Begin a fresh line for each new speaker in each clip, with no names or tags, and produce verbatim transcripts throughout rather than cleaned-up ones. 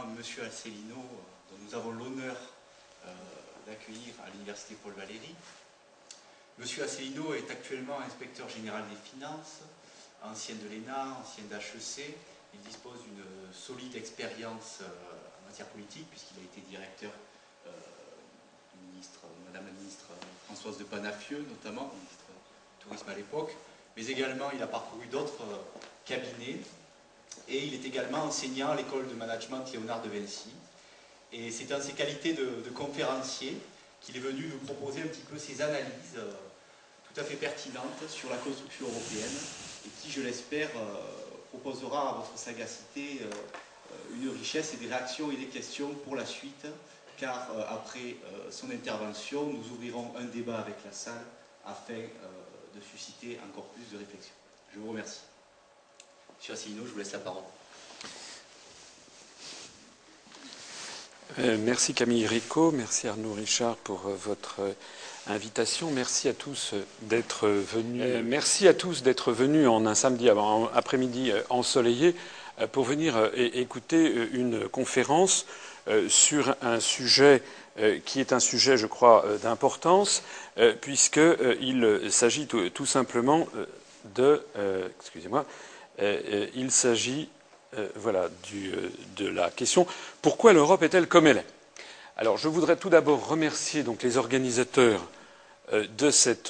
M. Asselineau, dont nous avons l'honneur euh, d'accueillir à l'Université Paul Valéry. M. Asselineau est actuellement inspecteur général des finances, ancien de l'E N A, ancien d'H E C. Il dispose d'une solide expérience euh, en matière politique, puisqu'il a été directeur euh, du ministre, Madame la ministre Françoise de Panafieux, notamment, ministre du Tourisme à l'époque, mais également il a parcouru d'autres euh, cabinets, et il est également enseignant à l'école de management Léonard de Vinci. Et c'est dans ses qualités de, de conférencier qu'il est venu nous proposer un petit peu ses analyses euh, tout à fait pertinentes sur la construction européenne, et qui, je l'espère, euh, proposera à votre sagacité euh, une richesse et des réactions et des questions pour la suite, car euh, après euh, son intervention, nous ouvrirons un débat avec la salle afin euh, de susciter encore plus de réflexion. Je vous remercie. Monsieur Asselineau, je vous laisse la parole.
Euh, merci Camille Rico, merci Arnaud Richard pour euh, votre euh, invitation. Merci à tous d'être venus. Euh, merci à tous d'être venus en un samedi après-midi ensoleillé pour venir écouter une conférence sur un sujet qui est un sujet, je crois, d'importance, puisqu'il s'agit tout simplement de, excusez-moi, il s'agit, voilà, du, de la question pourquoi l'Europe est-elle comme elle est. Alors, je voudrais tout d'abord remercier donc les organisateurs de cette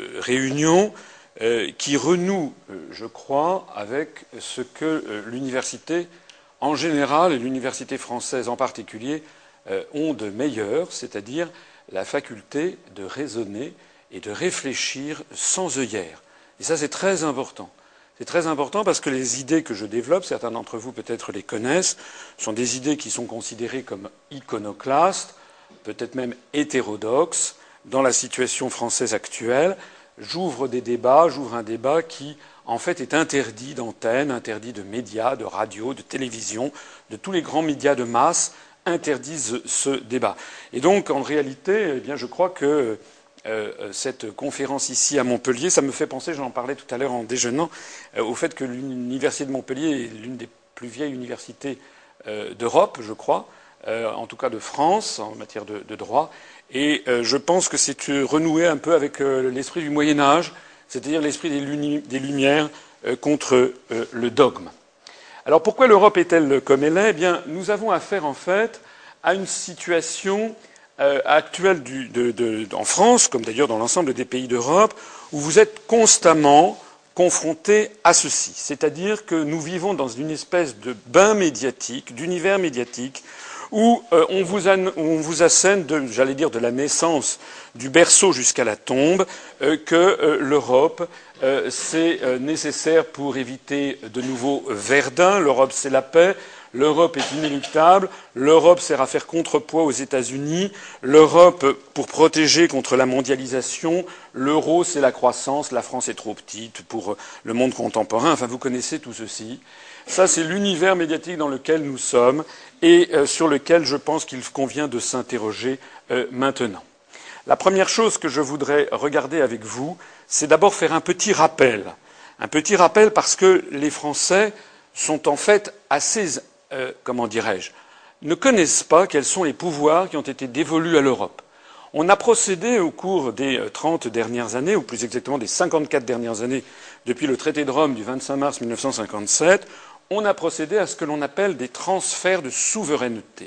réunion qui renoue, je crois, avec ce que l'université en général et l'université française en particulier ont de meilleur, c'est-à-dire la faculté de raisonner et de réfléchir sans œillères. Et ça, c'est très important. C'est très important parce que les idées que je développe, certains d'entre vous peut-être les connaissent, sont des idées qui sont considérées comme iconoclastes, peut-être même hétérodoxes, dans la situation française actuelle. J'ouvre des débats, j'ouvre un débat qui, en fait, est interdit d'antenne, interdit de médias, de radio, de télévision, de tous les grands médias de masse interdisent ce débat. Et donc, en réalité, eh bien, je crois que euh, cette conférence ici à Montpellier, ça me fait penser, j'en parlais tout à l'heure en déjeunant, euh, au fait que l'université de Montpellier est l'une des plus vieilles universités euh, d'Europe, je crois, euh, en tout cas de France, en matière de, de droit. Et euh, je pense que c'est renouer un peu avec euh, l'esprit du Moyen-Âge, c'est-à-dire l'esprit des, des Lumières euh, contre euh, le dogme. Alors pourquoi l'Europe est-elle comme elle est ? Eh bien, nous avons affaire en fait à une situation euh, actuelle du, de, de, en France, comme d'ailleurs dans l'ensemble des pays d'Europe, où vous êtes constamment confrontés à ceci. C'est-à-dire que nous vivons dans une espèce de bain médiatique, d'univers médiatique, où euh, on, vous on vous assène, j'allais dire, de la naissance, du berceau jusqu'à la tombe, euh, que euh, l'Europe, euh, c'est euh, nécessaire pour éviter de nouveaux Verdun, l'Europe c'est la paix, l'Europe est inéluctable, l'Europe sert à faire contrepoids aux États-Unis, l'Europe pour protéger contre la mondialisation, l'euro c'est la croissance, la France est trop petite pour le monde contemporain, enfin vous connaissez tout ceci. Ça, c'est l'univers médiatique dans lequel nous sommes et euh, sur lequel je pense qu'il convient de s'interroger euh, maintenant. La première chose que je voudrais regarder avec vous, c'est d'abord faire un petit rappel. Un petit rappel parce que les Français sont en fait assez, euh, comment dirais-je, ne connaissent pas quels sont les pouvoirs qui ont été dévolus à l'Europe. On a procédé au cours des trente dernières années, ou plus exactement des cinquante-quatre dernières années, depuis le traité de Rome du vingt-cinq mars mille neuf cent cinquante-sept, on a procédé à ce que l'on appelle des transferts de souveraineté.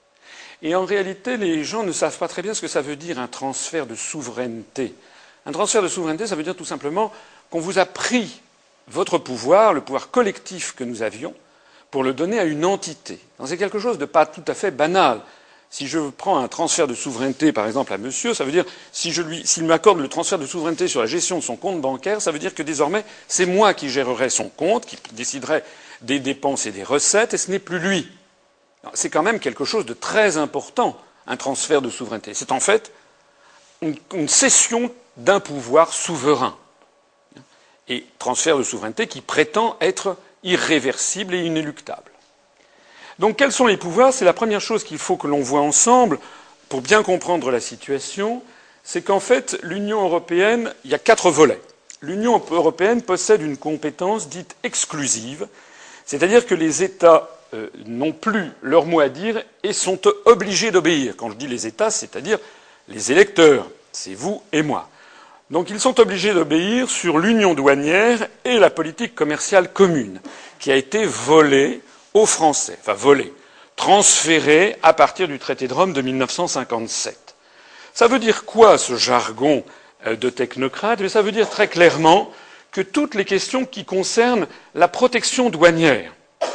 Et en réalité, les gens ne savent pas très bien ce que ça veut dire un transfert de souveraineté. Un transfert de souveraineté, ça veut dire tout simplement qu'on vous a pris votre pouvoir, le pouvoir collectif que nous avions, pour le donner à une entité. C'est quelque chose de pas tout à fait banal. Si je prends un transfert de souveraineté, par exemple, à monsieur, ça veut dire, si je lui, s'il m'accorde le transfert de souveraineté sur la gestion de son compte bancaire, ça veut dire que désormais, c'est moi qui gérerai son compte, qui déciderai des dépenses et des recettes, et ce n'est plus lui. C'est quand même quelque chose de très important, un transfert de souveraineté. C'est en fait une, une cession d'un pouvoir souverain. Et transfert de souveraineté qui prétend être irréversible et inéluctable. Donc quels sont les pouvoirs ? C'est la première chose qu'il faut que l'on voit ensemble pour bien comprendre la situation, c'est qu'en fait, l'Union européenne, il y a quatre volets. L'Union européenne possède une compétence dite exclusive, c'est-à-dire que les États euh, n'ont plus leur mot à dire et sont obligés d'obéir. Quand je dis les États, c'est-à-dire les électeurs, c'est vous et moi. Donc ils sont obligés d'obéir sur l'union douanière et la politique commerciale commune, qui a été volée aux Français, enfin volée, transférée à partir du traité de Rome de mille neuf cent cinquante-sept. Ça veut dire quoi, ce jargon de technocrate? Mais ça veut dire très clairement que toutes les questions qui concernent la protection douanière,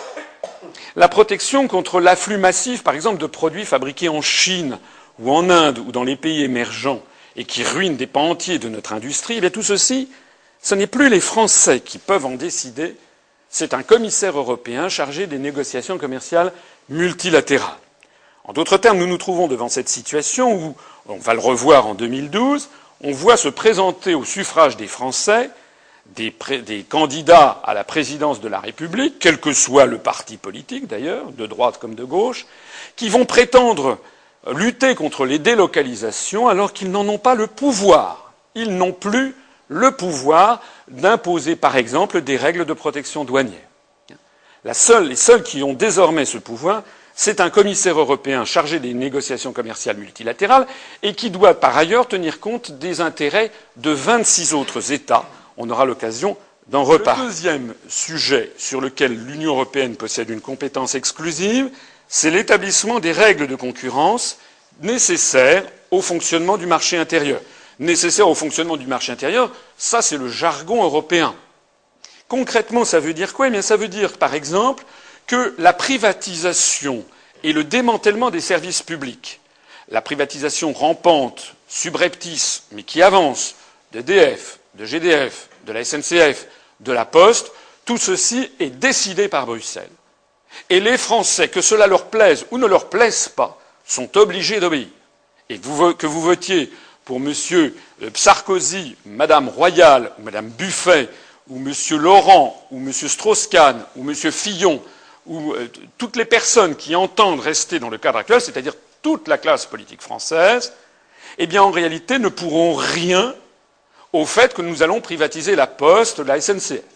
la protection contre l'afflux massif, par exemple, de produits fabriqués en Chine ou en Inde ou dans les pays émergents, et qui ruinent des pans entiers de notre industrie, eh bien tout ceci, ce n'est plus les Français qui peuvent en décider, c'est un commissaire européen chargé des négociations commerciales multilatérales. En d'autres termes, nous nous trouvons devant cette situation où, on va le revoir en deux mille douze, on voit se présenter au suffrage des Français des, des candidats à la présidence de la République, quel que soit le parti politique d'ailleurs, de droite comme de gauche, qui vont prétendre lutter contre les délocalisations alors qu'ils n'en ont pas le pouvoir. Ils n'ont plus le pouvoir d'imposer, par exemple, des règles de protection douanière. La seule, les seuls qui ont désormais ce pouvoir, c'est un commissaire européen chargé des négociations commerciales multilatérales et qui doit, par ailleurs, tenir compte des intérêts de vingt-six autres États. On aura l'occasion d'en reparler. Le deuxième sujet sur lequel l'Union européenne possède une compétence exclusive, c'est l'établissement des règles de concurrence nécessaires au fonctionnement du marché intérieur. Nécessaires au fonctionnement du marché intérieur, ça c'est le jargon européen. Concrètement, ça veut dire quoi? Eh bien, ça veut dire, par exemple, que la privatisation et le démantèlement des services publics, la privatisation rampante, subreptice, mais qui avance, d'E D F, de G D F, de la S N C F, de la Poste, tout ceci est décidé par Bruxelles. Et les Français, que cela leur plaise ou ne leur plaise pas, sont obligés d'obéir. Et vous, que vous votiez pour M. Sarkozy, Mme Royal, ou Mme Buffet, ou M. Laurent, ou M. Strauss-Kahn, ou M. Fillon, ou euh, toutes les personnes qui entendent rester dans le cadre actuel, c'est-à-dire toute la classe politique française, eh bien, en réalité, ne pourront rien au fait que nous allons privatiser la Poste, la S N C F.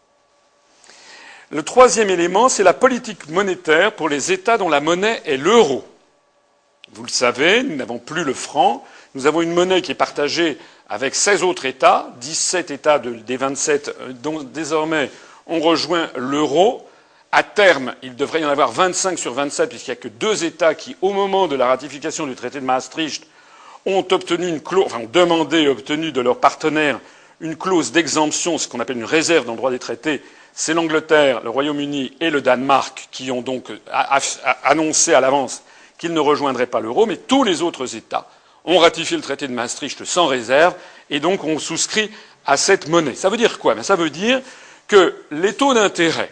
Le troisième élément, c'est la politique monétaire pour les États dont la monnaie est l'euro. Vous le savez, nous n'avons plus le franc. Nous avons une monnaie qui est partagée avec seize autres États, dix-sept États de, des vingt-sept dont désormais on rejoint l'euro. À terme, il devrait y en avoir vingt-cinq sur vingt-sept, puisqu'il n'y a que deux États qui, au moment de la ratification du traité de Maastricht, ont obtenu une clause, enfin ont demandé et obtenu de leurs partenaires une clause d'exemption, ce qu'on appelle une réserve dans le droit des traités. C'est l'Angleterre, le Royaume-Uni et le Danemark qui ont donc annoncé à l'avance qu'ils ne rejoindraient pas l'euro, mais tous les autres États ont ratifié le traité de Maastricht sans réserve et donc ont souscrit à cette monnaie. Ça veut dire quoi? Ça veut dire que les taux d'intérêt,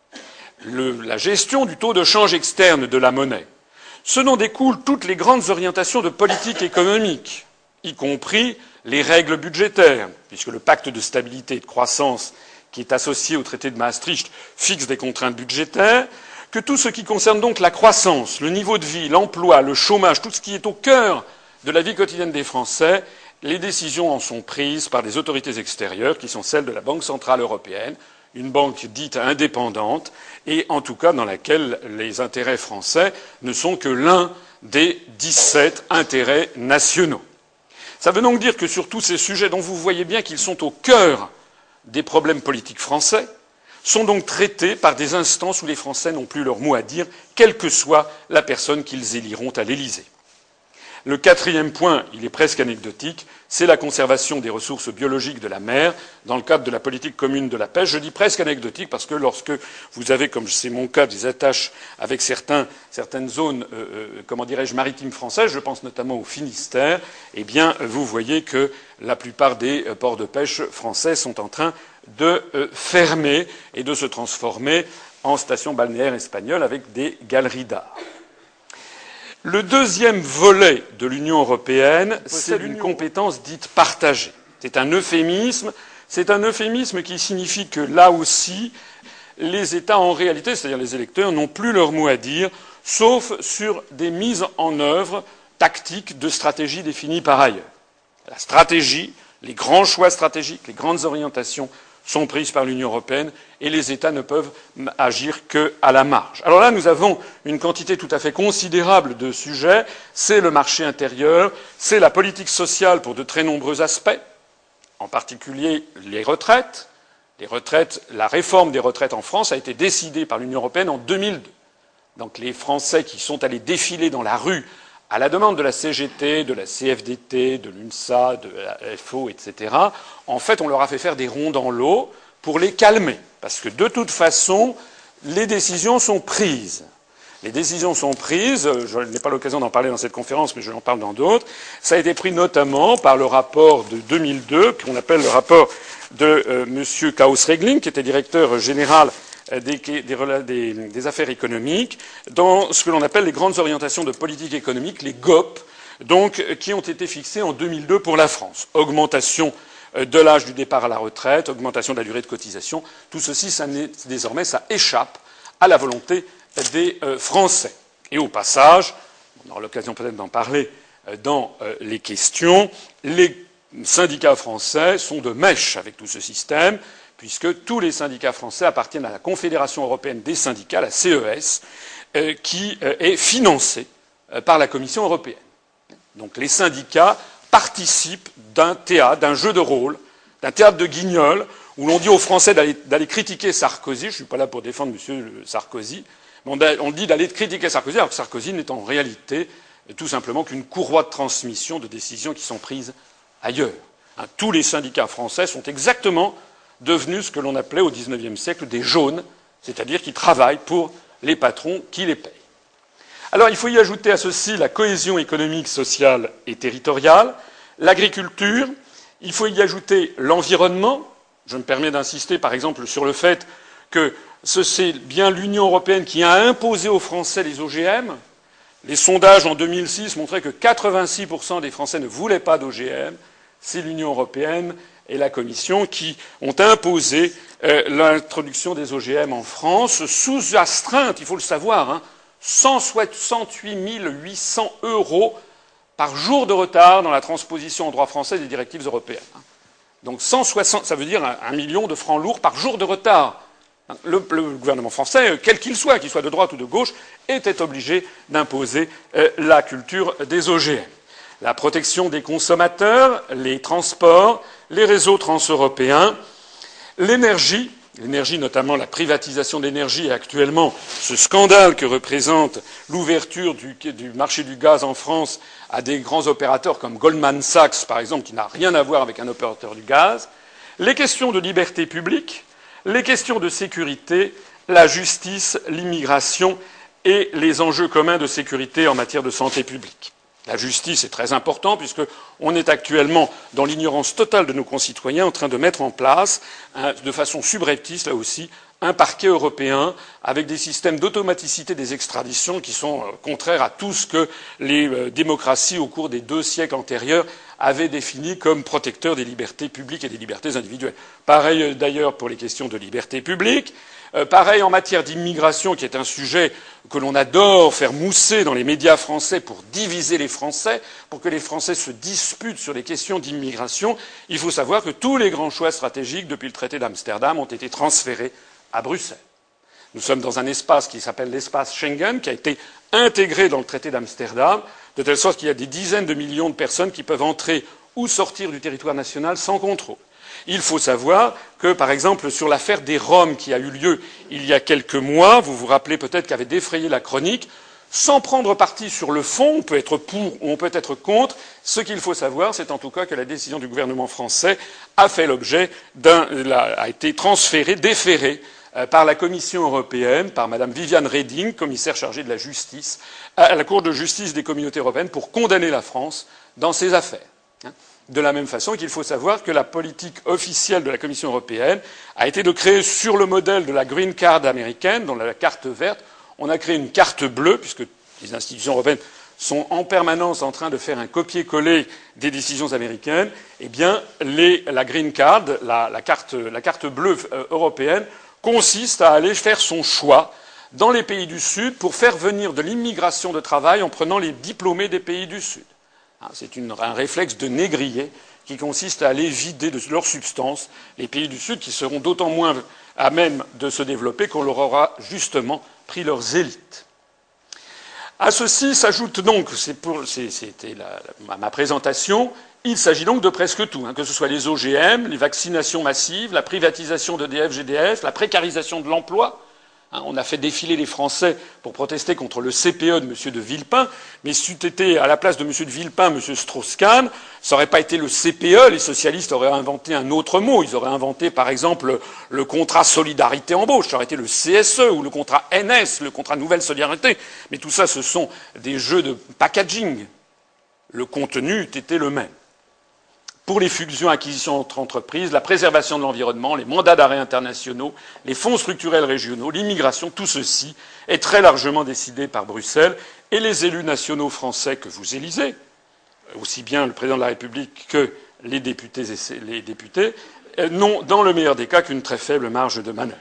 le, la gestion du taux de change externe de la monnaie, ce dont découlent toutes les grandes orientations de politique économique, y compris les règles budgétaires, puisque le pacte de stabilité et de croissance qui est associé au traité de Maastricht fixe des contraintes budgétaires, que tout ce qui concerne donc la croissance, le niveau de vie, l'emploi, le chômage, tout ce qui est au cœur de la vie quotidienne des Français, les décisions en sont prises par des autorités extérieures qui sont celles de la Banque centrale européenne, une banque dite indépendante et en tout cas dans laquelle les intérêts français ne sont que l'un des dix-sept intérêts nationaux. Ça veut donc dire que sur tous ces sujets dont vous voyez bien qu'ils sont au cœur des problèmes politiques français, sont donc traités par des instances où les Français n'ont plus leur mot à dire, quelle que soit la personne qu'ils éliront à l'Élysée. Le quatrième point, il est presque anecdotique, c'est la conservation des ressources biologiques de la mer dans le cadre de la politique commune de la pêche. Je dis presque anecdotique parce que lorsque vous avez, comme c'est mon cas, des attaches avec certains, certaines zones, euh, comment dirais-je, maritimes françaises, je pense notamment au Finistère, eh bien, vous voyez que la plupart des ports de pêche français sont en train de euh, fermer et de se transformer en stations balnéaires espagnoles avec des galeries d'art. Le deuxième volet de l'Union européenne, c'est une compétence dite partagée. C'est un euphémisme. C'est un euphémisme qui signifie que là aussi, les États, en réalité, c'est-à-dire les électeurs, n'ont plus leur mot à dire, sauf sur des mises en œuvre tactiques de stratégies définies par ailleurs. La stratégie, les grands choix stratégiques, les grandes orientations sont prises par l'Union européenne et les États ne peuvent agir qu'à la marge. Alors là, nous avons une quantité tout à fait considérable de sujets. C'est le marché intérieur, c'est la politique sociale pour de très nombreux aspects, en particulier les retraites. Les retraites, la réforme des retraites en France a été décidée par l'Union européenne en deux mille deux. Donc les Français qui sont allés défiler dans la rue à la demande de la C G T, de la C F D T, de l'UNSA, de la F O, et cetera, en fait, on leur a fait faire des ronds dans l'eau pour les calmer. Parce que de toute façon, les décisions sont prises. Les décisions sont prises, je n'ai pas l'occasion d'en parler dans cette conférence, mais je en parle dans d'autres. Ça a été pris notamment par le rapport de deux mille deux, qu'on appelle le rapport de euh, M. Klaus-Regling, qui était directeur général Des, des, des affaires économiques, dans ce que l'on appelle les grandes orientations de politique économique, les G O P, donc, qui ont été fixées en deux mille deux pour la France. Augmentation de l'âge du départ à la retraite, augmentation de la durée de cotisation, tout ceci, ça désormais, ça échappe à la volonté des euh, Français. Et au passage, on aura l'occasion peut-être d'en parler euh, dans euh, les questions, les syndicats français sont de mèche avec tout ce système, puisque tous les syndicats français appartiennent à la Confédération européenne des syndicats, la C E S, euh, qui euh, est financée euh, par la Commission européenne. Donc les syndicats participent d'un théâtre, d'un jeu de rôle, d'un théâtre de guignol, où l'on dit aux Français d'aller, d'aller critiquer Sarkozy. Je ne suis pas là pour défendre M. Sarkozy, mais on, on dit d'aller critiquer Sarkozy, alors que Sarkozy n'est en réalité tout simplement qu'une courroie de transmission de décisions qui sont prises ailleurs. Hein, tous les syndicats français sont exactement devenus ce que l'on appelait au dix-neuvième siècle des jaunes, c'est-à-dire qui travaillent pour les patrons qui les payent. Alors il faut y ajouter à ceci la cohésion économique, sociale et territoriale, l'agriculture, il faut y ajouter l'environnement. Je me permets d'insister par exemple sur le fait que c'est bien l'Union européenne qui a imposé aux Français les O G M. Les sondages en deux mille six montraient que quatre-vingt-six pour cent des Français ne voulaient pas d'O G M. C'est l'Union européenne et la Commission qui ont imposé euh, l'introduction des O G M en France sous astreinte, il faut le savoir, hein, cent soixante-huit mille huit cents euros par jour de retard dans la transposition en droit français des directives européennes. Donc cent soixante, ça veut dire un, un million de francs lourds par jour de retard. Le, le gouvernement français, quel qu'il soit, qu'il soit de droite ou de gauche, était obligé d'imposer euh, la culture des O G M. La protection des consommateurs, les transports, les réseaux transeuropéens, l'énergie, l'énergie notamment la privatisation de l'énergie et actuellement ce scandale que représente l'ouverture du, du marché du gaz en France à des grands opérateurs comme Goldman Sachs, par exemple, qui n'a rien à voir avec un opérateur du gaz, les questions de liberté publique, les questions de sécurité, la justice, l'immigration et les enjeux communs de sécurité en matière de santé publique. La justice est très importante puisqu'on est actuellement dans l'ignorance totale de nos concitoyens en train de mettre en place, de façon subreptice là aussi, un parquet européen avec des systèmes d'automaticité des extraditions qui sont contraires à tout ce que les démocraties au cours des deux siècles antérieurs avaient défini comme protecteurs des libertés publiques et des libertés individuelles. Pareil d'ailleurs pour les questions de liberté publique. Euh, pareil en matière d'immigration, qui est un sujet que l'on adore faire mousser dans les médias français pour diviser les Français, pour que les Français se disputent sur les questions d'immigration. Il faut savoir que tous les grands choix stratégiques depuis le traité d'Amsterdam ont été transférés à Bruxelles. Nous sommes dans un espace qui s'appelle l'espace Schengen, qui a été intégré dans le traité d'Amsterdam, de telle sorte qu'il y a des dizaines de millions de personnes qui peuvent entrer ou sortir du territoire national sans contrôle. Il faut savoir que, par exemple, sur l'affaire des Roms qui a eu lieu il y a quelques mois, vous vous rappelez peut-être qu'avait défrayé la chronique, sans prendre parti sur le fond, on peut être pour ou on peut être contre. Ce qu'il faut savoir, c'est en tout cas que la décision du gouvernement français a fait l'objet d'un, a été transférée, déférée par la Commission européenne, par Madame Viviane Reding, commissaire chargée de la justice, à la Cour de justice des communautés européennes pour condamner la France dans ces affaires. De la même façon qu'il faut savoir que la politique officielle de la Commission européenne a été de créer, sur le modèle de la Green Card américaine, dans la carte verte, on a créé une carte bleue, puisque les institutions européennes sont en permanence en train de faire un copier-coller des décisions américaines, eh bien, les, la Green Card, la, la, carte, la carte bleue européenne, consiste à aller faire son choix dans les pays du Sud pour faire venir de l'immigration de travail en prenant les diplômés des pays du Sud. C'est une, un réflexe de négrier qui consiste à aller vider de leur substance les pays du Sud, qui seront d'autant moins à même de se développer qu'on leur aura justement pris leurs élites. À ceci s'ajoute donc, c'est pour, c'était la, la, ma présentation, il s'agit donc de presque tout, hein, que ce soit les O G M, les vaccinations massives, la privatisation d'E D F G D F, la précarisation de l'emploi. Hein, on a fait défiler les Français pour protester contre le C P E de M. de Villepin, mais si c'eût été à la place de M. de Villepin, M. Strauss-Kahn, ça n'aurait pas été le C P E, les socialistes auraient inventé un autre mot. Ils auraient inventé, par exemple, le, le contrat solidarité embauche, ça aurait été le C S E, ou le contrat N S, le contrat nouvelle solidarité. Mais tout ça, ce sont des jeux de packaging. Le contenu eût été le même. Pour les fusions et acquisitions entre entreprises, la préservation de l'environnement, les mandats d'arrêt internationaux, les fonds structurels régionaux, l'immigration, tout ceci est très largement décidé par Bruxelles et les élus nationaux français que vous élisez, aussi bien le président de la République que les députés, et les députés n'ont, dans le meilleur des cas, qu'une très faible marge de manœuvre.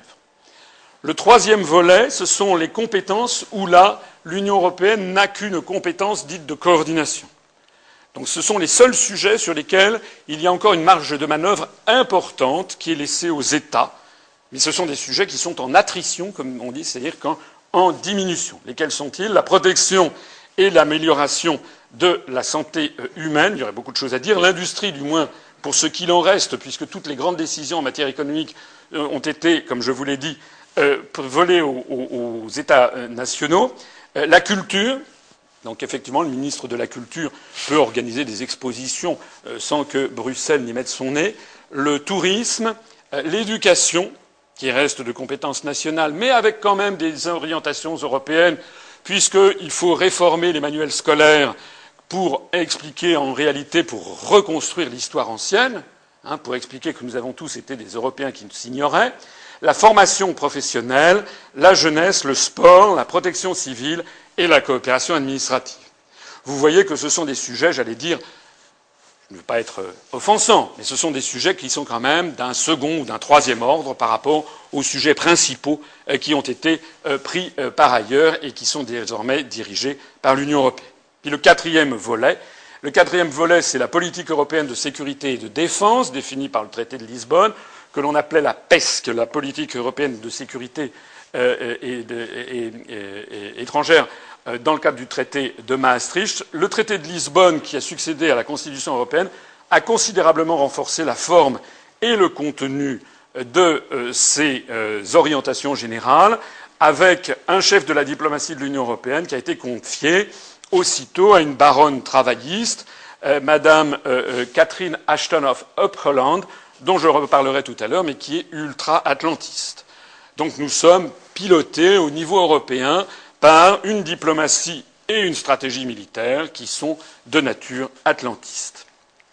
Le troisième volet, ce sont les compétences où là, l'Union européenne n'a qu'une compétence dite de coordination. Donc ce sont les seuls sujets sur lesquels il y a encore une marge de manœuvre importante qui est laissée aux États. Mais ce sont des sujets qui sont en attrition, comme on dit, c'est-à-dire qu'en en diminution. Lesquels sont-ils? La protection et l'amélioration de la santé humaine. Il y aurait beaucoup de choses à dire. L'industrie, du moins, pour ce qu'il en reste, puisque toutes les grandes décisions en matière économique ont été, comme je vous l'ai dit, euh, volées aux, aux, aux États nationaux. Euh, la culture. Donc effectivement, le ministre de la Culture peut organiser des expositions euh, sans que Bruxelles n'y mette son nez. Le tourisme, euh, l'éducation, qui reste de compétence nationale, mais avec quand même des orientations européennes, puisqu'il faut réformer les manuels scolaires pour expliquer en réalité, pour reconstruire l'histoire ancienne, hein, pour expliquer que nous avons tous été des Européens qui s'ignoraient. La formation professionnelle, la jeunesse, le sport, la protection civile et la coopération administrative. Vous voyez que ce sont des sujets, j'allais dire, je ne veux pas être offensant, mais ce sont des sujets qui sont quand même d'un second ou d'un troisième ordre par rapport aux sujets principaux qui ont été pris par ailleurs et qui sont désormais dirigés par l'Union européenne. Puis le quatrième volet, le quatrième volet, c'est la politique européenne de sécurité et de défense, définie par le traité de Lisbonne, que l'on appelait la PESC, la politique européenne de sécurité euh, et, de, et, et, et étrangère, euh, dans le cadre du traité de Maastricht. Le traité de Lisbonne, qui a succédé à la Constitution européenne, a considérablement renforcé la forme et le contenu de euh, ces euh, orientations générales, avec un chef de la diplomatie de l'Union européenne qui a été confié aussitôt à une baronne travailliste, euh, Madame euh, Catherine Ashton of Upholland, dont je reparlerai tout à l'heure, mais qui est ultra-atlantiste. Donc nous sommes pilotés au niveau européen par une diplomatie et une stratégie militaire qui sont de nature atlantiste.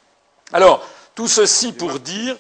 Alors, tout ceci pour dire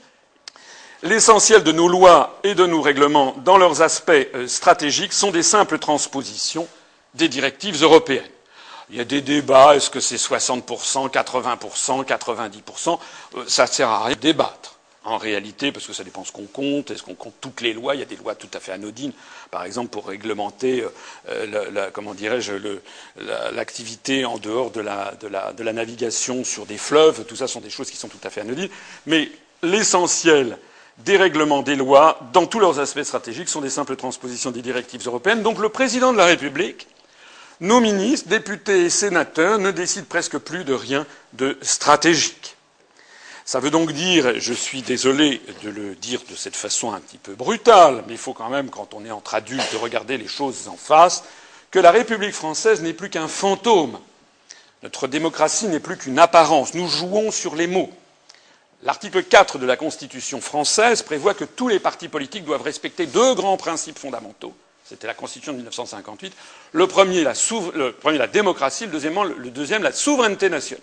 l'essentiel de nos lois et de nos règlements, dans leurs aspects stratégiques, sont des simples transpositions des directives européennes. Il y a des débats, est-ce que c'est soixante pour cent, quatre-vingts pour cent, quatre-vingt-dix pour cent? Ça ne sert à rien de débattre. En réalité, parce que ça dépend ce qu'on compte, est-ce qu'on compte toutes les lois? Il y a des lois tout à fait anodines, par exemple pour réglementer, euh, la, la, comment dirais-je, le, la, l'activité en dehors de la, de, la, de la navigation sur des fleuves. Tout ça sont des choses qui sont tout à fait anodines. Mais l'essentiel des règlements des lois, dans tous leurs aspects stratégiques, sont des simples transpositions des directives européennes. Donc le président de la République, nos ministres, députés et sénateurs ne décident presque plus de rien de stratégique. Ça veut donc dire, je suis désolé de le dire de cette façon un petit peu brutale, mais il faut quand même, quand on est entre adultes, regarder les choses en face, que la République française n'est plus qu'un fantôme. Notre démocratie n'est plus qu'une apparence. Nous jouons sur les mots. L'article quatre de la Constitution française prévoit que tous les partis politiques doivent respecter deux grands principes fondamentaux. C'était la Constitution de mille neuf cent cinquante-huit. Le premier, la, souver... le premier, la démocratie, le deuxième, le deuxième, la souveraineté nationale.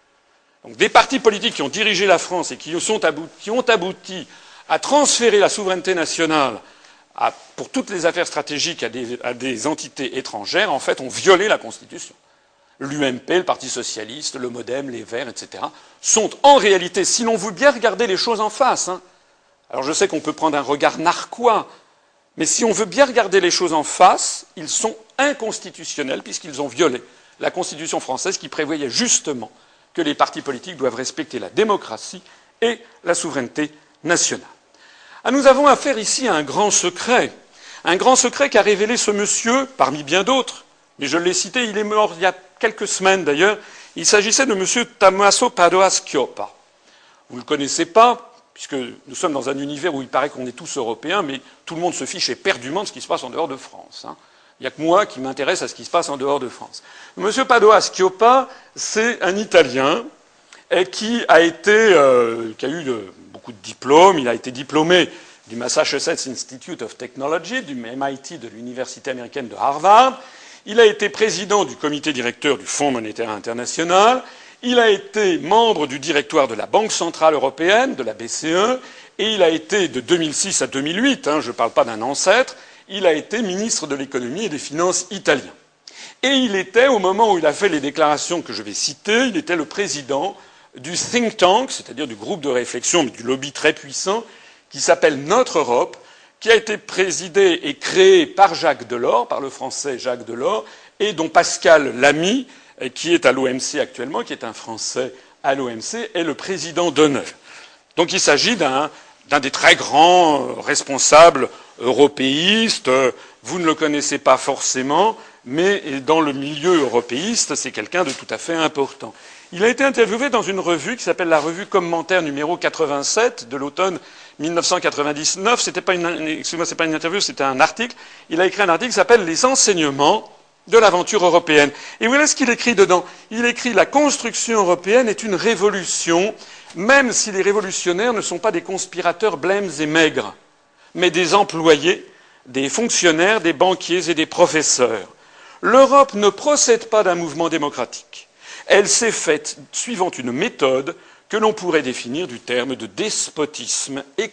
Donc des partis politiques qui ont dirigé la France et qui, sont aboutis, qui ont abouti à transférer la souveraineté nationale à, pour toutes les affaires stratégiques à des, à des entités étrangères, en fait, ont violé la Constitution. L'U M P, le Parti socialiste, le MoDem, les Verts, et cetera, sont en réalité, si l'on veut bien regarder les choses en face, hein, alors je sais qu'on peut prendre un regard narquois, mais si on veut bien regarder les choses en face, ils sont inconstitutionnels puisqu'ils ont violé la Constitution française qui prévoyait justement que les partis politiques doivent respecter la démocratie et la souveraineté nationale. Ah, nous avons affaire ici à un grand secret, un grand secret qu'a révélé ce monsieur, parmi bien d'autres, mais je l'ai cité, il est mort il y a quelques semaines d'ailleurs, il s'agissait de monsieur Tommaso Padoa-Schioppa. Vous ne le connaissez pas, puisque nous sommes dans un univers où il paraît qu'on est tous européens, mais tout le monde se fiche éperdument de ce qui se passe en dehors de France. Hein. Il n'y a que moi qui m'intéresse à ce qui se passe en dehors de France. Monsieur Padoa-Schioppa, c'est un Italien qui a été, euh, qui a eu de, beaucoup de diplômes. Il a été diplômé du Massachusetts Institute of Technology, du M I T de l'université américaine de Harvard. Il a été président du comité directeur du Fonds monétaire international. Il a été membre du directoire de la Banque centrale européenne, de la B C E, et il a été de deux mille six à deux mille huit, hein, je ne parle pas d'un ancêtre, il a été ministre de l'économie et des finances italien. Et il était, au moment où il a fait les déclarations que je vais citer, il était le président du think tank, c'est-à-dire du groupe de réflexion, mais du lobby très puissant, qui s'appelle Notre Europe, qui a été présidé et créé par Jacques Delors, par le français Jacques Delors, et dont Pascal Lamy, qui est à l'O M C actuellement, qui est un Français à l'O M C, est le président d'honneur. Donc il s'agit d'un, d'un des très grands responsables européistes. Vous ne le connaissez pas forcément, mais dans le milieu européiste, c'est quelqu'un de tout à fait important. Il a été interviewé dans une revue qui s'appelle la revue Commentaire numéro quatre-vingt-sept de l'automne mille neuf cent quatre-vingt-dix-neuf. C'était pas une, excusez-moi, c'est pas une interview, c'était un article. Il a écrit un article qui s'appelle Les enseignements de l'aventure européenne. Et voilà ce qu'il écrit dedans. Il écrit « La construction européenne est une révolution, même si les révolutionnaires ne sont pas des conspirateurs blêmes et maigres, mais des employés, des fonctionnaires, des banquiers et des professeurs. L'Europe ne procède pas d'un mouvement démocratique. Elle s'est faite suivant une méthode que l'on pourrait définir du terme de despotisme éclairé. »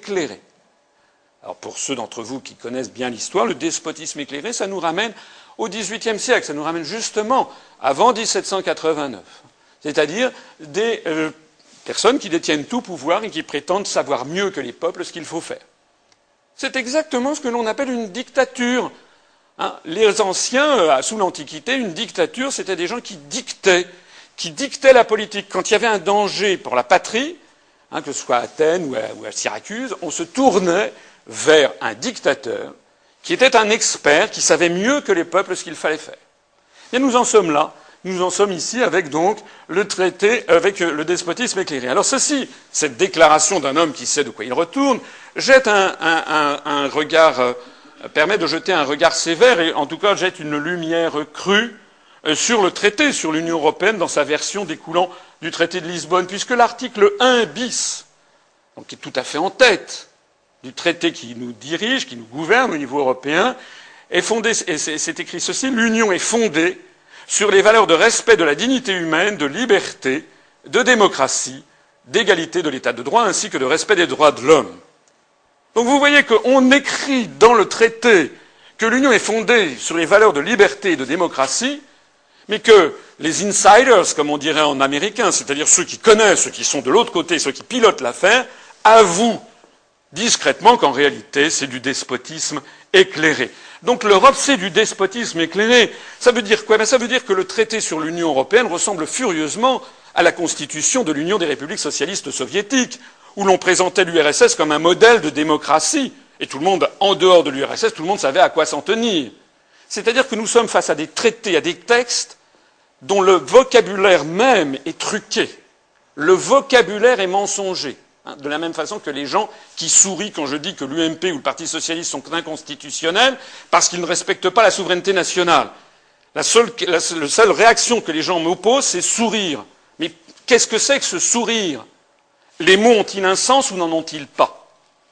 Alors pour ceux d'entre vous qui connaissent bien l'histoire, le despotisme éclairé, ça nous ramène au dix-huitième siècle, ça nous ramène justement avant dix-sept cent quatre-vingt-neuf. C'est-à-dire des euh, personnes qui détiennent tout pouvoir et qui prétendent savoir mieux que les peuples ce qu'il faut faire. C'est exactement ce que l'on appelle une dictature. Hein, les anciens, euh, sous l'Antiquité, une dictature, c'était des gens qui dictaient, qui dictaient la politique. Quand il y avait un danger pour la patrie, hein, que ce soit à Athènes ou à, ou à Syracuse, on se tournait vers un dictateur qui était un expert, qui savait mieux que les peuples ce qu'il fallait faire. Et nous en sommes là. Nous en sommes ici avec donc le traité, avec le despotisme éclairé. Alors ceci, cette déclaration d'un homme qui sait de quoi il retourne, jette un, un, un, un regard, euh, permet de jeter un regard sévère et en tout cas jette une lumière crue euh, sur le traité, sur l'Union européenne dans sa version découlant du traité de Lisbonne, puisque l'article un bis, donc qui est tout à fait en tête du traité qui nous dirige, qui nous gouverne au niveau européen, est fondé, et c'est écrit ceci, l'Union est fondée sur les valeurs de respect de la dignité humaine, de liberté, de démocratie, d'égalité de l'état de droit, ainsi que de respect des droits de l'homme. Donc vous voyez qu'on écrit dans le traité que l'Union est fondée sur les valeurs de liberté et de démocratie, mais que les insiders, comme on dirait en américain, c'est-à-dire ceux qui connaissent, ceux qui sont de l'autre côté, ceux qui pilotent l'affaire, avouent discrètement qu'en réalité, c'est du despotisme éclairé. Donc l'Europe, c'est du despotisme éclairé. Ça veut dire quoi? Ben, ça veut dire que le traité sur l'Union européenne ressemble furieusement à la constitution de l'Union des républiques socialistes soviétiques, où l'on présentait l'U R S S comme un modèle de démocratie. Et tout le monde, en dehors de l'U R S S, tout le monde savait à quoi s'en tenir. C'est-à-dire que nous sommes face à des traités, à des textes dont le vocabulaire même est truqué. Le vocabulaire est mensonger. De la même façon que les gens qui sourient quand je dis que l'U M P ou le Parti socialiste sont inconstitutionnels parce qu'ils ne respectent pas la souveraineté nationale. La seule, la, la seule réaction que les gens m'opposent, c'est sourire. Mais qu'est-ce que c'est que ce sourire? Les mots ont-ils un sens ou n'en ont-ils pas?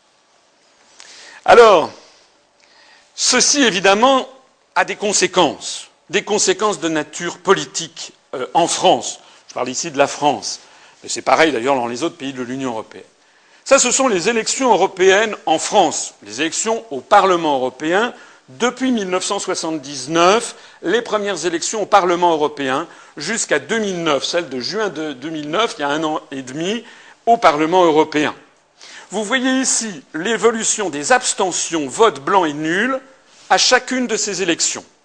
Alors, ceci, évidemment, a des conséquences. Des conséquences de nature politique euh, en France. Je parle ici de la France. Mais c'est pareil d'ailleurs dans les autres pays de l'Union européenne. Ça, ce sont les élections européennes en France, les élections au Parlement européen. Depuis mille neuf cent soixante-dix-neuf, les premières élections au Parlement européen, jusqu'à deux mille neuf, celle de juin de deux mille neuf, il y a un an et demi, au Parlement européen. Vous voyez ici l'évolution des abstentions, votes blancs et nuls, à chacune de ces élections.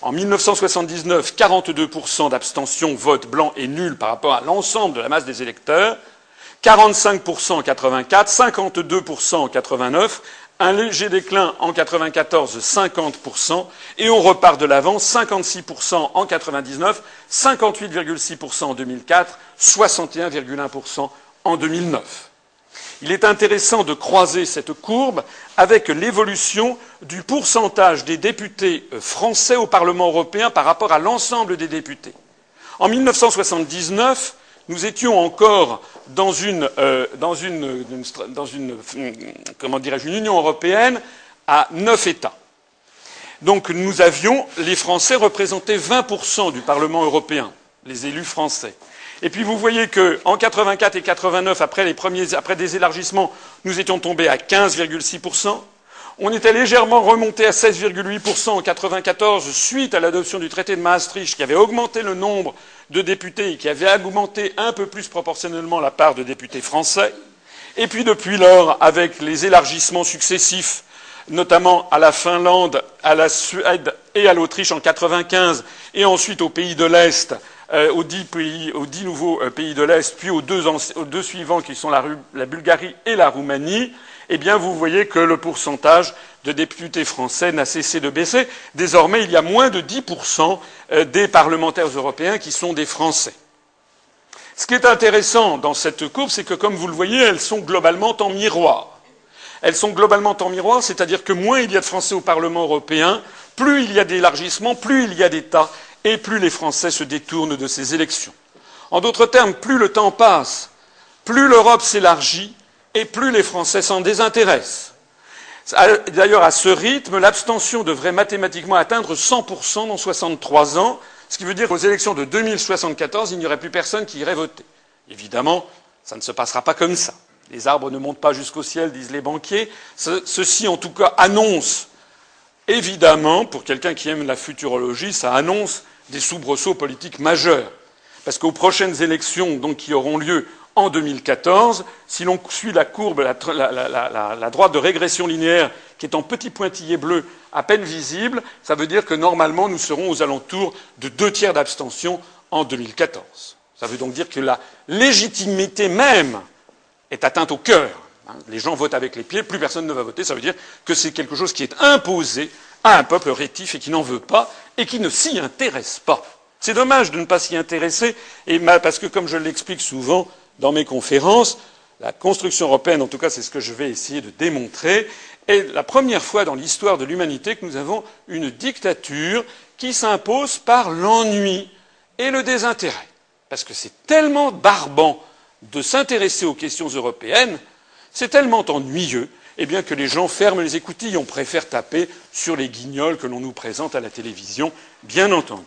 En mille neuf cent soixante-dix-neuf, quarante-deux pour cent d'abstention, vote blanc et nul par rapport à l'ensemble de la masse des électeurs. quarante-cinq pour cent en quatre-vingt-quatre, cinquante-deux pour cent en quatre-vingt-neuf, un léger déclin en quatre-vingt-quatorze, cinquante pour cent, et on repart de l'avant, cinquante-six pour cent en quatre-vingt-dix-neuf, cinquante-huit virgule six pour cent en deux mille quatre, soixante et un virgule un pour cent en deux mille neuf. Il est intéressant de croiser cette courbe avec l'évolution du pourcentage des députés français au Parlement européen par rapport à l'ensemble des députés. En mille neuf cent soixante-dix-neuf, nous étions encore dans une, euh, dans une, dans une, comment dirais-je, une Union européenne à neuf États. Donc nous avions, les Français représentaient vingt pour cent du Parlement européen, les élus français. Et puis vous voyez qu'en quatre-vingt-quatre et quatre-vingt-neuf, après les premiers, après des élargissements, nous étions tombés à quinze virgule six pour cent. On était légèrement remonté à seize virgule huit pour cent en quatre-vingt-quatorze suite à l'adoption du traité de Maastricht qui avait augmenté le nombre de députés et qui avait augmenté un peu plus proportionnellement la part de députés français. Et puis depuis lors, avec les élargissements successifs, notamment à la Finlande, à la Suède et à l'Autriche en quatre-vingt-quinze, et ensuite aux pays de l'Est, euh, aux, dix pays, aux dix nouveaux euh, pays de l'Est, puis aux deux, aux deux suivants qui sont la, la Bulgarie et la Roumanie, eh bien vous voyez que le pourcentage de députés français n'a cessé de baisser. Désormais, il y a moins de dix pour cent des parlementaires européens qui sont des Français. Ce qui est intéressant dans cette courbe, c'est que, comme vous le voyez, elles sont globalement en miroir. Elles sont globalement en miroir, c'est-à-dire que moins il y a de Français au Parlement européen, plus il y a d'élargissements, plus il y a d'États, et plus les Français se détournent de ces élections. En d'autres termes, plus le temps passe, plus l'Europe s'élargit, et plus les Français s'en désintéressent. D'ailleurs, à ce rythme, l'abstention devrait mathématiquement atteindre cent pour cent dans soixante-trois ans, ce qui veut dire qu'aux élections de deux mille soixante-quatorze, il n'y aurait plus personne qui irait voter. Évidemment, ça ne se passera pas comme ça. Les arbres ne montent pas jusqu'au ciel, disent les banquiers. Ce, ceci, en tout cas, annonce, évidemment, pour quelqu'un qui aime la futurologie, ça annonce des soubresauts politiques majeurs. Parce qu'aux prochaines élections, donc, qui auront lieu en deux mille quatorze, si l'on suit la courbe, la, la, la, la, la droite de régression linéaire, qui est en petit pointillé bleu, à peine visible, ça veut dire que normalement nous serons aux alentours de deux tiers d'abstention en deux mille quatorze. Ça veut donc dire que la légitimité même est atteinte au cœur. Les gens votent avec les pieds, plus personne ne va voter, ça veut dire que c'est quelque chose qui est imposé à un peuple rétif et qui n'en veut pas et qui ne s'y intéresse pas. C'est dommage de ne pas s'y intéresser, et parce que, comme je l'explique souvent dans mes conférences, la construction européenne, en tout cas c'est ce que je vais essayer de démontrer, est la première fois dans l'histoire de l'humanité que nous avons une dictature qui s'impose par l'ennui et le désintérêt. Parce que c'est tellement barbant de s'intéresser aux questions européennes, c'est tellement ennuyeux, eh bien que les gens ferment les écoutilles, on préfère taper sur les guignols que l'on nous présente à la télévision, bien entendu.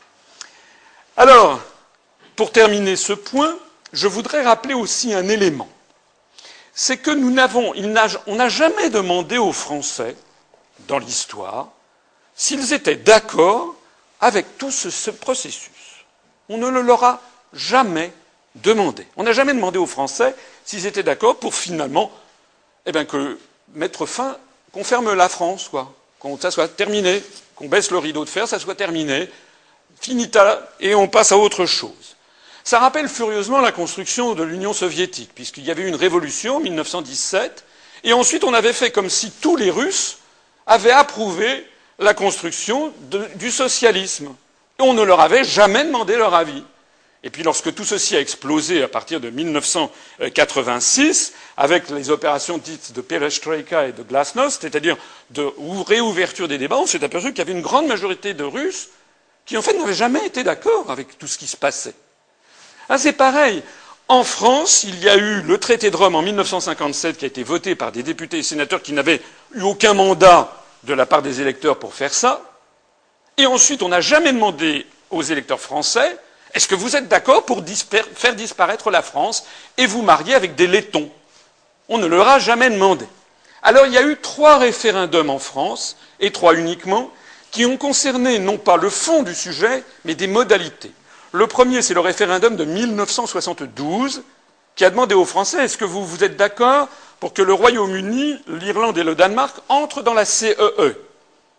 Alors, pour terminer ce point, je voudrais rappeler aussi un élément. C'est que nous n'avons, on n'a jamais demandé aux Français, dans l'histoire, s'ils étaient d'accord avec tout ce, ce processus. On ne le leur a jamais demandé. On n'a jamais demandé aux Français s'ils étaient d'accord pour finalement, eh bien, que mettre fin, qu'on ferme la France, quoi, qu'on ça soit terminé, qu'on baisse le rideau de fer, ça soit terminé, finita, et on passe à autre chose. Ça rappelle furieusement la construction de l'Union soviétique, puisqu'il y avait eu une révolution en mille neuf cent dix-sept, et ensuite on avait fait comme si tous les Russes avaient approuvé la construction de, du socialisme. Et on ne leur avait jamais demandé leur avis. Et puis lorsque tout ceci a explosé à partir de mille neuf cent quatre-vingt-six, avec les opérations dites de perestroïka et de glasnost, c'est-à-dire de réouverture des débats, on s'est aperçu qu'il y avait une grande majorité de Russes qui en fait n'avaient jamais été d'accord avec tout ce qui se passait. Ah, c'est pareil. En France, il y a eu le traité de Rome en mille neuf cent cinquante-sept qui a été voté par des députés et sénateurs qui n'avaient eu aucun mandat de la part des électeurs pour faire ça. Et ensuite, on n'a jamais demandé aux électeurs français « Est-ce que vous êtes d'accord pour disper- faire disparaître la France et vous marier avec des Lettons ?» On ne leur a jamais demandé. Alors, il y a eu trois référendums en France, et trois uniquement, qui ont concerné non pas le fond du sujet, mais des modalités. Le premier, c'est le référendum de mille neuf cent soixante-douze, qui a demandé aux Français « Est-ce que vous, vous êtes d'accord pour que le Royaume-Uni, l'Irlande et le Danemark entrent dans la C E E ?»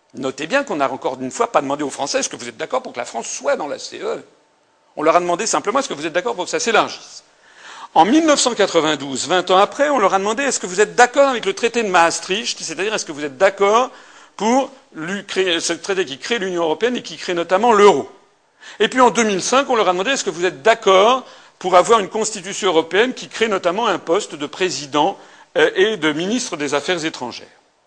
Notez bien qu'on n'a encore une fois pas demandé aux Français est-ce que vous êtes d'accord pour que la France soit dans la C E E. On leur a demandé simplement est-ce que vous êtes d'accord pour que ça s'élargisse. En mille neuf cent quatre-vingt-douze, vingt ans après, on leur a demandé est-ce que vous êtes d'accord avec le traité de Maastricht, c'est-à-dire est-ce que vous êtes d'accord pour créer, ce traité qui crée l'Union européenne et qui crée notamment l'euro. Et puis en deux mille cinq, on leur a demandé est-ce que vous êtes d'accord pour avoir une constitution européenne qui crée notamment un poste de président et de ministre des Affaires étrangères.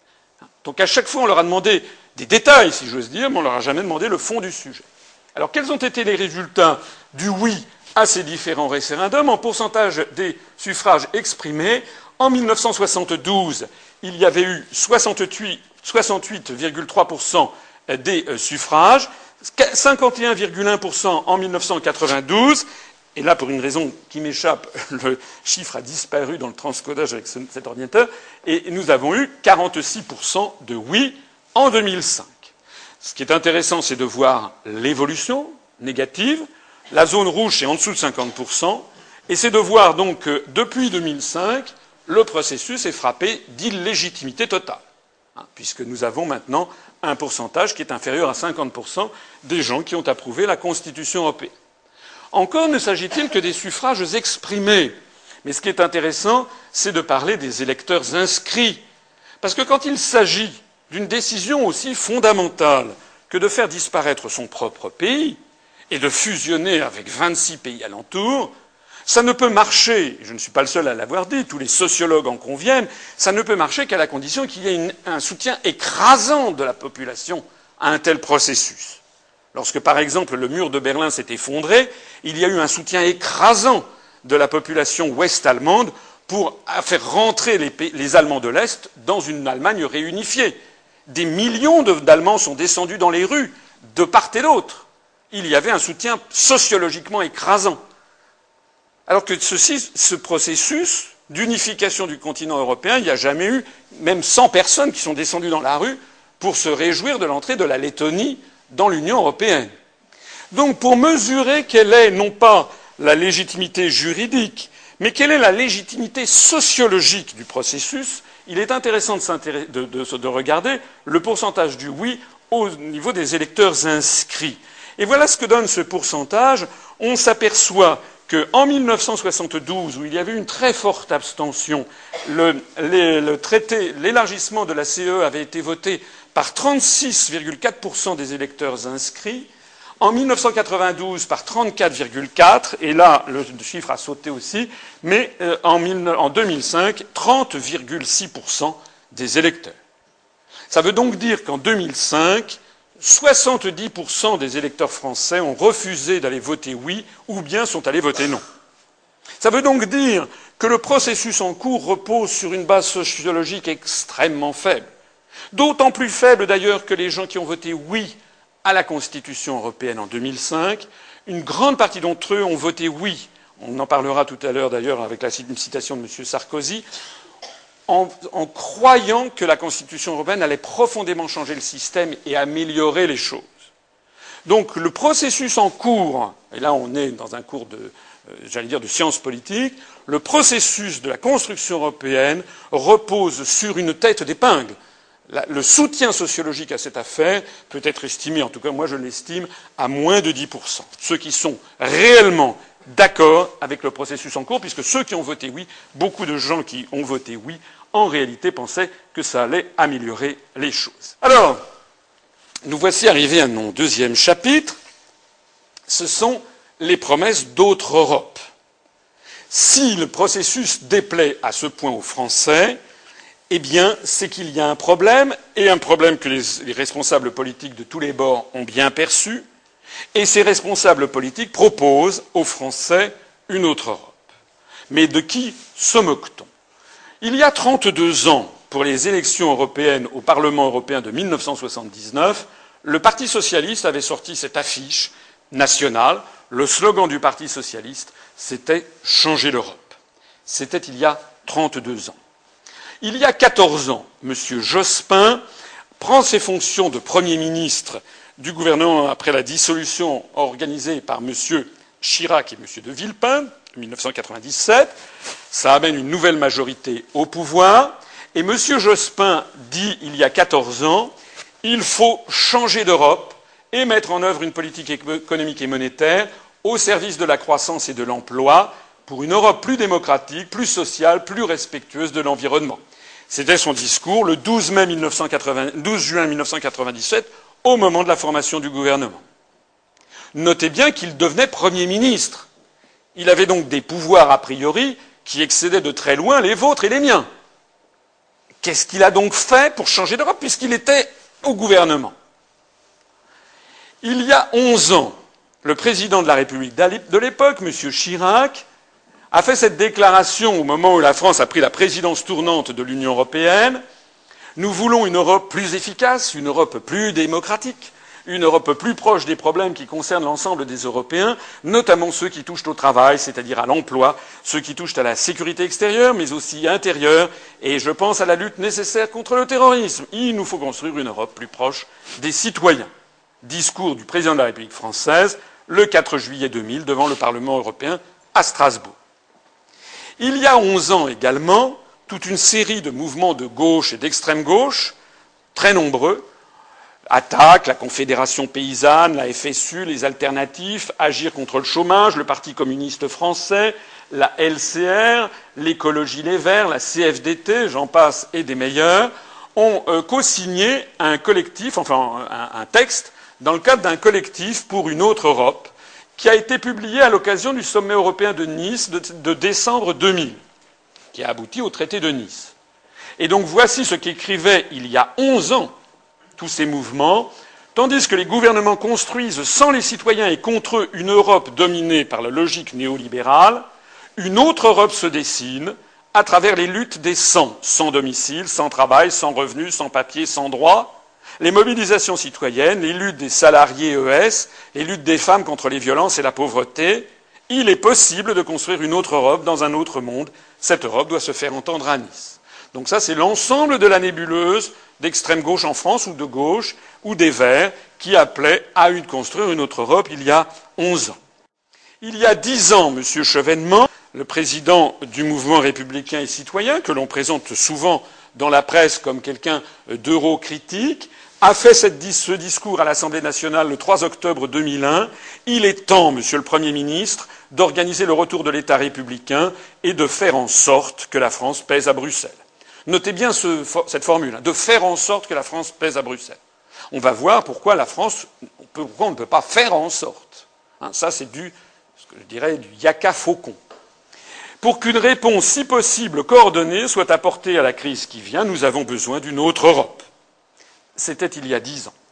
Donc à chaque fois, on leur a demandé des détails, si j'ose dire, mais on leur a jamais demandé le fond du sujet. Alors quels ont été les résultats du oui à ces différents référendums en pourcentage des suffrages exprimés? En mille neuf cent soixante-douze, il y avait eu soixante-huit virgule trois pour cent des suffrages, cinquante et un virgule un pour cent en mille neuf cent quatre-vingt-douze, et là, pour une raison qui m'échappe, le chiffre a disparu dans le transcodage avec cet ordinateur, et nous avons eu quarante-six pour cent de oui en deux mille cinq. Ce qui est intéressant, c'est de voir l'évolution négative. La zone rouge, c'est en dessous de cinquante pour cent. Et c'est de voir donc que depuis deux mille cinq, le processus est frappé d'illégitimité totale. Hein, puisque nous avons maintenant un pourcentage qui est inférieur à cinquante pour cent des gens qui ont approuvé la Constitution européenne. Encore ne s'agit-il que des suffrages exprimés. Mais ce qui est intéressant, c'est de parler des électeurs inscrits. Parce que quand il s'agit d'une décision aussi fondamentale que de faire disparaître son propre pays et de fusionner avec vingt-six pays alentours, ça ne peut marcher, je ne suis pas le seul à l'avoir dit, tous les sociologues en conviennent, ça ne peut marcher qu'à la condition qu'il y ait une, un soutien écrasant de la population à un tel processus. Lorsque, par exemple, le mur de Berlin s'est effondré, il y a eu un soutien écrasant de la population ouest-allemande pour faire rentrer les, les Allemands de l'Est dans une Allemagne réunifiée. Des millions d'Allemands sont descendus dans les rues, de part et d'autre. Il y avait un soutien sociologiquement écrasant. Alors que ceci, ce processus d'unification du continent européen, il n'y a jamais eu même cent personnes qui sont descendues dans la rue pour se réjouir de l'entrée de la Lettonie dans l'Union européenne. Donc, pour mesurer quelle est non pas la légitimité juridique, mais quelle est la légitimité sociologique du processus, il est intéressant de, de, de, de regarder le pourcentage du oui au niveau des électeurs inscrits. Et voilà ce que donne ce pourcentage. On s'aperçoit qu'en mille neuf cent soixante-douze, où il y avait une très forte abstention, le, les, le traité, l'élargissement de la C E E avait été voté par trente-six virgule quatre pour cent des électeurs inscrits, en mille neuf cent quatre-vingt-douze par trente-quatre virgule quatre, et là le chiffre a sauté aussi, mais euh, en, mille, en deux mille cinq, trente virgule six pour cent des électeurs. Ça veut donc dire qu'en deux mille cinq, soixante-dix pour cent des électeurs français ont refusé d'aller voter oui ou bien sont allés voter non. Ça veut donc dire que le processus en cours repose sur une base sociologique extrêmement faible. D'autant plus faible d'ailleurs que les gens qui ont voté oui à la Constitution européenne en deux mille cinq, une grande partie d'entre eux ont voté oui, on en parlera tout à l'heure d'ailleurs avec la citation de M. Sarkozy, en, en croyant que la Constitution européenne allait profondément changer le système et améliorer les choses. Donc le processus en cours, et là on est dans un cours de, euh, j'allais dire, de sciences politiques, le processus de la construction européenne repose sur une tête d'épingle. Le soutien sociologique à cette affaire peut être estimé, en tout cas moi je l'estime, à moins de dix pour cent. Ceux qui sont réellement d'accord avec le processus en cours, puisque ceux qui ont voté oui, beaucoup de gens qui ont voté oui, en réalité pensaient que ça allait améliorer les choses. Alors, nous voici arrivés à mon deuxième chapitre. Ce sont les promesses d'autre Europe. Si le processus déplaît à ce point aux Français, eh bien, c'est qu'il y a un problème, et un problème que les, les responsables politiques de tous les bords ont bien perçu, et ces responsables politiques proposent aux Français une autre Europe. Mais de qui se moque-t-on? Il y a trente-deux ans, pour les élections européennes au Parlement européen de mille neuf cent soixante-dix-neuf, le Parti socialiste avait sorti cette affiche nationale. Le slogan du Parti socialiste, c'était « Changer l'Europe ». C'était il y a trente-deux ans. Il y a quatorze ans, M. Jospin prend ses fonctions de Premier ministre du gouvernement après la dissolution organisée par M. Chirac et M. de Villepin, en mille neuf cent quatre-vingt-dix-sept. Ça amène une nouvelle majorité au pouvoir. Et M. Jospin dit, il y a quatorze ans, Il faut changer d'Europe et mettre en œuvre une politique économique et monétaire au service de la croissance et de l'emploi pour une Europe plus démocratique, plus sociale, plus respectueuse de l'environnement. C'était son discours le douze juin mille neuf cent quatre-vingt-dix-sept, au moment de la formation du gouvernement. Notez bien qu'il devenait Premier ministre. Il avait donc des pouvoirs a priori qui excédaient de très loin les vôtres et les miens. Qu'est-ce qu'il a donc fait pour changer d'Europe puisqu'il était au gouvernement? Il y a onze ans, le président de la République de l'époque, M. Chirac, a fait cette déclaration au moment où la France a pris la présidence tournante de l'Union européenne. Nous voulons une Europe plus efficace, une Europe plus démocratique, une Europe plus proche des problèmes qui concernent l'ensemble des Européens, notamment ceux qui touchent au travail, c'est-à-dire à l'emploi, ceux qui touchent à la sécurité extérieure, mais aussi intérieure, et je pense à la lutte nécessaire contre le terrorisme. Il nous faut construire une Europe plus proche des citoyens. Discours du président de la République française le quatre juillet deux mille devant le Parlement européen à Strasbourg. Il y a onze ans également, toute une série de mouvements de gauche et d'extrême gauche, très nombreux, Attaque, la Confédération paysanne, la F S U, les alternatifs, Agir contre le chômage, le Parti communiste français, la L C R, l'écologie Les Verts, la C F D T, j'en passe, et des meilleurs, ont euh, co-signé un collectif, enfin un, un texte, dans le cadre d'un collectif pour une autre Europe, qui a été publié à l'occasion du sommet européen de Nice de, de décembre deux mille, qui a abouti au traité de Nice. Et donc voici ce qu'écrivait il y a onze ans tous ces mouvements, tandis que les gouvernements construisent sans les citoyens et contre eux une Europe dominée par la logique néolibérale, une autre Europe se dessine à travers les luttes des sans, sans domicile, sans travail, sans revenus, sans papier, sans droit, les mobilisations citoyennes, les luttes des salariés E S, les luttes des femmes contre les violences et la pauvreté. Il est possible de construire une autre Europe dans un autre monde. Cette Europe doit se faire entendre à Nice. Donc ça, c'est l'ensemble de la nébuleuse d'extrême gauche en France, ou de gauche, ou des Verts, qui appelaient à une, construire une autre Europe il y a onze ans. Il y a dix ans, M. Chevènement, le président du mouvement républicain et citoyen, que l'on présente souvent dans la presse comme quelqu'un d'eurocritique, a fait cette, ce discours à l'Assemblée nationale le trois octobre deux mille un. Il est temps, Monsieur le Premier ministre, d'organiser le retour de l'État républicain et de faire en sorte que la France pèse à Bruxelles. Notez bien ce, cette formule, hein, de faire en sorte que la France pèse à Bruxelles. On va voir pourquoi la France, pourquoi on ne peut pas faire en sorte. Hein, ça, c'est du, ce que je dirais, du yaka faucon. Pour qu'une réponse, si possible, coordonnée, soit apportée à la crise qui vient, nous avons besoin d'une autre Europe. C'était il y a dix ans.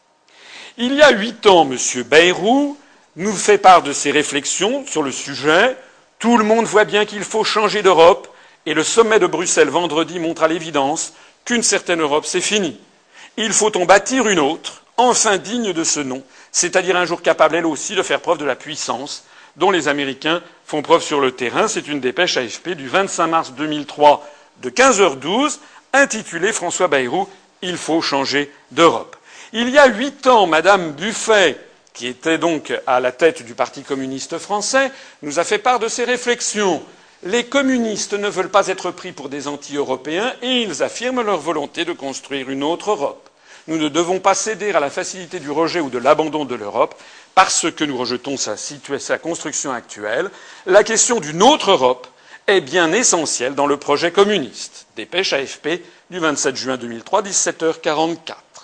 Il y a huit ans, M. Bayrou nous fait part de ses réflexions sur le sujet. Tout le monde voit bien qu'il faut changer d'Europe. Et le sommet de Bruxelles vendredi montre à l'évidence qu'une certaine Europe, c'est fini. Il faut en bâtir une autre, enfin digne de ce nom, c'est-à-dire un jour capable, elle aussi, de faire preuve de la puissance dont les Américains font preuve sur le terrain. C'est une dépêche A F P du vingt-cinq mars deux mille trois de quinze heures douze, intitulée François Bayrou, il faut changer d'Europe. Il y a huit ans, Madame Buffet, qui était donc à la tête du Parti communiste français, nous a fait part de ses réflexions. Les communistes ne veulent pas être pris pour des anti-européens et ils affirment leur volonté de construire une autre Europe. Nous ne devons pas céder à la facilité du rejet ou de l'abandon de l'Europe parce que nous rejetons sa, sa construction actuelle. La question d'une autre Europe est bien essentielle dans le projet communiste. Dépêche A F P du vingt-sept juin deux mille trois, dix-sept heures quarante-quatre.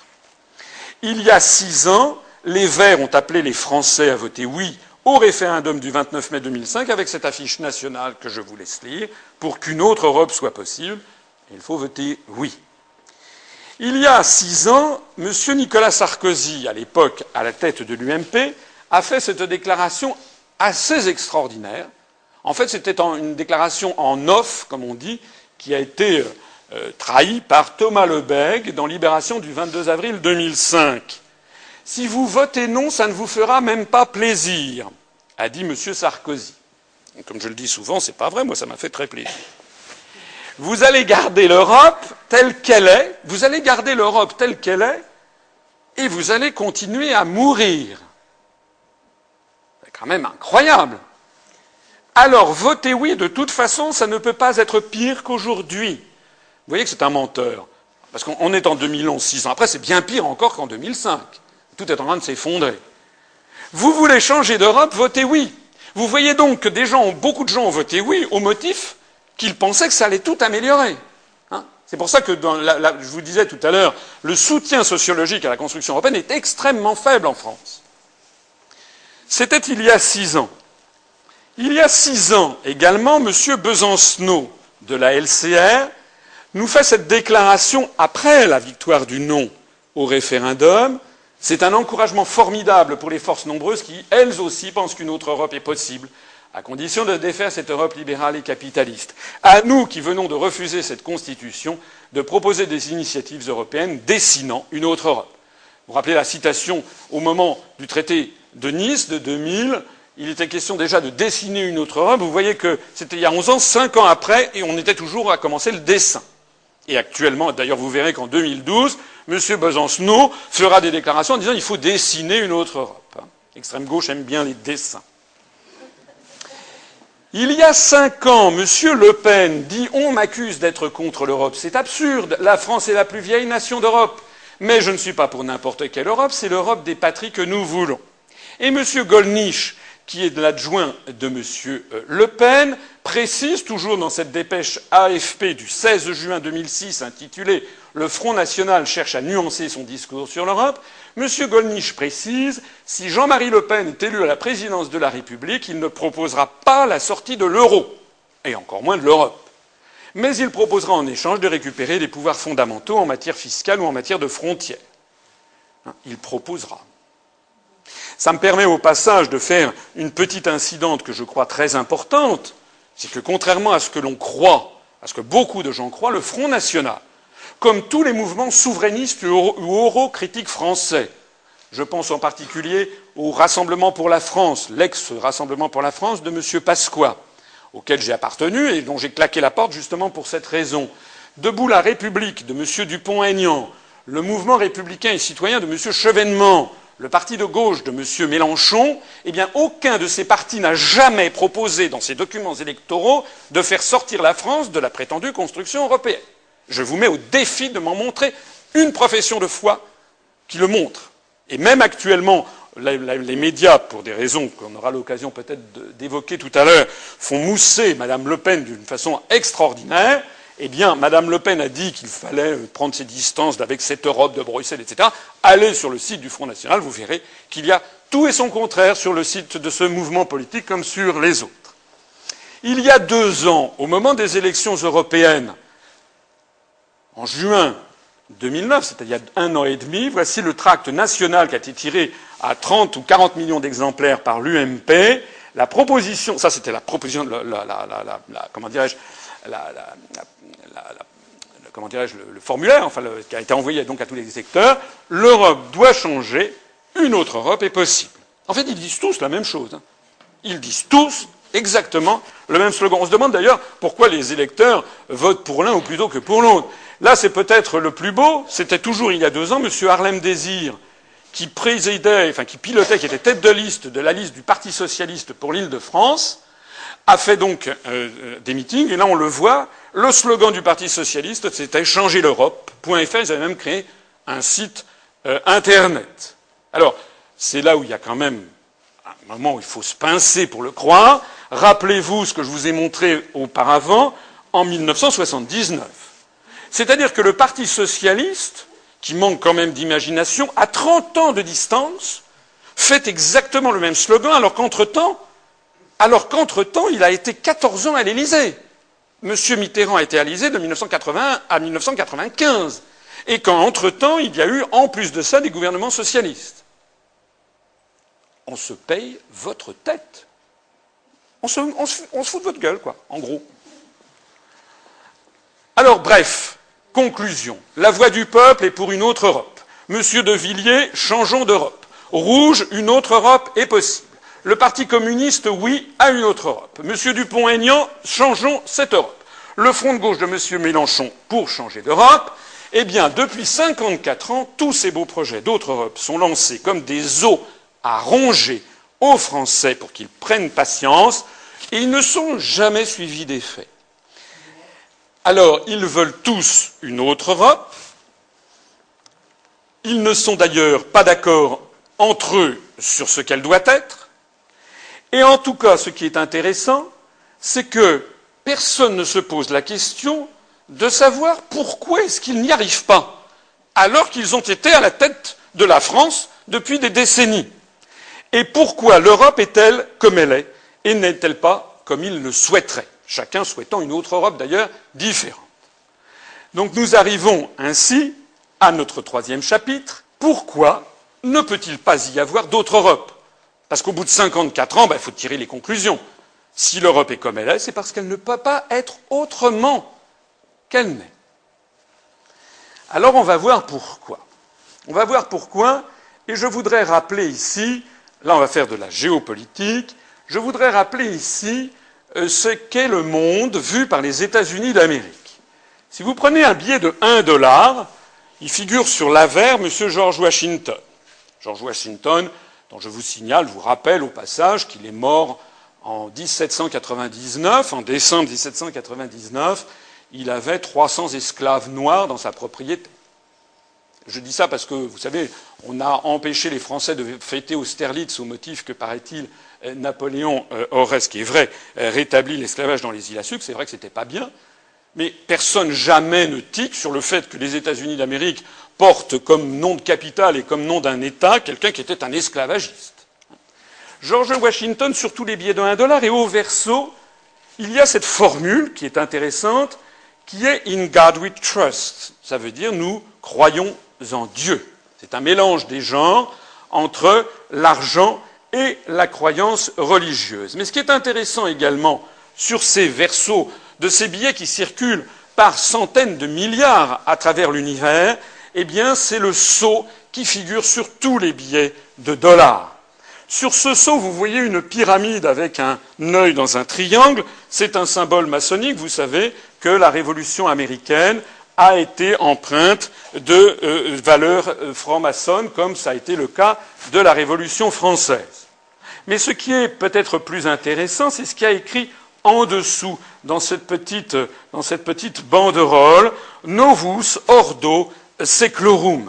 Il y a six ans, les Verts ont appelé les Français à voter oui au référendum du vingt-neuf mai deux mille cinq avec cette affiche nationale que je vous laisse lire. Pour qu'une autre Europe soit possible, il faut voter oui. Il y a six ans, M. Nicolas Sarkozy, à l'époque à la tête de l'U M P, a fait cette déclaration assez extraordinaire. En fait, c'était une déclaration en off, comme on dit, qui a été euh, trahie par Thomas Lebègue dans Libération du vingt-deux avril deux mille cinq. Si vous votez non, ça ne vous fera même pas plaisir, a dit M. Sarkozy. Comme je le dis souvent, c'est pas vrai, moi ça m'a fait très plaisir. Vous allez garder l'Europe telle qu'elle est, vous allez garder l'Europe telle qu'elle est, et vous allez continuer à mourir. C'est quand même incroyable. Alors votez oui, de toute façon, ça ne peut pas être pire qu'aujourd'hui. Vous voyez que c'est un menteur. Parce qu'on est en deux mille onze, six ans après, c'est bien pire encore qu'en deux mille cinq. Tout est en train de s'effondrer. Vous voulez changer d'Europe, votez oui. Vous voyez donc que des gens, beaucoup de gens ont voté oui au motif qu'ils pensaient que ça allait tout améliorer. Hein, c'est pour ça que, dans la, la, je vous disais tout à l'heure, le soutien sociologique à la construction européenne est extrêmement faible en France. C'était il y a six ans. Il y a six ans également, M. Besancenot de la L C R nous fait cette déclaration après la victoire du non au référendum. C'est un encouragement formidable pour les forces nombreuses qui, elles aussi, pensent qu'une autre Europe est possible, à condition de défaire cette Europe libérale et capitaliste. À nous qui venons de refuser cette Constitution, de proposer des initiatives européennes dessinant une autre Europe. Vous vous rappelez la citation au moment du traité de Nice de deux mille, il était question déjà de dessiner une autre Europe. Vous voyez que c'était il y a onze ans, cinq ans après, et on était toujours à commencer le dessin. Et actuellement, d'ailleurs vous verrez qu'en deux mille douze, M. Besancenot fera des déclarations en disant qu'il faut dessiner une autre Europe. L'extrême gauche aime bien les dessins. Il y a cinq ans, M. Le Pen dit « On m'accuse d'être contre l'Europe. C'est absurde. La France est la plus vieille nation d'Europe. Mais je ne suis pas pour n'importe quelle Europe. C'est l'Europe des patries que nous voulons. » Et M. Gollnisch, qui est l'adjoint de M. Le Pen, précise, toujours dans cette dépêche A F P du seize juin deux mille six intitulée « Le Front National cherche à nuancer son discours sur l'Europe », M. Gollnisch précise « Si Jean-Marie Le Pen est élu à la présidence de la République, il ne proposera pas la sortie de l'euro, et encore moins de l'Europe. Mais il proposera en échange de récupérer les pouvoirs fondamentaux en matière fiscale ou en matière de frontières. » Il proposera. Ça me permet au passage de faire une petite incidente que je crois très importante, c'est que contrairement à ce que l'on croit, à ce que beaucoup de gens croient, le Front National, comme tous les mouvements souverainistes ou eurocritiques français, je pense en particulier au Rassemblement pour la France, l'ex-Rassemblement pour la France de M. Pasqua, auquel j'ai appartenu et dont j'ai claqué la porte justement pour cette raison. Debout la République de M. Dupont-Aignan, le mouvement républicain et citoyen de M. Chevènement, le parti de gauche de M. Mélenchon, eh bien, aucun de ces partis n'a jamais proposé dans ses documents électoraux de faire sortir la France de la prétendue construction européenne. Je vous mets au défi de m'en montrer une profession de foi qui le montre. Et même actuellement, les médias, pour des raisons qu'on aura l'occasion peut-être d'évoquer tout à l'heure, font mousser Mme Le Pen d'une façon extraordinaire. Eh bien, Mme Le Pen a dit qu'il fallait prendre ses distances avec cette Europe de Bruxelles, et cetera. Allez sur le site du Front National, vous verrez qu'il y a tout et son contraire sur le site de ce mouvement politique comme sur les autres. Il y a deux ans, au moment des élections européennes, en juin deux mille neuf, c'est-à-dire il y a un an et demi, voici le tract national qui a été tiré à trente ou quarante millions d'exemplaires par l'U M P. La proposition, ça c'était la proposition, la, la, la, la, la comment dirais-je, la, la, la, la, comment dirais-je, le, le formulaire, enfin, le, qui a été envoyé donc à tous les secteurs. L'Europe doit changer, une autre Europe est possible. En fait, ils disent tous la même chose. Hein. Ils disent tous exactement le même slogan. On se demande d'ailleurs pourquoi les électeurs votent pour l'un ou plutôt que pour l'autre. Là, c'est peut-être le plus beau. C'était toujours il y a deux ans, M. Harlem Désir, qui présidait, enfin qui pilotait, qui était tête de liste de la liste du Parti socialiste pour l'Île-de-France, a fait donc euh, des meetings. Et là, on le voit. Le slogan du Parti socialiste, c'était « Changer l'Europe » point F R. Ils avaient même créé un site euh, Internet. Alors, c'est là où il y a quand même un moment où il faut se pincer pour le croire. Rappelez-vous ce que je vous ai montré auparavant, en mille neuf cent soixante-dix-neuf. C'est-à-dire que le Parti socialiste, qui manque quand même d'imagination, à trente ans de distance, fait exactement le même slogan, alors qu'entre-temps, alors qu'entre-temps, il a été quatorze ans à l'Élysée. Monsieur Mitterrand a été à l'Élysée de mille neuf cent quatre-vingt-un à mille neuf cent quatre-vingt-quinze. Et qu'entre-temps, il y a eu, en plus de ça, des gouvernements socialistes. On se paye votre tête. On se, on se, on se fout de votre gueule, quoi, en gros. Alors, bref, conclusion. La voix du peuple est pour une autre Europe. Monsieur de Villiers, changeons d'Europe. Rouge, une autre Europe est possible. Le Parti communiste, oui, à une autre Europe. Monsieur Dupont-Aignan, changeons cette Europe. Le front de gauche de Monsieur Mélenchon pour changer d'Europe. Eh bien, depuis cinquante-quatre ans, tous ces beaux projets d'autre Europe sont lancés comme des os à ronger aux Français pour qu'ils prennent patience, et ils ne sont jamais suivis d'effet. Alors, ils veulent tous une autre Europe, Ils ne sont d'ailleurs pas d'accord entre eux sur ce qu'elle doit être. Et en tout cas, ce qui est intéressant, c'est que personne ne se pose la question de savoir pourquoi est-ce qu'ils n'y arrivent pas, alors qu'ils ont été à la tête de la France depuis des décennies. Et pourquoi l'Europe est-elle comme elle est et n'est-elle pas comme ils le souhaiteraient, chacun souhaitant une autre Europe d'ailleurs différente. Donc nous arrivons ainsi à notre troisième chapitre. Pourquoi ne peut-il pas y avoir d'autre Europe? Parce qu'au bout de cinquante-quatre ans, ben, il faut tirer les conclusions. Si l'Europe est comme elle est, c'est parce qu'elle ne peut pas être autrement qu'elle n'est. Alors on va voir pourquoi. On va voir pourquoi, et je voudrais rappeler ici, là on va faire de la géopolitique, je voudrais rappeler ici euh, ce qu'est le monde vu par les États-Unis d'Amérique. Si vous prenez un billet de un dollar, il figure sur l'avers M. George Washington. George Washington, dont je vous signale, je vous rappelle au passage qu'il est mort en dix-sept cent quatre-vingt-dix-neuf, en décembre dix-sept cent quatre-vingt-dix-neuf, il avait trois cents esclaves noirs dans sa propriété. Je dis ça parce que, vous savez, on a empêché les Français de fêter Austerlitz au motif que, paraît-il, Napoléon aurait, ce qui est vrai, rétabli l'esclavage dans les îles à sucre. C'est vrai que c'était pas bien. Mais personne jamais ne tique sur le fait que les États-Unis d'Amérique portent comme nom de capitale et comme nom d'un État quelqu'un qui était un esclavagiste. George Washington, sur tous les billets de un dollar, et au verso, il y a cette formule qui est intéressante, qui est « In God we trust ». Ça veut dire « nous croyons en Dieu ». C'est un mélange des genres entre l'argent et la croyance religieuse. Mais ce qui est intéressant également sur ces versos de ces billets qui circulent par centaines de milliards à travers l'univers, eh bien, c'est le sceau qui figure sur tous les billets de dollars. Sur ce sceau, vous voyez une pyramide avec un œil dans un triangle. C'est un symbole maçonnique. Vous savez que la Révolution américaine a été empreinte de euh, valeurs euh, franc-maçonnes, comme ça a été le cas de la Révolution française. Mais ce qui est peut-être plus intéressant, c'est ce qu'il y a écrit en dessous, dans cette petite, dans cette petite banderole, « Novus Ordo Seclorum ».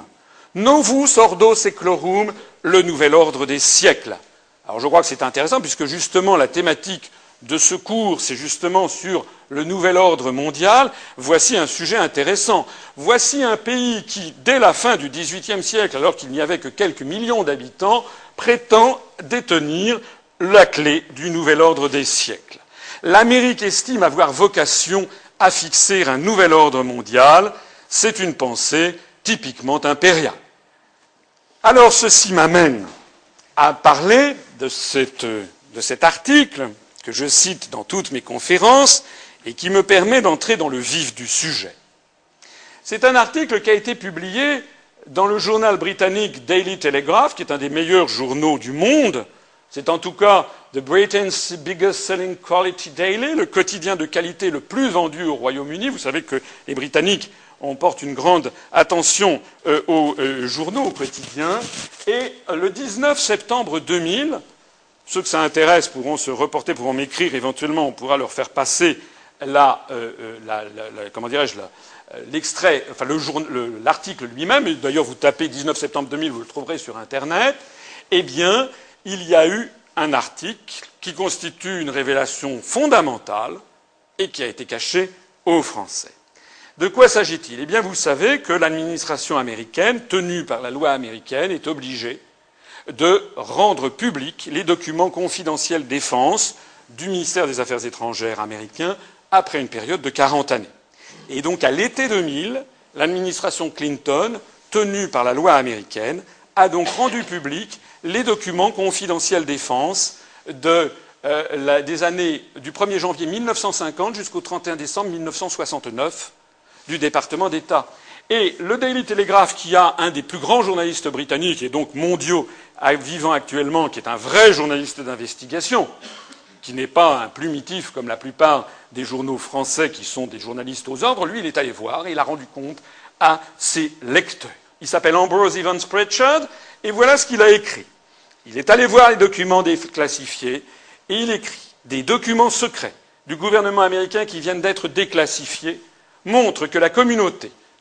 Novus Ordo Seclorum, le nouvel ordre des siècles. Alors je crois que c'est intéressant, puisque justement la thématique de ce cours, c'est justement sur le nouvel ordre mondial. Voici un sujet intéressant. Voici un pays qui, dès la fin du dix-huitième siècle, alors qu'il n'y avait que quelques millions d'habitants, prétend détenir la clé du nouvel ordre des siècles. L'Amérique estime avoir vocation à fixer un nouvel ordre mondial. C'est une pensée typiquement impériale. Alors ceci m'amène à parler de, cette, de cet article que je cite dans toutes mes conférences et qui me permet d'entrer dans le vif du sujet. C'est un article qui a été publié dans le journal britannique Daily Telegraph, qui est un des meilleurs journaux du monde. C'est en tout cas The Britain's biggest selling quality daily, le quotidien de qualité le plus vendu au Royaume-Uni. Vous savez que les Britanniques, on porte une grande attention euh, aux euh, journaux, aux quotidiens. Et euh, le dix-neuf septembre deux mille, ceux que ça intéresse pourront se reporter, pourront m'écrire éventuellement, on pourra leur faire passer la, euh, la, la, la comment dirais-je, la, l'extrait, enfin le jour, le, l'article lui-même. Et d'ailleurs, vous tapez dix-neuf septembre deux mille, vous le trouverez sur Internet. Eh bien, il y a eu un article qui constitue une révélation fondamentale et qui a été caché aux Français. De quoi s'agit-il? Eh bien, vous savez que l'administration américaine, tenue par la loi américaine, est obligée de rendre publics les documents confidentiels défense du ministère des Affaires étrangères américain après une période de quarante années. Et donc, à l'été deux mille, l'administration Clinton, tenue par la loi américaine, a donc rendu publics les documents confidentiels défense de, euh, la, des années du premier janvier mille neuf cent cinquante jusqu'au trente et un décembre mille neuf cent soixante-neuf du département d'État. Et le Daily Telegraph, qui a un des plus grands journalistes britanniques et donc mondiaux vivant actuellement, qui est un vrai journaliste d'investigation, qui n'est pas un plumitif comme la plupart des journaux français qui sont des journalistes aux ordres, lui, il est allé voir et il a rendu compte à ses lecteurs. Il s'appelle Ambrose Evans Pritchard, et voilà ce qu'il a écrit. Il est allé voir les documents déclassifiés, et il écrit « Des documents secrets du gouvernement américain qui viennent d'être déclassifiés montrent que la communauté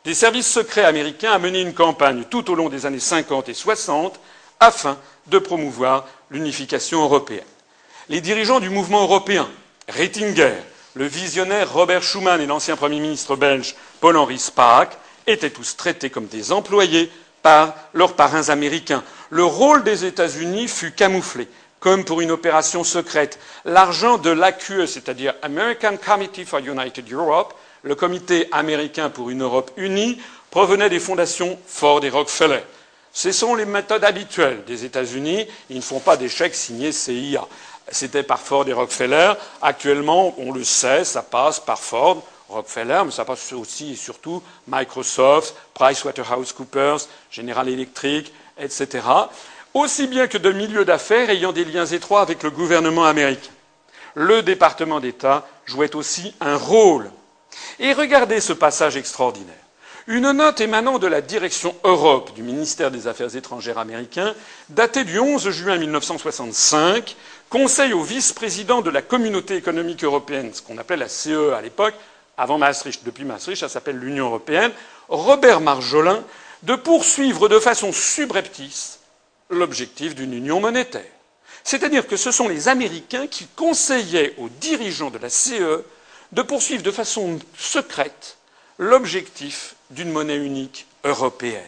des services secrets américains a mené une campagne tout au long des années cinquante et soixante afin de promouvoir l'unification européenne. Les dirigeants du mouvement européen, Reitinger, le visionnaire Robert Schuman et l'ancien Premier ministre belge Paul-Henri Spaak, étaient tous traités comme des employés par leurs parrains américains. Le rôle des États-Unis fut camouflé, comme pour une opération secrète. L'argent de l'A Q E, c'est-à-dire American Committee for United Europe, le comité américain pour une Europe unie, provenait des fondations Ford et Rockefeller. Ce sont les méthodes habituelles des États-Unis. Ils ne font pas des chèques signés C I A. C'était par Ford et Rockefeller. Actuellement, on le sait, ça passe par Ford, Rockefeller, mais ça passe aussi et surtout Microsoft, PricewaterhouseCoopers, General Electric, et cetera. Aussi bien que de milieux d'affaires ayant des liens étroits avec le gouvernement américain. Le département d'État jouait aussi un rôle. Et regardez ce passage extraordinaire. Une note émanant de la direction Europe du ministère des Affaires étrangères américain, datée du onze juin mille neuf cent soixante-cinq, conseille au vice-président de la Communauté économique européenne, ce qu'on appelait la C E E à l'époque, avant Maastricht, depuis Maastricht, ça s'appelle l'Union européenne, Robert Marjolin, de poursuivre de façon subreptice l'objectif d'une union monétaire. C'est-à-dire que ce sont les Américains qui conseillaient aux dirigeants de la C E E de poursuivre de façon secrète l'objectif d'une monnaie unique européenne.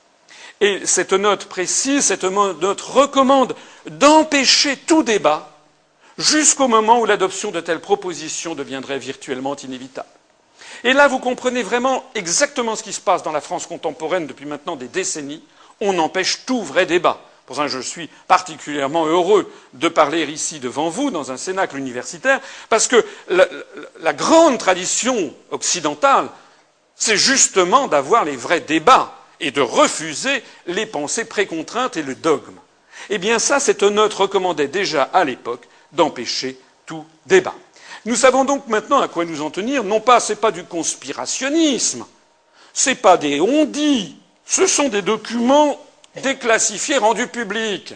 Et cette note précise, cette note recommande d'empêcher tout débat jusqu'au moment où l'adoption de telles propositions deviendrait virtuellement inévitable. Et là, vous comprenez vraiment exactement ce qui se passe dans la France contemporaine depuis maintenant des décennies. On empêche tout vrai débat. Pour ça, je suis particulièrement heureux de parler ici devant vous, dans un cénacle universitaire, parce que la, la grande tradition occidentale, c'est justement d'avoir les vrais débats et de refuser les pensées précontraintes et le dogme. Eh bien ça, cette note recommandait déjà à l'époque d'empêcher tout débat. Nous savons donc maintenant à quoi nous en tenir. Non pas, c'est pas du conspirationnisme, c'est pas des on-dit, ce sont des documents déclassifiés, rendus publics.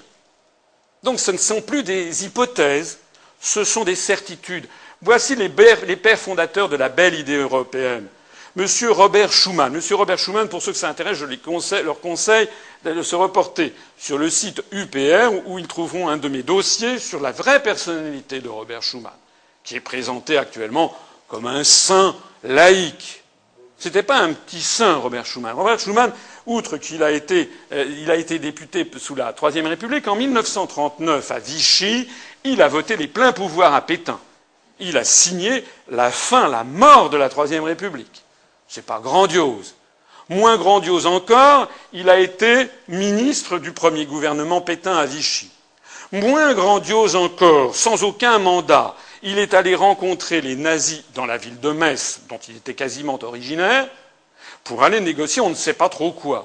Donc ce ne sont plus des hypothèses, ce sont des certitudes. Voici les pères fondateurs de la belle idée européenne. Monsieur Robert Schuman. Monsieur Robert Schuman, pour ceux que ça intéresse, je les conseille, leur conseille de se reporter sur le site U P R où ils trouveront un de mes dossiers sur la vraie personnalité de Robert Schuman, qui est présenté actuellement comme un saint laïque. C'était pas un petit saint, Robert Schuman. Robert Schuman, outre qu'il a été, euh, il a été député sous la Troisième République, en mille neuf cent trente-neuf à Vichy, il a voté les pleins pouvoirs à Pétain. Il a signé la fin, la mort de la Troisième République. C'est pas grandiose. Moins grandiose encore, il a été ministre du premier gouvernement Pétain à Vichy. Moins grandiose encore, sans aucun mandat, il est allé rencontrer les nazis dans la ville de Metz, dont il était quasiment originaire, pour aller négocier on ne sait pas trop quoi.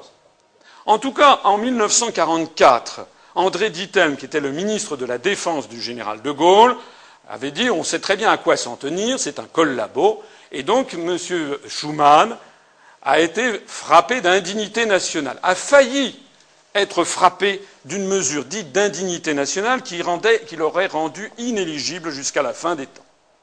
En tout cas, en mille neuf cent quarante-quatre, André Diethelm, qui était le ministre de la Défense du général de Gaulle, avait dit on sait très bien à quoi s'en tenir, c'est un collabo. Et donc, M. Schuman a été frappé d'indignité nationale, a failli être frappé d'une mesure dite d'indignité nationale qui, rendait, qui l'aurait rendu inéligible jusqu'à la fin des temps.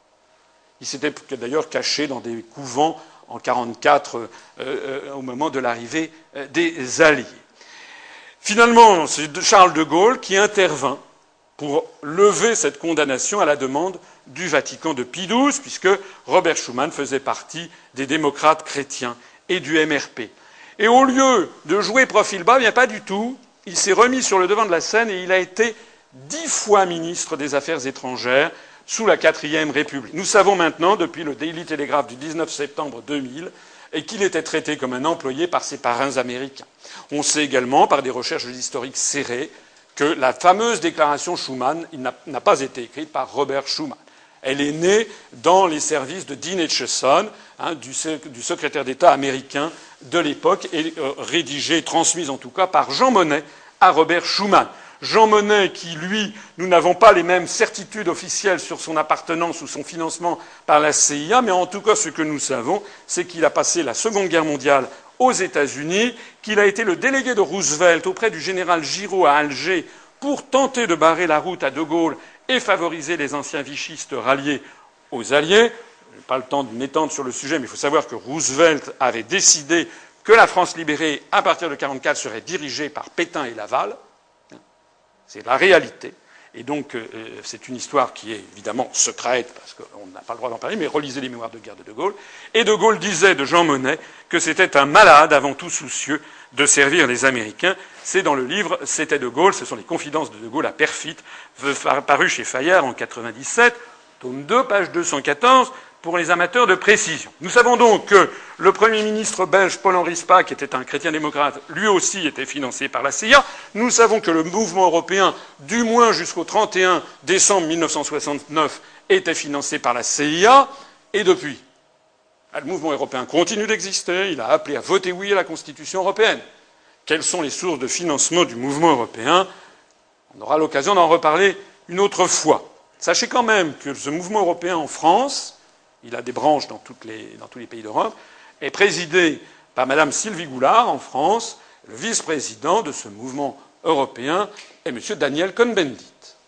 Il s'était d'ailleurs caché dans des couvents en mille neuf cent quarante-quatre, euh, euh, au moment de l'arrivée euh, des Alliés. Finalement, c'est Charles de Gaulle qui intervint pour lever cette condamnation à la demande du Vatican de Pie douze, puisque Robert Schuman faisait partie des démocrates chrétiens et du M R P. Et au lieu de jouer profil bas, bien pas du tout, il s'est remis sur le devant de la scène et il a été dix fois ministre des Affaires étrangères sous la quatrième République. Nous savons maintenant, depuis le Daily Telegraph du dix-neuf septembre deux mille, et qu'il était traité comme un employé par ses parrains américains. On sait également, par des recherches historiques serrées, que la fameuse déclaration Schuman n'a pas été écrite par Robert Schuman. Elle est née dans les services de Dean Acheson, hein, du, du secrétaire d'État américain de l'époque, et euh, rédigée, transmise en tout cas, par Jean Monnet à Robert Schuman. Jean Monnet, qui, lui, nous n'avons pas les mêmes certitudes officielles sur son appartenance ou son financement par la C I A, mais en tout cas, ce que nous savons, c'est qu'il a passé la Seconde Guerre mondiale aux États-Unis, qu'il a été le délégué de Roosevelt auprès du général Giraud à Alger pour tenter de barrer la route à De Gaulle et favoriser les anciens vichistes ralliés aux Alliés. Je n'ai pas le temps de m'étendre sur le sujet, mais il faut savoir que Roosevelt avait décidé que la France libérée, à partir de quarante-quatre, serait dirigée par Pétain et Laval. C'est la réalité. Et donc, euh, c'est une histoire qui est évidemment secrète, parce qu'on n'a pas le droit d'en parler, mais relisez les mémoires de guerre de De Gaulle. Et De Gaulle disait de Jean Monnet que c'était un malade, avant tout soucieux de servir les Américains. C'est dans le livre « C'était De Gaulle », ce sont les confidences de De Gaulle à Perfit, paru chez Fayard en quatre-vingt-dix-sept, tome deux, page deux cent quatorze, pour les amateurs de précision. Nous savons donc que le Premier ministre belge, Paul-Henri Spaak, qui était un chrétien-démocrate, lui aussi était financé par la C I A. Nous savons que le mouvement européen, du moins jusqu'au trente et un décembre mille neuf cent soixante-neuf, était financé par la C I A. Et depuis, le mouvement européen continue d'exister. Il a appelé à voter oui à la Constitution européenne. Quelles sont les sources de financement du mouvement européen? On aura l'occasion d'en reparler une autre fois. Sachez quand même que ce mouvement européen en France, il a des branches dans, toutes les, dans tous les pays d'Europe, est présidé par Madame Sylvie Goulard en France. Le vice-président de ce mouvement européen est Monsieur Daniel Cohn-Bendit.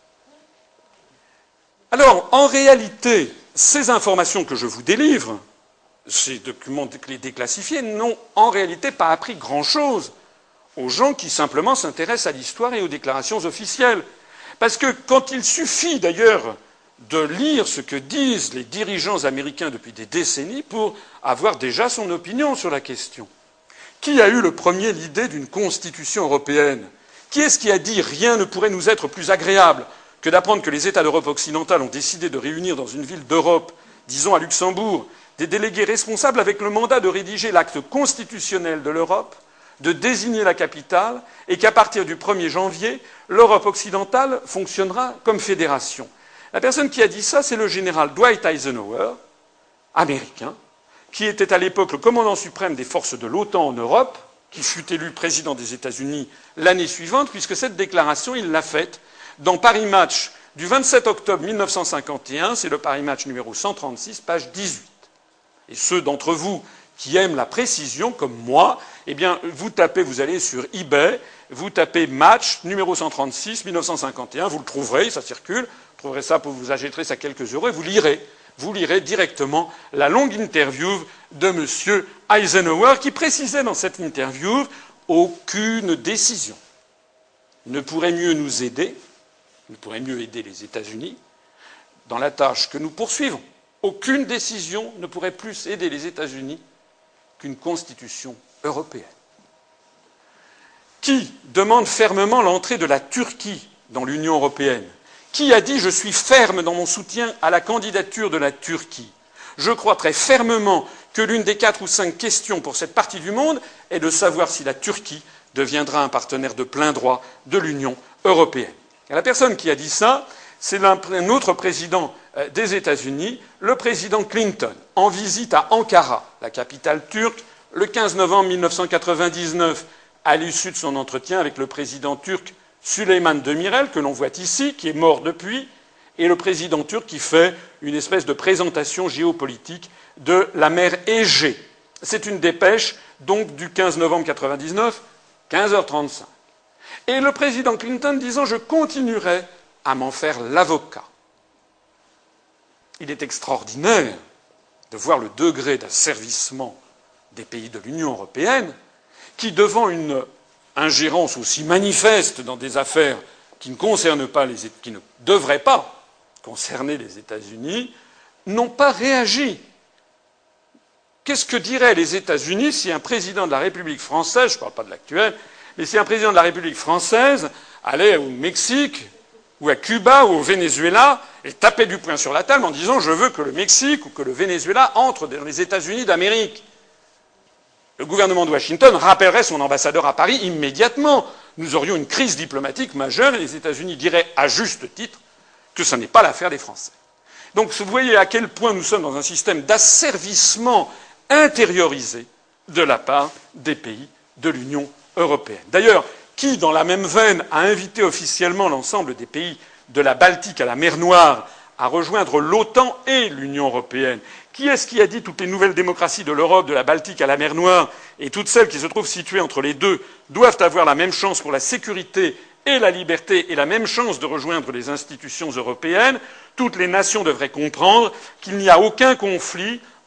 Alors, en réalité, ces informations que je vous délivre, ces documents déclassifiés, n'ont en réalité pas appris grand-chose aux gens qui simplement s'intéressent à l'histoire et aux déclarations officielles. Parce que quand il suffit d'ailleurs de lire ce que disent les dirigeants américains depuis des décennies pour avoir déjà son opinion sur la question. Qui a eu le premier l'idée d'une constitution européenne? Qui est-ce qui a dit « rien ne pourrait nous être plus agréable que d'apprendre que les États d'Europe occidentale ont décidé de réunir dans une ville d'Europe, disons à Luxembourg, des délégués responsables avec le mandat de rédiger l'acte constitutionnel de l'Europe, de désigner la capitale, et qu'à partir du premier janvier, l'Europe occidentale fonctionnera comme fédération ». La personne qui a dit ça, c'est le général Dwight Eisenhower, américain, qui était à l'époque le commandant suprême des forces de l'OTAN en Europe, qui fut élu président des États-Unis l'année suivante, puisque cette déclaration, il l'a faite dans Paris Match du vingt-sept octobre mille neuf cent cinquante et un, c'est le Paris Match numéro cent trente-six, page dix-huit. Et ceux d'entre vous qui aiment la précision, comme moi, eh bien, vous tapez, vous allez sur eBay, vous tapez Match numéro cent trente-six, mille neuf cent cinquante et un, vous le trouverez, ça circule. Vous trouverez ça, vous achèterez ça quelques euros et vous lirez, vous lirez directement la longue interview de M. Eisenhower qui précisait dans cette interview aucune décision ne pourrait mieux nous aider, ne pourrait mieux aider les États-Unis dans la tâche que nous poursuivons. Aucune décision ne pourrait plus aider les États-Unis qu'une constitution européenne. Qui demande fermement l'entrée de la Turquie dans l'Union européenne? Qui a dit « je suis ferme dans mon soutien à la candidature de la Turquie ». Je crois très fermement que l'une des quatre ou cinq questions pour cette partie du monde est de savoir si la Turquie deviendra un partenaire de plein droit de l'Union européenne. Et la personne qui a dit ça, c'est un autre président des États-Unis, le président Clinton, en visite à Ankara, la capitale turque, le quinze novembre mille neuf cent quatre-vingt-dix-neuf, à l'issue de son entretien avec le président turc Süleyman Demirel, que l'on voit ici, qui est mort depuis, et le président turc qui fait une espèce de présentation géopolitique de la mer Égée. C'est une dépêche, donc, du quinze novembre quatre-vingt-dix-neuf, quinze heures trente-cinq. Et le président Clinton disant « je continuerai à m'en faire l'avocat ». Il est extraordinaire de voir le degré d'asservissement des pays de l'Union européenne qui, devant une ingérence aussi manifeste dans des affaires qui ne concernent pas les, qui ne devraient pas concerner les États-Unis, n'ont pas réagi. Qu'est-ce que diraient les États-Unis si un président de la République française, je ne parle pas de l'actuel, mais si un président de la République française allait au Mexique ou à Cuba ou au Venezuela et tapait du poing sur la table en disant « je veux que le Mexique ou que le Venezuela entre dans les États-Unis d'Amérique ». Le gouvernement de Washington rappellerait son ambassadeur à Paris immédiatement. Nous aurions une crise diplomatique majeure et les États-Unis diraient à juste titre que ce n'est pas l'affaire des Français. Donc vous voyez à quel point nous sommes dans un système d'asservissement intériorisé de la part des pays de l'Union européenne. D'ailleurs, qui, dans la même veine, a invité officiellement l'ensemble des pays de la Baltique à la mer Noire à rejoindre l'OTAN et l'Union européenne? Qui est-ce qui a dit toutes les nouvelles démocraties de l'Europe, de la Baltique à la mer Noire, et toutes celles qui se trouvent situées entre les deux, doivent avoir la même chance pour la sécurité et la liberté et la même chance de rejoindre les institutions européennes? Toutes les nations devraient comprendre qu'il n'y a aucun conflit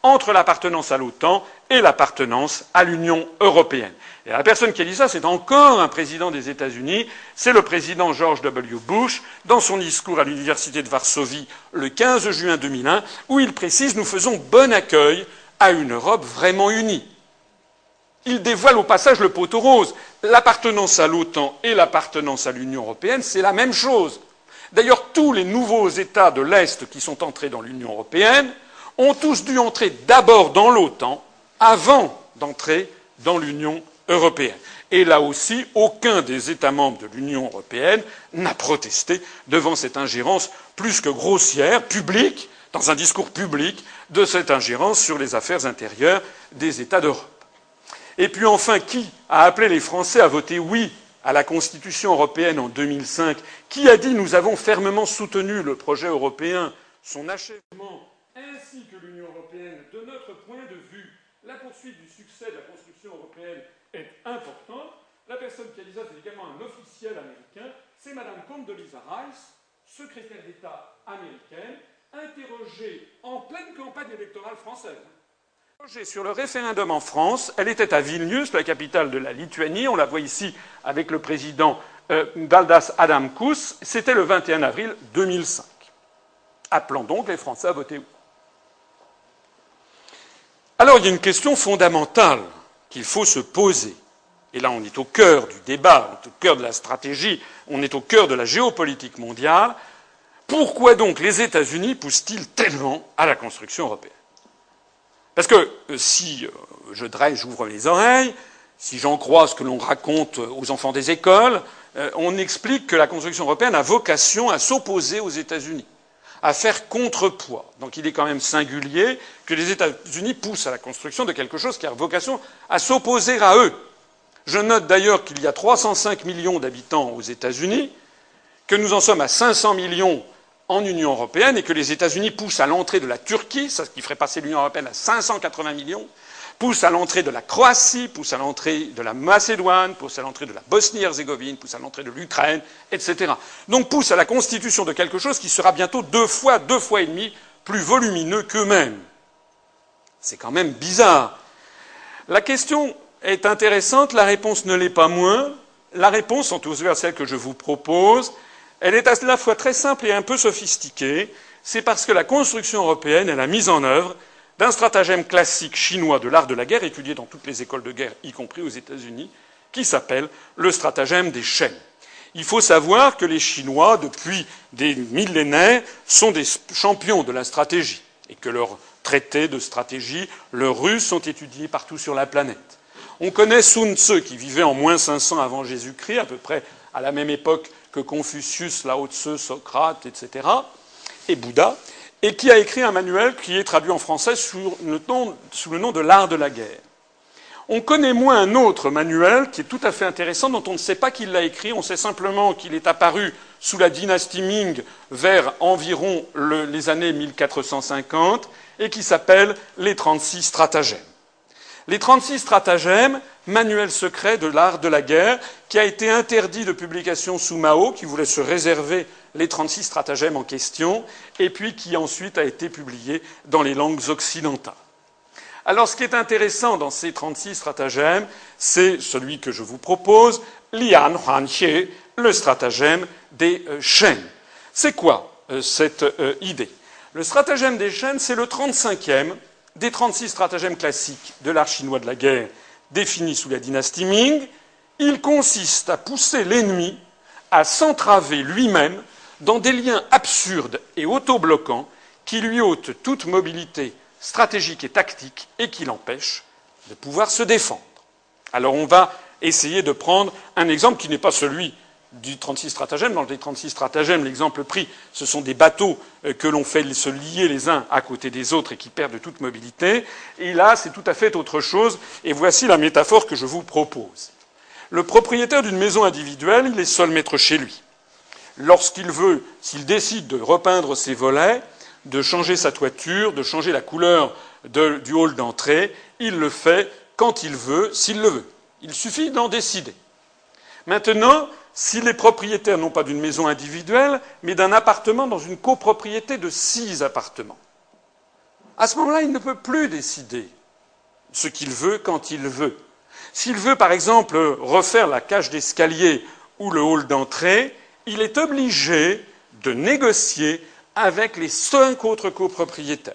entre l'appartenance à l'OTAN et l'appartenance à l'Union européenne. Et la personne qui a dit ça, c'est encore un président des États-Unis, c'est le président George W. Bush, dans son discours à l'Université de Varsovie le quinze juin deux mille un, où il précise « Nous faisons bon accueil à une Europe vraiment unie ». Il dévoile au passage le poteau rose. L'appartenance à l'OTAN et l'appartenance à l'Union européenne, c'est la même chose. D'ailleurs, tous les nouveaux États de l'Est qui sont entrés dans l'Union européenne ont tous dû entrer d'abord dans l'OTAN avant d'entrer dans l'Union européenne. Et là aussi, aucun des États membres de l'Union européenne n'a protesté devant cette ingérence plus que grossière, publique, dans un discours public, de cette ingérence sur les affaires intérieures des États d'Europe. Et puis enfin, qui a appelé les Français à voter oui à la Constitution européenne en deux mille cinq? Qui a dit « Nous avons fermement soutenu le projet européen, son achèvement, ainsi que l'Union européenne. De notre point de vue, la poursuite du succès de la construction européenne est importante ». La personne qui a dit ça, c'est également un officiel américain. C'est Madame Condoleezza Rice, secrétaire d'État américaine, interrogée en pleine campagne électorale française. Sur le référendum en France, elle était à Vilnius, la capitale de la Lituanie. On la voit ici avec le président euh, Valdas Adamkus. C'était le vingt et un avril deux mille cinq. Appelant donc les Français à voter oui. Alors, il y a une question fondamentale qu'il faut se poser. Et là, on est au cœur du débat, on est au cœur de la stratégie, on est au cœur de la géopolitique mondiale. Pourquoi donc les États-Unis poussent-ils tellement à la construction européenne? Parce que si euh, je dresse, j'ouvre les oreilles, si j'en crois ce que l'on raconte aux enfants des écoles, euh, on explique que la construction européenne a vocation à s'opposer aux États-Unis, à faire contrepoids. Donc il est quand même singulier que les États-Unis poussent à la construction de quelque chose qui a vocation à s'opposer à eux. Je note d'ailleurs qu'il y a trois cent cinq millions d'habitants aux États-Unis, que nous en sommes à cinq cents millions en Union européenne et que les États-Unis poussent à l'entrée de la Turquie, ce qui ferait passer l'Union européenne à cinq cent quatre-vingts millions, poussent à l'entrée de la Croatie, poussent à l'entrée de la Macédoine, poussent à l'entrée de la Bosnie-Herzégovine, poussent à l'entrée de l'Ukraine, et cetera. Donc poussent à la constitution de quelque chose qui sera bientôt deux fois, deux fois et demi plus volumineux qu'eux-mêmes. C'est quand même bizarre. La question est intéressante, la réponse ne l'est pas moins. La réponse, en tout cas celle que je vous propose, elle est à la fois très simple et un peu sophistiquée. C'est parce que la construction européenne est la mise en œuvre d'un stratagème classique chinois de l'art de la guerre, étudié dans toutes les écoles de guerre, y compris aux États-Unis, qui s'appelle le stratagème des chaînes. Il faut savoir que les Chinois, depuis des millénaires, sont des champions de la stratégie, et que leurs traités de stratégie, leurs ruses, sont étudiés partout sur la planète. On connaît Sun Tzu, qui vivait en moins cinq cents avant Jésus-Christ, à peu près à la même époque que Confucius, Lao Tse, Socrate, et cetera, et Bouddha, et qui a écrit un manuel qui est traduit en français sous le nom, sous le nom de l'art de la guerre. On connaît moins un autre manuel qui est tout à fait intéressant, dont on ne sait pas qui l'a écrit, on sait simplement qu'il est apparu sous la dynastie Ming vers environ le, les années mille quatre cent cinquante, et qui s'appelle les trente-six stratagèmes. Les trente-six stratagèmes, manuel secret de l'art de la guerre, qui a été interdit de publication sous Mao, qui voulait se réserver les trente-six stratagèmes en question, et puis qui ensuite a été publié dans les langues occidentales. Alors, ce qui est intéressant dans ces trente-six stratagèmes, c'est celui que je vous propose, Lian Huanxie, le stratagème des euh, chaînes. C'est quoi euh, cette euh, idée? Le stratagème des chaînes, c'est le trente-cinquième des trente-six stratagèmes classiques de l'art chinois de la guerre définis sous la dynastie Ming. Il consiste à pousser l'ennemi à s'entraver lui-même dans des liens absurdes et autobloquants qui lui ôtent toute mobilité stratégique et tactique et qui l'empêchent de pouvoir se défendre. Alors on va essayer de prendre un exemple qui n'est pas celui du trente-six stratagèmes. Dans les trente-six stratagèmes, l'exemple pris, ce sont des bateaux que l'on fait se lier les uns à côté des autres et qui perdent toute mobilité. Et là, c'est tout à fait autre chose. Et voici la métaphore que je vous propose. Le propriétaire d'une maison individuelle, il est seul maître chez lui. Lorsqu'il veut, s'il décide de repeindre ses volets, de changer sa toiture, de changer la couleur de, du hall d'entrée, il le fait quand il veut, s'il le veut. Il suffit d'en décider. Maintenant, s'il est propriétaire non pas d'une maison individuelle, mais d'un appartement dans une copropriété de six appartements, à ce moment-là, il ne peut plus décider ce qu'il veut quand il veut. S'il veut, par exemple, refaire la cage d'escalier ou le hall d'entrée, il est obligé de négocier avec les cinq autres copropriétaires.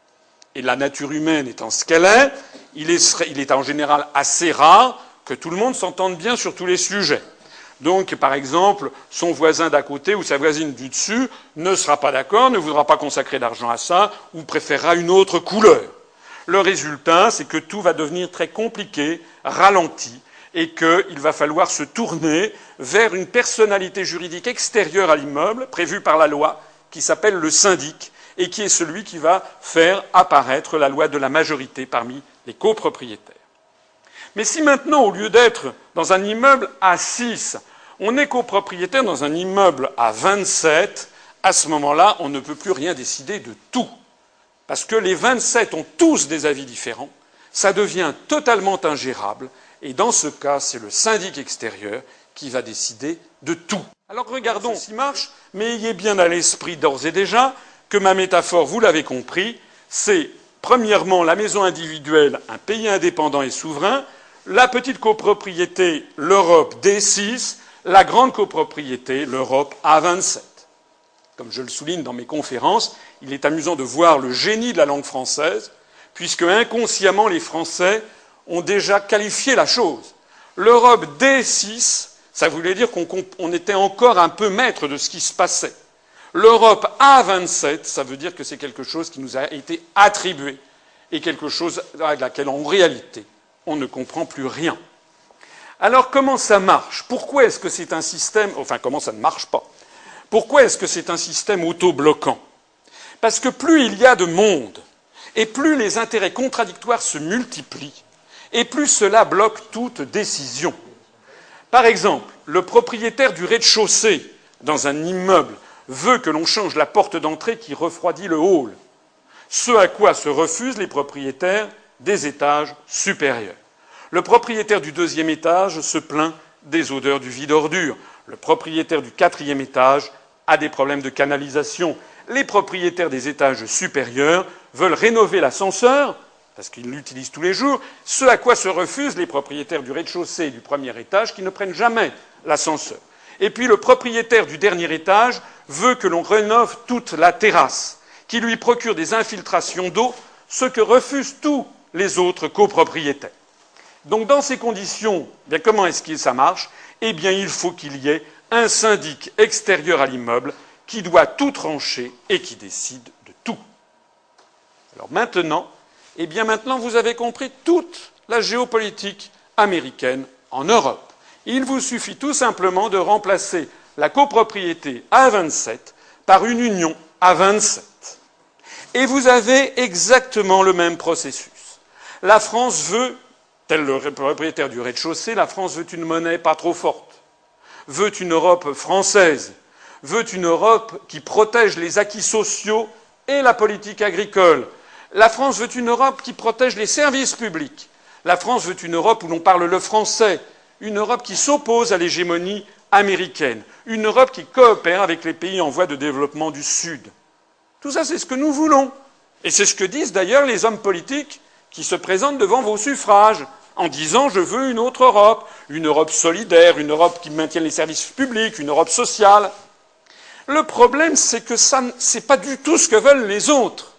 Et la nature humaine étant ce qu'elle est, il est, il est en général assez rare que tout le monde s'entende bien sur tous les sujets. Donc, par exemple, son voisin d'à côté ou sa voisine du dessus ne sera pas d'accord, ne voudra pas consacrer d'argent à ça, ou préférera une autre couleur. Le résultat, c'est que tout va devenir très compliqué, ralenti, et qu'il va falloir se tourner vers une personnalité juridique extérieure à l'immeuble, prévue par la loi, qui s'appelle le syndic, et qui est celui qui va faire apparaître la loi de la majorité parmi les copropriétaires. Mais si maintenant, au lieu d'être dans un immeuble à six, on est copropriétaire dans un immeuble à vingt-sept, à ce moment-là, on ne peut plus rien décider de tout. Parce que les vingt-sept ont tous des avis différents, ça devient totalement ingérable, et dans ce cas, c'est le syndic extérieur qui va décider de tout. Alors regardons si ça marche, mais ayez bien à l'esprit d'ores et déjà que ma métaphore, vous l'avez compris, c'est premièrement la maison individuelle, un pays indépendant et souverain, la petite copropriété, l'Europe D six, la grande copropriété, l'Europe A vingt-sept. Comme je le souligne dans mes conférences, il est amusant de voir le génie de la langue française, puisque inconsciemment les Français ont déjà qualifié la chose. L'Europe D six, ça voulait dire qu'on on était encore un peu maître de ce qui se passait. L'Europe A vingt-sept, ça veut dire que c'est quelque chose qui nous a été attribué, et quelque chose à laquelle, en réalité, on ne comprend plus rien. Alors, comment ça marche? Pourquoi est-ce que c'est un système... Enfin, comment ça ne marche pas? Pourquoi est-ce que c'est un système auto-bloquant? Parce que plus il y a de monde, et plus les intérêts contradictoires se multiplient, et plus cela bloque toute décision. Par exemple, le propriétaire du rez-de-chaussée dans un immeuble veut que l'on change la porte d'entrée qui refroidit le hall, ce à quoi se refusent les propriétaires des étages supérieurs. Le propriétaire du deuxième étage se plaint des odeurs du vide-ordures. Le propriétaire du quatrième étage a des problèmes de canalisation. Les propriétaires des étages supérieurs veulent rénover l'ascenseur, parce qu'ils l'utilisent tous les jours, ce à quoi se refusent les propriétaires du rez-de-chaussée et du premier étage qui ne prennent jamais l'ascenseur. Et puis le propriétaire du dernier étage veut que l'on rénove toute la terrasse, qui lui procure des infiltrations d'eau, ce que refusent tous les autres copropriétaires. Donc dans ces conditions, bien comment est-ce que ça marche? Eh bien il faut qu'il y ait un syndic extérieur à l'immeuble qui doit tout trancher et qui décide de tout. Alors maintenant, eh bien maintenant vous avez compris toute la géopolitique américaine en Europe. Il vous suffit tout simplement de remplacer la copropriété à vingt-sept par une union à vingt-sept. Et vous avez exactement le même processus. La France veut, tel le propriétaire du rez-de-chaussée, la France veut une monnaie pas trop forte, veut une Europe française, veut une Europe qui protège les acquis sociaux et la politique agricole. La France veut une Europe qui protège les services publics. La France veut une Europe où l'on parle le français, une Europe qui s'oppose à l'hégémonie américaine, une Europe qui coopère avec les pays en voie de développement du Sud. Tout ça, c'est ce que nous voulons. Et c'est ce que disent d'ailleurs les hommes politiques qui se présentent devant vos suffrages en disant « je veux une autre Europe, une Europe solidaire, une Europe qui maintienne les services publics, une Europe sociale ». Le problème, c'est que ça, c'est pas du tout ce que veulent les autres.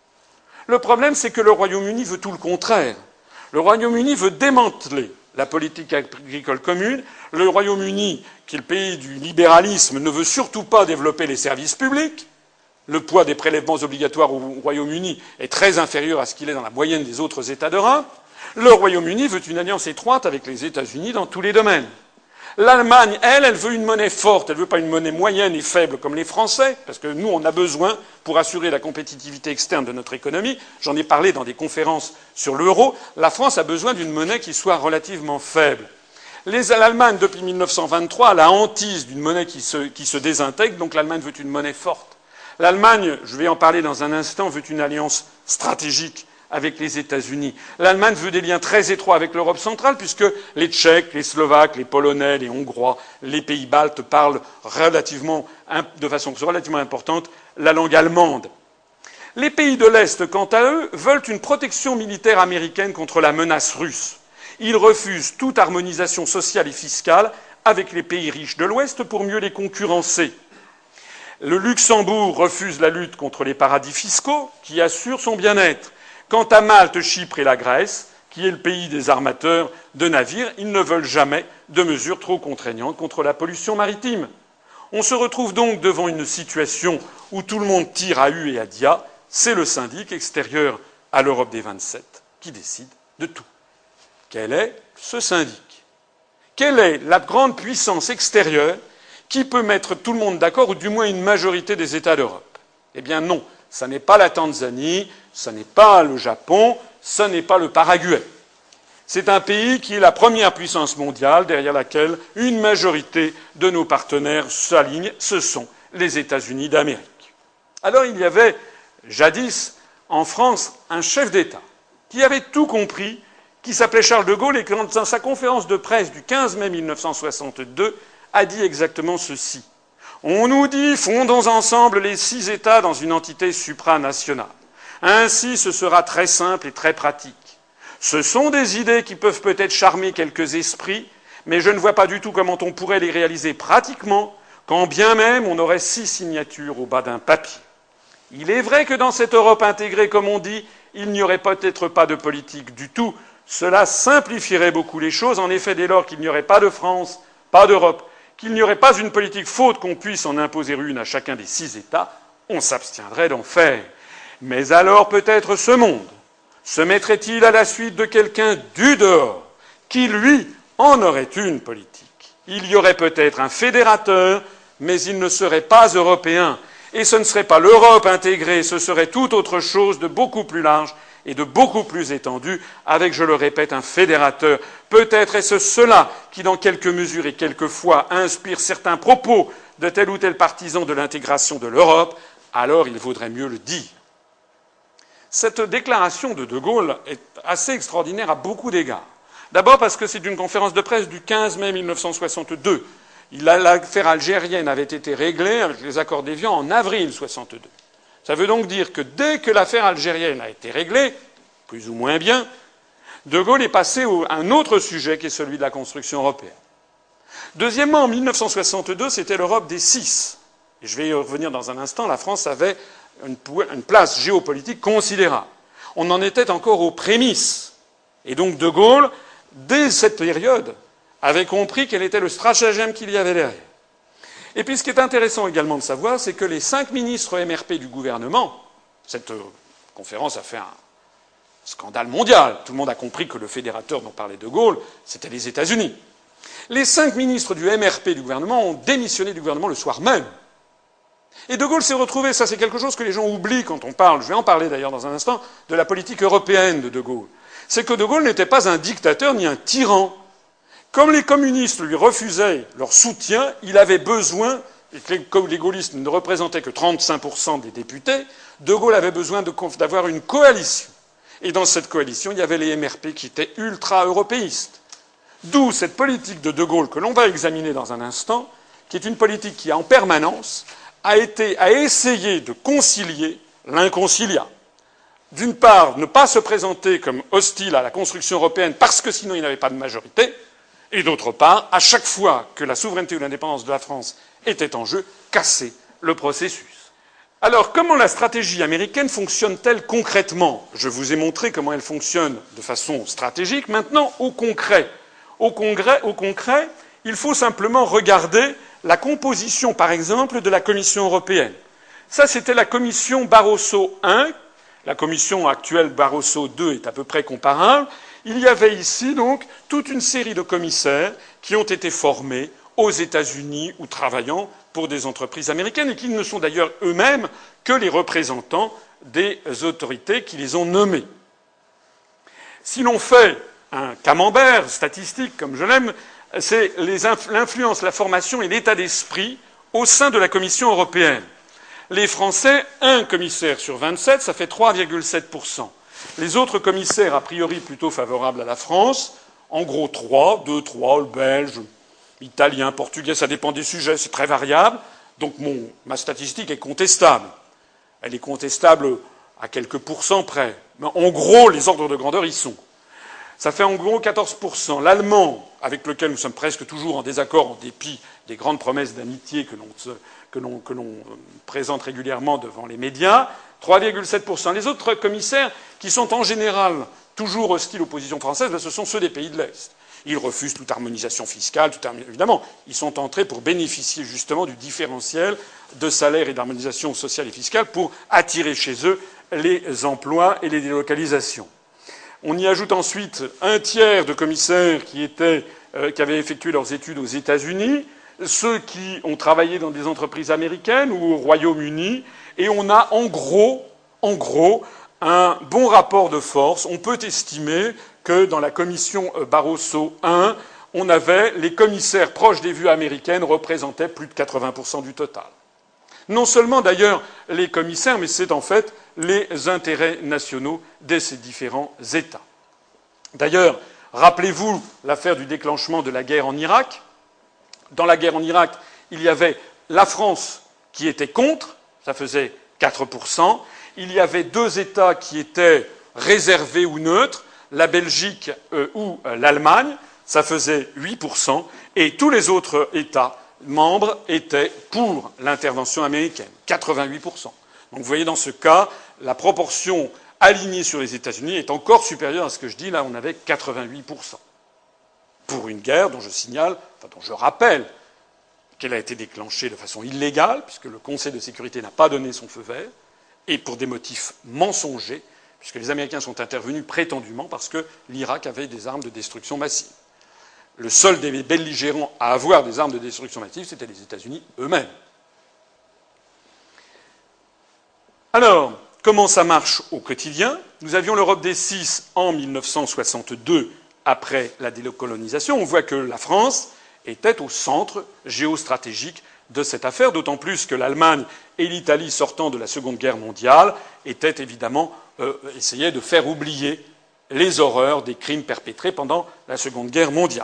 Le problème, c'est que le Royaume-Uni veut tout le contraire. Le Royaume-Uni veut démanteler la politique agricole commune. Le Royaume-Uni, qui est le pays du libéralisme, ne veut surtout pas développer les services publics. Le poids des prélèvements obligatoires au Royaume-Uni est très inférieur à ce qu'il est dans la moyenne des autres États d'Europe. Le Royaume-Uni veut une alliance étroite avec les États-Unis dans tous les domaines. L'Allemagne, elle, elle veut une monnaie forte, elle ne veut pas une monnaie moyenne et faible comme les Français, parce que nous, on a besoin, pour assurer la compétitivité externe de notre économie, j'en ai parlé dans des conférences sur l'euro, la France a besoin d'une monnaie qui soit relativement faible. L'Allemagne, depuis mille neuf cent vingt-trois, a la hantise d'une monnaie qui se, qui se désintègre, donc l'Allemagne veut une monnaie forte. L'Allemagne, je vais en parler dans un instant, veut une alliance stratégique avec les États-Unis. L'Allemagne veut des liens très étroits avec l'Europe centrale, puisque les Tchèques, les Slovaques, les Polonais, les Hongrois, les pays baltes parlent relativement, de façon relativement importante la langue allemande. Les pays de l'Est, quant à eux, veulent une protection militaire américaine contre la menace russe. Ils refusent toute harmonisation sociale et fiscale avec les pays riches de l'Ouest pour mieux les concurrencer. Le Luxembourg refuse la lutte contre les paradis fiscaux qui assurent son bien-être. Quant à Malte, Chypre et la Grèce, qui est le pays des armateurs de navires, ils ne veulent jamais de mesures trop contraignantes contre la pollution maritime. On se retrouve donc devant une situation où tout le monde tire à U et à Dia. C'est le syndic extérieur à l'Europe des vingt-sept qui décide de tout. Quel est ce syndic? Quelle est la grande puissance extérieure qui peut mettre tout le monde d'accord, ou du moins une majorité des États d'Europe? Eh bien non, ça n'est pas la Tanzanie, ça n'est pas le Japon, ça n'est pas le Paraguay. C'est un pays qui est la première puissance mondiale derrière laquelle une majorité de nos partenaires s'alignent, ce sont les États-Unis d'Amérique. Alors il y avait jadis en France un chef d'État qui avait tout compris, qui s'appelait Charles de Gaulle, et qui, dans sa conférence de presse du quinze mai mille neuf cent soixante-deux, a dit exactement ceci. On nous dit, fondons ensemble les six États dans une entité supranationale. Ainsi, ce sera très simple et très pratique. Ce sont des idées qui peuvent peut-être charmer quelques esprits, mais je ne vois pas du tout comment on pourrait les réaliser pratiquement, quand bien même on aurait six signatures au bas d'un papier. Il est vrai que dans cette Europe intégrée, comme on dit, il n'y aurait peut-être pas de politique du tout. Cela simplifierait beaucoup les choses. En effet, dès lors qu'il n'y aurait pas de France, pas d'Europe, qu'il n'y aurait pas une politique faute qu'on puisse en imposer une à chacun des six États, on s'abstiendrait d'en faire. Mais alors peut-être ce monde se mettrait-il à la suite de quelqu'un du dehors qui, lui, en aurait une politique. Il y aurait peut-être un fédérateur, mais il ne serait pas européen. Et ce ne serait pas l'Europe intégrée, ce serait tout autre chose de beaucoup plus large et de beaucoup plus étendu, avec, je le répète, un fédérateur. Peut-être est-ce cela qui, dans quelques mesures et quelquefois, inspire certains propos de tel ou tel partisan de l'intégration de l'Europe, alors il vaudrait mieux le dire. Cette déclaration de De Gaulle est assez extraordinaire à beaucoup d'égards. D'abord parce que c'est une conférence de presse du quinze mai mille neuf cent soixante-deux. L'affaire algérienne avait été réglée avec les accords d'Évian en avril soixante-deux. Ça veut donc dire que dès que l'affaire algérienne a été réglée, plus ou moins bien, De Gaulle est passé à un autre sujet qui est celui de la construction européenne. Deuxièmement, en mille neuf cent soixante-deux, c'était l'Europe des six. Et je vais y revenir dans un instant, la France avait une place géopolitique considérable. On en était encore aux prémices. Et donc De Gaulle, dès cette période, avait compris quel était le stratagème qu'il y avait derrière. Et puis ce qui est intéressant également de savoir, c'est que les cinq ministres M R P du gouvernement, cette conférence a fait un scandale mondial, tout le monde a compris que le fédérateur dont parlait De Gaulle, c'était les États-Unis. Les cinq ministres du M R P du gouvernement ont démissionné du gouvernement le soir même. Et De Gaulle s'est retrouvé, ça c'est quelque chose que les gens oublient quand on parle, je vais en parler d'ailleurs dans un instant, de la politique européenne de De Gaulle. C'est que De Gaulle n'était pas un dictateur ni un tyran. Comme les communistes lui refusaient leur soutien, il avait besoin, et que les gaullistes ne représentaient que trente-cinq pour cent des députés, De Gaulle avait besoin d'avoir une coalition. Et dans cette coalition, il y avait les M R P qui étaient ultra-européistes. D'où cette politique de De Gaulle que l'on va examiner dans un instant, qui est une politique qui, en permanence, a été à essayer de concilier l'inconciliable. D'une part, ne pas se présenter comme hostile à la construction européenne parce que sinon il n'avait pas de majorité, et d'autre part, à chaque fois que la souveraineté ou l'indépendance de la France était en jeu, casser le processus. Alors, comment la stratégie américaine fonctionne-t-elle concrètement? Je vous ai montré comment elle fonctionne de façon stratégique. Maintenant, au concret. Au, congrès, au concret, il faut simplement regarder la composition, par exemple, de la Commission européenne. Ça, c'était la Commission Barroso un. La Commission actuelle Barroso deux est à peu près comparable. Il y avait ici, donc, toute une série de commissaires qui ont été formés aux États-Unis ou travaillant pour des entreprises américaines et qui ne sont d'ailleurs eux-mêmes que les représentants des autorités qui les ont nommés. Si l'on fait un camembert statistique, comme je l'aime, c'est l'influence, la formation et l'état d'esprit au sein de la Commission européenne. Les Français, un commissaire sur vingt-sept, ça fait trois virgule sept pour cent. Les autres commissaires, a priori plutôt favorables à la France, en gros trois, deux, trois, le belge, italien, portugais, ça dépend des sujets, c'est très variable. Donc mon, ma statistique est contestable. Elle est contestable à quelques pourcents près. Mais en gros, les ordres de grandeur y sont. Ça fait en gros quatorze pour cent. L'allemand, avec lequel nous sommes presque toujours en désaccord en dépit des grandes promesses d'amitié que l'on, que l'on, que l'on présente régulièrement devant les médias, trois virgule sept pour cent. Les autres commissaires, qui sont en général toujours hostiles aux positions françaises, ben ce sont ceux des pays de l'Est. Ils refusent toute harmonisation fiscale, toute harmonisation. Évidemment, ils sont entrés pour bénéficier justement du différentiel de salaire et d'harmonisation sociale et fiscale pour attirer chez eux les emplois et les délocalisations. On y ajoute ensuite un tiers de commissaires qui, étaient, euh, qui avaient effectué leurs études aux États-Unis, ceux qui ont travaillé dans des entreprises américaines ou au Royaume-Uni, et on a en gros, en gros, un bon rapport de force. On peut estimer que dans la commission Barroso un, on avait les commissaires proches des vues américaines représentaient plus de quatre-vingts pour cent du total. Non seulement d'ailleurs les commissaires, mais c'est en fait les intérêts nationaux de ces différents États. D'ailleurs, rappelez-vous l'affaire du déclenchement de la guerre en Irak. Dans la guerre en Irak, il y avait la France qui était contre, ça faisait quatre pour cent. Il y avait deux États qui étaient réservés ou neutres, la Belgique euh, ou euh, l'Allemagne, ça faisait huit pour cent, et tous les autres États membres étaient pour l'intervention américaine, quatre-vingt-huit pour cent. Donc vous voyez, dans ce cas, la proportion alignée sur les États-Unis est encore supérieure à ce que je dis. Là, on avait quatre-vingt-huit pour cent. Pour une guerre dont je signale, enfin dont je rappelle qu'elle a été déclenchée de façon illégale, puisque le Conseil de sécurité n'a pas donné son feu vert, et pour des motifs mensongers, puisque les Américains sont intervenus prétendument parce que l'Irak avait des armes de destruction massive. Le seul des belligérants à avoir des armes de destruction massive, c'était les États-Unis eux-mêmes. Alors, comment ça marche au quotidien ? Nous avions l'Europe des Six en mille neuf cent soixante-deux, après la délocolonisation. On voit que la France était au centre géostratégique de cette affaire, d'autant plus que l'Allemagne et l'Italie, sortant de la Seconde Guerre mondiale, étaient évidemment euh, essayaient de faire oublier les horreurs des crimes perpétrés pendant la Seconde Guerre mondiale.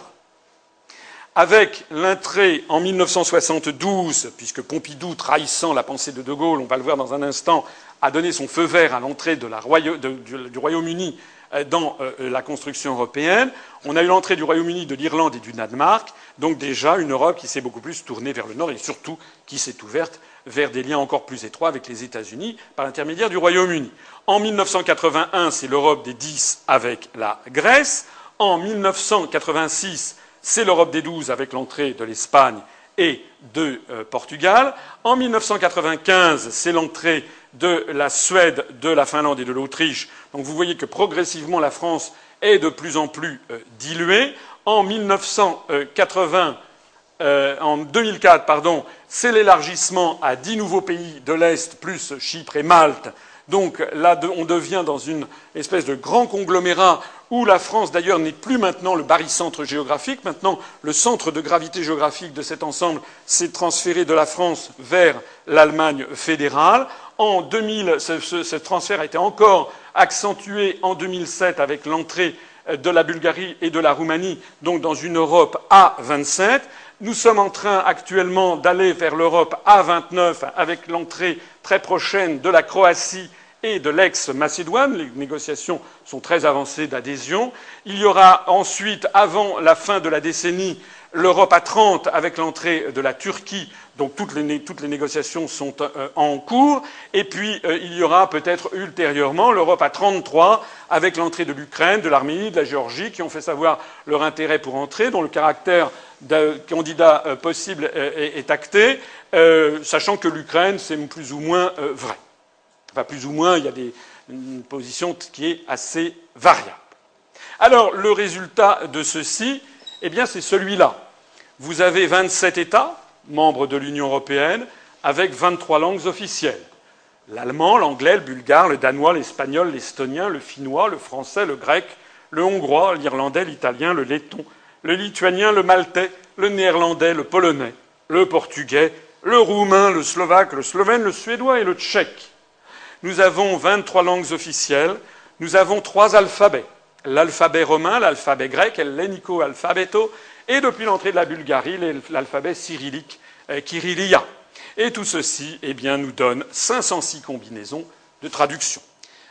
Avec l'entrée en mille neuf cent soixante-douze, puisque Pompidou, trahissant la pensée de De Gaulle, on va le voir dans un instant, a donné son feu vert à l'entrée de la Roya... de, du, du Royaume-Uni dans euh, la construction européenne, on a eu l'entrée du Royaume-Uni, de l'Irlande et du Danemark, donc déjà une Europe qui s'est beaucoup plus tournée vers le nord et surtout qui s'est ouverte vers des liens encore plus étroits avec les États-Unis par l'intermédiaire du Royaume-Uni. En mille neuf cent quatre-vingt-un, c'est l'Europe des dix avec la Grèce. En mille neuf cent quatre-vingt-six, c'est l'Europe des douze avec l'entrée de l'Espagne et de euh, Portugal. En mille neuf cent quatre-vingt-quinze, c'est l'entrée de la Suède, de la Finlande et de l'Autriche. Donc vous voyez que progressivement la France est de plus en plus euh, diluée. En mille neuf cent quatre-vingts, euh, en deux mille quatre, pardon, c'est l'élargissement à dix nouveaux pays de l'Est, plus Chypre et Malte. Donc là, on devient dans une espèce de grand conglomérat où la France, d'ailleurs, n'est plus maintenant le barycentre géographique. Maintenant, le centre de gravité géographique de cet ensemble s'est transféré de la France vers l'Allemagne fédérale. En deux mille, ce, ce, ce transfert a été encore accentué en deux mille sept avec l'entrée de la Bulgarie et de la Roumanie, donc dans une Europe à vingt-sept. Nous sommes en train actuellement d'aller vers l'Europe à vingt-neuf avec l'entrée très prochaine de la Croatie et de l'ex-Macédoine. Les négociations sont très avancées d'adhésion. Il y aura ensuite, avant la fin de la décennie, l'Europe à trente avec l'entrée de la Turquie. Donc toutes les, toutes les négociations sont euh, en cours. Et puis euh, il y aura peut-être ultérieurement l'Europe à trente-trois avec l'entrée de l'Ukraine, de l'Arménie, de la Géorgie, qui ont fait savoir leur intérêt pour entrer, dont le caractère de candidat euh, possible est, est acté, euh, sachant que l'Ukraine, c'est plus ou moins euh, vrai. Enfin, plus ou moins, il y a des, une position qui est assez variable. Alors, le résultat de ceci, eh bien, c'est celui-là. Vous avez vingt-sept États, membres de l'Union européenne, avec vingt-trois langues officielles. L'allemand, l'anglais, le bulgare, le danois, l'espagnol, l'estonien, le finnois, le français, le grec, le hongrois, l'irlandais, l'italien, le letton, le lituanien, le maltais, le néerlandais, le polonais, le portugais, le roumain, le slovaque, le slovène, le suédois et le tchèque. Nous avons vingt-trois langues officielles. Nous avons trois alphabets. L'alphabet romain, l'alphabet grec, l'hellénico alphabeto, et depuis l'entrée de la Bulgarie, l'alphabet cyrillique, euh, Kyrillia. Et tout ceci, eh bien, nous donne cinq cent six combinaisons de traduction.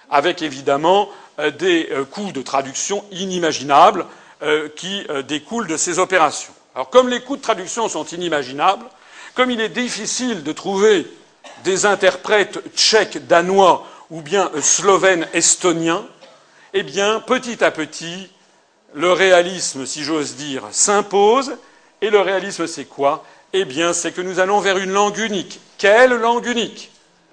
avec évidemment euh, des euh, coûts de traduction inimaginables euh, qui euh, découlent de ces opérations. Alors comme les coûts de traduction sont inimaginables, comme il est difficile de trouver des interprètes tchèques, danois ou bien euh, slovènes, estoniens, eh bien, petit à petit, le réalisme, si j'ose dire, s'impose. Et le réalisme, c'est quoi? Eh bien, c'est que nous allons vers une langue unique. Quelle langue unique?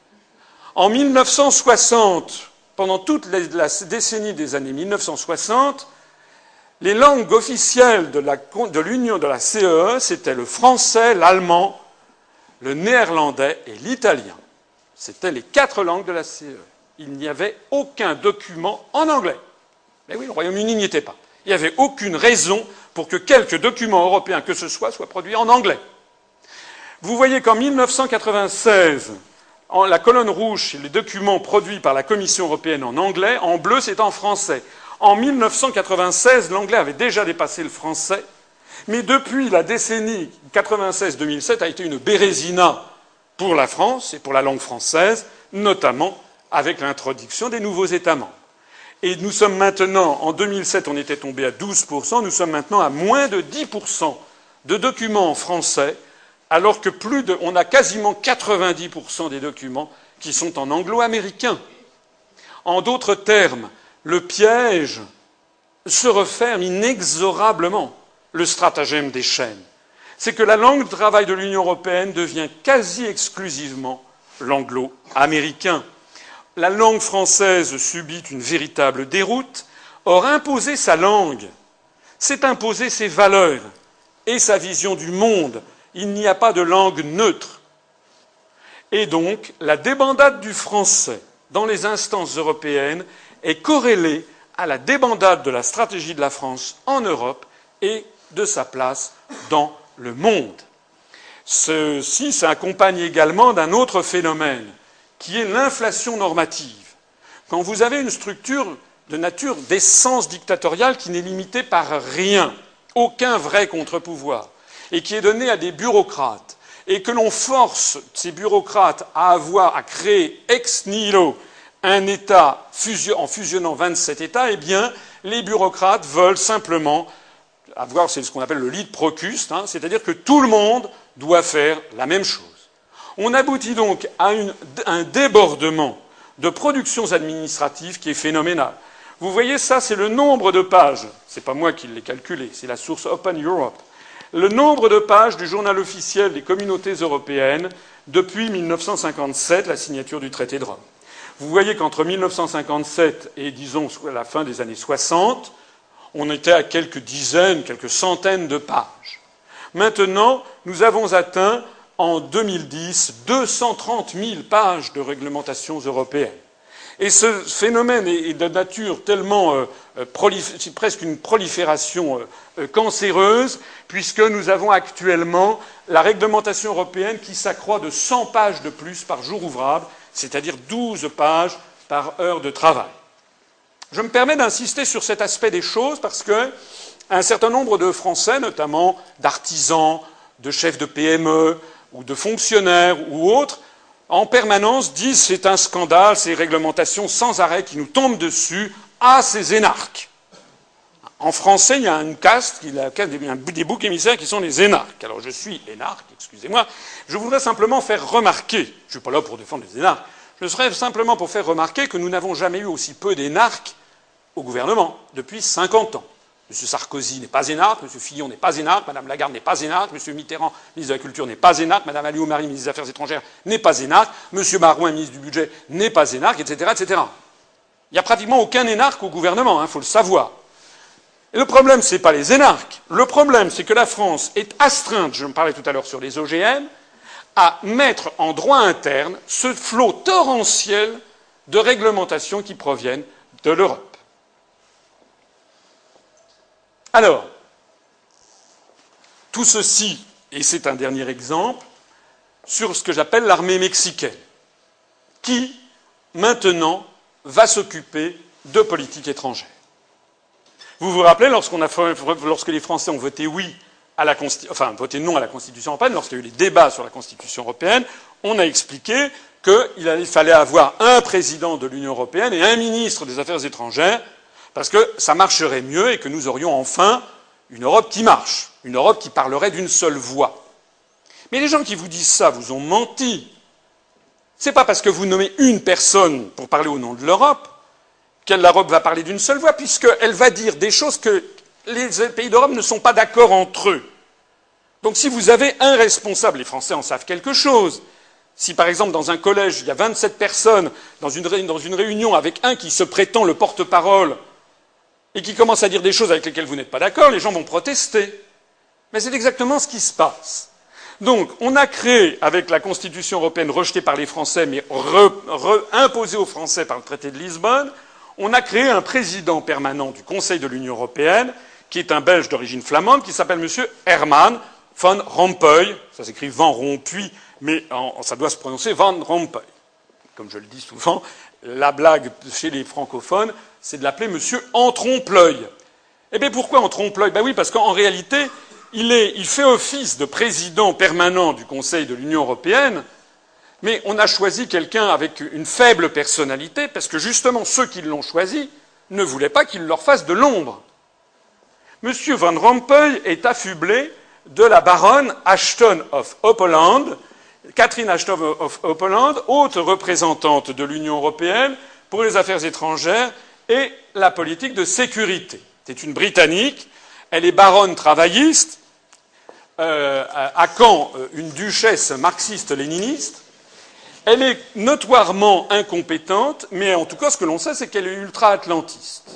En mille neuf cent soixante, pendant toute la décennie des années mille neuf cent soixante, les langues officielles de l'Union de, de la C E E, c'était le français, l'allemand, le néerlandais et l'italien. C'était les quatre langues de la C E E. Il n'y avait aucun document en anglais. Mais oui, le Royaume-Uni n'y était pas. Il n'y avait aucune raison pour que quelque document européen que ce soit soit produit en anglais. Vous voyez qu'en mille neuf cent quatre-vingt-seize, en la colonne rouge, c'est les documents produits par la Commission européenne en anglais, en bleu, c'est en français. En mille neuf cent quatre-vingt-seize, l'anglais avait déjà dépassé le français, mais depuis la décennie quatre-vingt-seize deux mille sept a été une bérésina pour la France et pour la langue française, notamment avec l'introduction des nouveaux États membres. Et nous sommes maintenant, en deux mille sept, on était tombé à douze pour cent, nous sommes maintenant à moins de dix pour cent de documents en français, alors que plus de, on a quasiment quatre-vingt-dix pour cent des documents qui sont en anglo-américain. En d'autres termes, le piège se referme inexorablement. Le stratagème des chaînes, c'est que la langue de travail de l'Union européenne devient quasi exclusivement l'anglo-américain. La langue française subit une véritable déroute. Or, imposer sa langue, c'est imposer ses valeurs et sa vision du monde. Il n'y a pas de langue neutre. Et donc, la débandade du français dans les instances européennes est corrélée à la débandade de la stratégie de la France en Europe et de sa place dans le monde. Ceci s'accompagne également d'un autre phénomène, qui est l'inflation normative. Quand vous avez une structure de nature d'essence dictatoriale qui n'est limitée par rien, aucun vrai contre-pouvoir, et qui est donnée à des bureaucrates, et que l'on force ces bureaucrates à avoir, à créer ex nihilo un État en fusionnant vingt-sept États, eh bien, les bureaucrates veulent simplement avoir, c'est ce qu'on appelle le lit procuste, hein, c'est-à-dire que tout le monde doit faire la même chose. On aboutit donc à une, un débordement de productions administratives qui est phénoménal. Vous voyez, ça, c'est le nombre de pages. C'est pas moi qui l'ai calculé, c'est la source Open Europe. Le nombre de pages du journal officiel des communautés européennes depuis mille neuf cent cinquante-sept, la signature du traité de Rome. Vous voyez qu'entre mille neuf cent cinquante-sept et, disons, la fin des années soixante, on était à quelques dizaines, quelques centaines de pages. Maintenant, nous avons atteint en deux mille dix deux cent trente mille pages de réglementations européennes. Et ce phénomène est de nature tellement euh, prolif- c'est presque une prolifération euh, cancéreuse, puisque nous avons actuellement la réglementation européenne qui s'accroît de cent pages de plus par jour ouvrable, c'est-à-dire douze pages par heure de travail. Je me permets d'insister sur cet aspect des choses parce que un certain nombre de Français, notamment d'artisans, de chefs de P M E, ou de fonctionnaires ou autres, en permanence disent c'est un scandale, ces réglementations sans arrêt qui nous tombent dessus, ah, ces énarques. En français, il y a une caste, il y a des boucs émissaires qui sont les énarques. Alors je suis énarque, excusez-moi. Je voudrais simplement faire remarquer, je ne suis pas là pour défendre les énarques, je serais simplement pour faire remarquer que nous n'avons jamais eu aussi peu d'énarques au gouvernement depuis cinquante ans. M. Sarkozy n'est pas énarque, M. Fillon n'est pas énarque, Mme Lagarde n'est pas énarque, M. Mitterrand, ministre de la Culture, n'est pas énarque, Mme Alliot-Marie, ministre des Affaires étrangères, n'est pas énarque, M. Barouin, ministre du Budget, n'est pas énarque, et cetera, et cetera. Il n'y a pratiquement aucun énarque au gouvernement, il hein, faut le savoir. Et le problème, ce n'est pas les énarques. Le problème, c'est que la France est astreinte, je me parlais tout à l'heure sur les O G M, à mettre en droit interne ce flot torrentiel de réglementations qui proviennent de l'Europe. Alors, tout ceci, et c'est un dernier exemple, sur ce que j'appelle l'armée mexicaine, qui, maintenant, va s'occuper de politique étrangère. Vous vous rappelez, lorsqu'on a, lorsque les Français ont voté oui à la Constitution, enfin voté non à la Constitution européenne, lorsqu'il y a eu les débats sur la Constitution européenne, on a expliqué qu'il fallait avoir un président de l'Union européenne et un ministre des Affaires étrangères, parce que ça marcherait mieux et que nous aurions enfin une Europe qui marche, une Europe qui parlerait d'une seule voix. Mais les gens qui vous disent ça vous ont menti. C'est pas parce que vous nommez une personne pour parler au nom de l'Europe que l'Europe va parler d'une seule voix, puisqu'elle va dire des choses que les pays d'Europe ne sont pas d'accord entre eux. Donc si vous avez un responsable, les Français en savent quelque chose. Si par exemple dans un collège il y a vingt-sept personnes dans une, ré... dans une réunion avec un qui se prétend le porte-parole et qui commence à dire des choses avec lesquelles vous n'êtes pas d'accord, les gens vont protester. Mais c'est exactement ce qui se passe. Donc on a créé, avec la Constitution européenne rejetée par les Français mais re... Re... imposée aux Français par le traité de Lisbonne, on a créé un président permanent du Conseil de l'Union européenne qui est un Belge d'origine flamande qui s'appelle M. Herman Van Rompuy, ça s'écrit Van Rompuy, mais en, ça doit se prononcer Van Rompuy. Comme je le dis souvent, la blague chez les francophones, c'est de l'appeler Monsieur en trompe-l'œil. Eh bien pourquoi en trompe-l'œil? Ben oui, parce qu'en réalité, il, est, il fait office de président permanent du Conseil de l'Union européenne, mais on a choisi quelqu'un avec une faible personnalité, parce que justement ceux qui l'ont choisi ne voulaient pas qu'il leur fasse de l'ombre. Monsieur Van Rompuy est affublé de la baronne Ashton of Oppoland, Catherine Ashton of Oppoland, haute représentante de l'Union européenne pour les affaires étrangères et la politique de sécurité. C'est une Britannique, elle est baronne travailliste, euh, à Caen, une duchesse marxiste-léniniste. Elle est notoirement incompétente, mais en tout cas, ce que l'on sait, c'est qu'elle est ultra-atlantiste.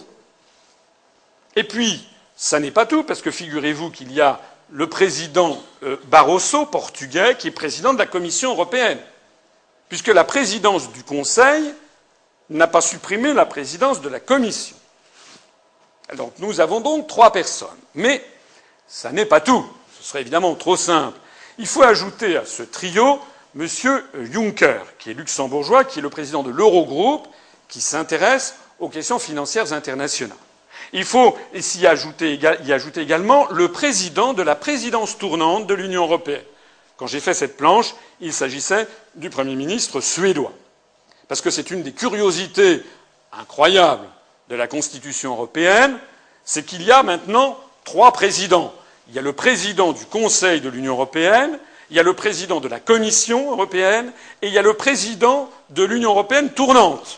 Et puis, ça n'est pas tout, parce que figurez-vous qu'il y a le président Barroso, portugais, qui est président de la Commission européenne, puisque la présidence du Conseil n'a pas supprimé la présidence de la Commission. Donc nous avons donc trois personnes. Mais ça n'est pas tout. Ce serait évidemment trop simple. Il faut ajouter à ce trio M. Juncker, qui est luxembourgeois, qui est le président de l'Eurogroupe, qui s'intéresse aux questions financières internationales. Il faut y ajouter, y ajouter également le président de la présidence tournante de l'Union européenne. Quand j'ai fait cette planche, il s'agissait du Premier ministre suédois. Parce que c'est une des curiosités incroyables de la Constitution européenne, c'est qu'il y a maintenant trois présidents. Il y a le président du Conseil de l'Union européenne, il y a le président de la Commission européenne et il y a le président de l'Union européenne tournante,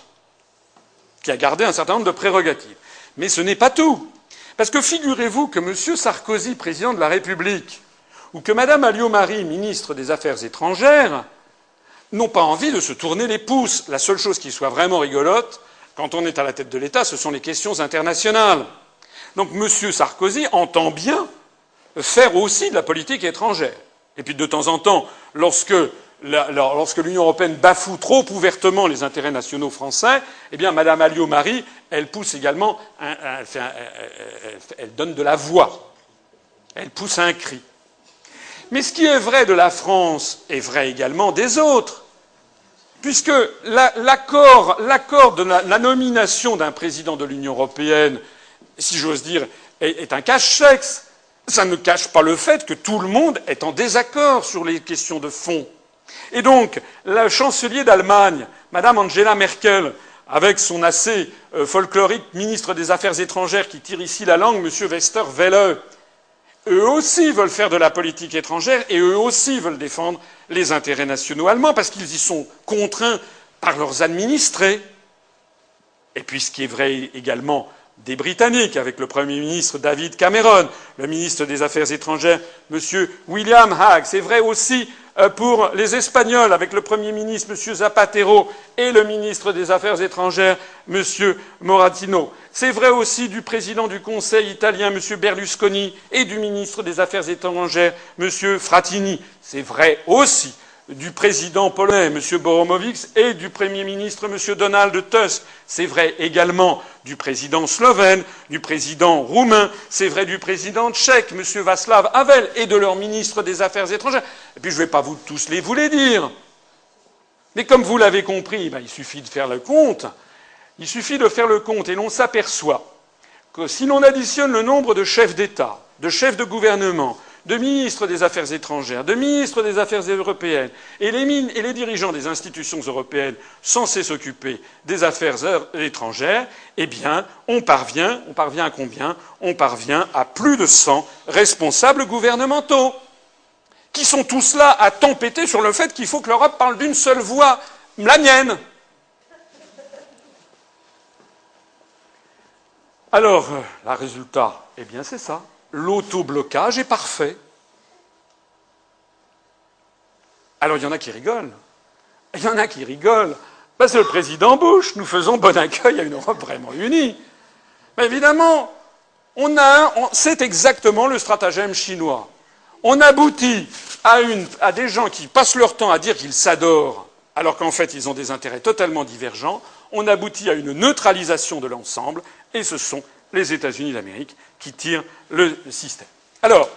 qui a gardé un certain nombre de prérogatives. Mais ce n'est pas tout. Parce que figurez-vous que M. Sarkozy, président de la République, ou que Mme Alliot-Marie, ministre des Affaires étrangères, n'ont pas envie de se tourner les pouces. La seule chose qui soit vraiment rigolote, quand on est à la tête de l'État, ce sont les questions internationales. Donc M. Sarkozy entend bien faire aussi de la politique étrangère. Et puis de temps en temps, lorsque La, lorsque l'Union européenne bafoue trop ouvertement les intérêts nationaux français, eh bien, Mme Alliot-Marie, elle pousse également, un, un, elle, fait un, elle, elle donne de la voix. Elle pousse un cri. Mais ce qui est vrai de la France est vrai également des autres. Puisque la, l'accord, l'accord de la, la nomination d'un président de l'Union européenne, si j'ose dire, est, est un cache-sexe. Ça ne cache pas le fait que tout le monde est en désaccord sur les questions de fond. Et donc, le chancelier d'Allemagne, Madame Angela Merkel, avec son assez euh, folklorique ministre des Affaires étrangères qui tire ici la langue, M. Westerwelle, eux aussi veulent faire de la politique étrangère et eux aussi veulent défendre les intérêts nationaux allemands parce qu'ils y sont contraints par leurs administrés. Et puis ce qui est vrai également des Britanniques, avec le Premier ministre David Cameron, le ministre des Affaires étrangères, M. William Hague. C'est vrai aussi pour les Espagnols, avec le Premier ministre, M. Zapatero, et le ministre des Affaires étrangères, M. Moratino. C'est vrai aussi du président du Conseil italien, M. Berlusconi, et du ministre des Affaires étrangères, M. Frattini. C'est vrai aussi du président polonais, M. Boromowicz, et du Premier ministre, M. Donald Tusk. C'est vrai également du président slovène, du président roumain, c'est vrai du président tchèque, M. Václav Havel, et de leur ministre des Affaires étrangères. Et puis je ne vais pas vous tous les vous les dire. Mais comme vous l'avez compris, ben, il suffit de faire le compte. Il suffit de faire le compte, et l'on s'aperçoit que si l'on additionne le nombre de chefs d'État, de chefs de gouvernement, de ministres des Affaires étrangères, de ministres des Affaires européennes, et les, mines, et les dirigeants des institutions européennes censés s'occuper des affaires étrangères, eh bien, on parvient, on parvient à combien? On parvient à plus de cent responsables gouvernementaux, qui sont tous là à tempêter sur le fait qu'il faut que l'Europe parle d'une seule voix, la mienne. Alors, le résultat, eh bien, c'est ça. L'auto-blocage est parfait. Alors, il y en a qui rigolent. Il y en a qui rigolent. Parce que le président Bush, nous faisons bon accueil à une Europe vraiment unie. Mais évidemment, on a, on, c'est exactement le stratagème chinois. On aboutit à, une, à des gens qui passent leur temps à dire qu'ils s'adorent, alors qu'en fait, ils ont des intérêts totalement divergents. On aboutit à une neutralisation de l'ensemble, et ce sont les États-Unis d'Amérique qui tirent le système. Alors,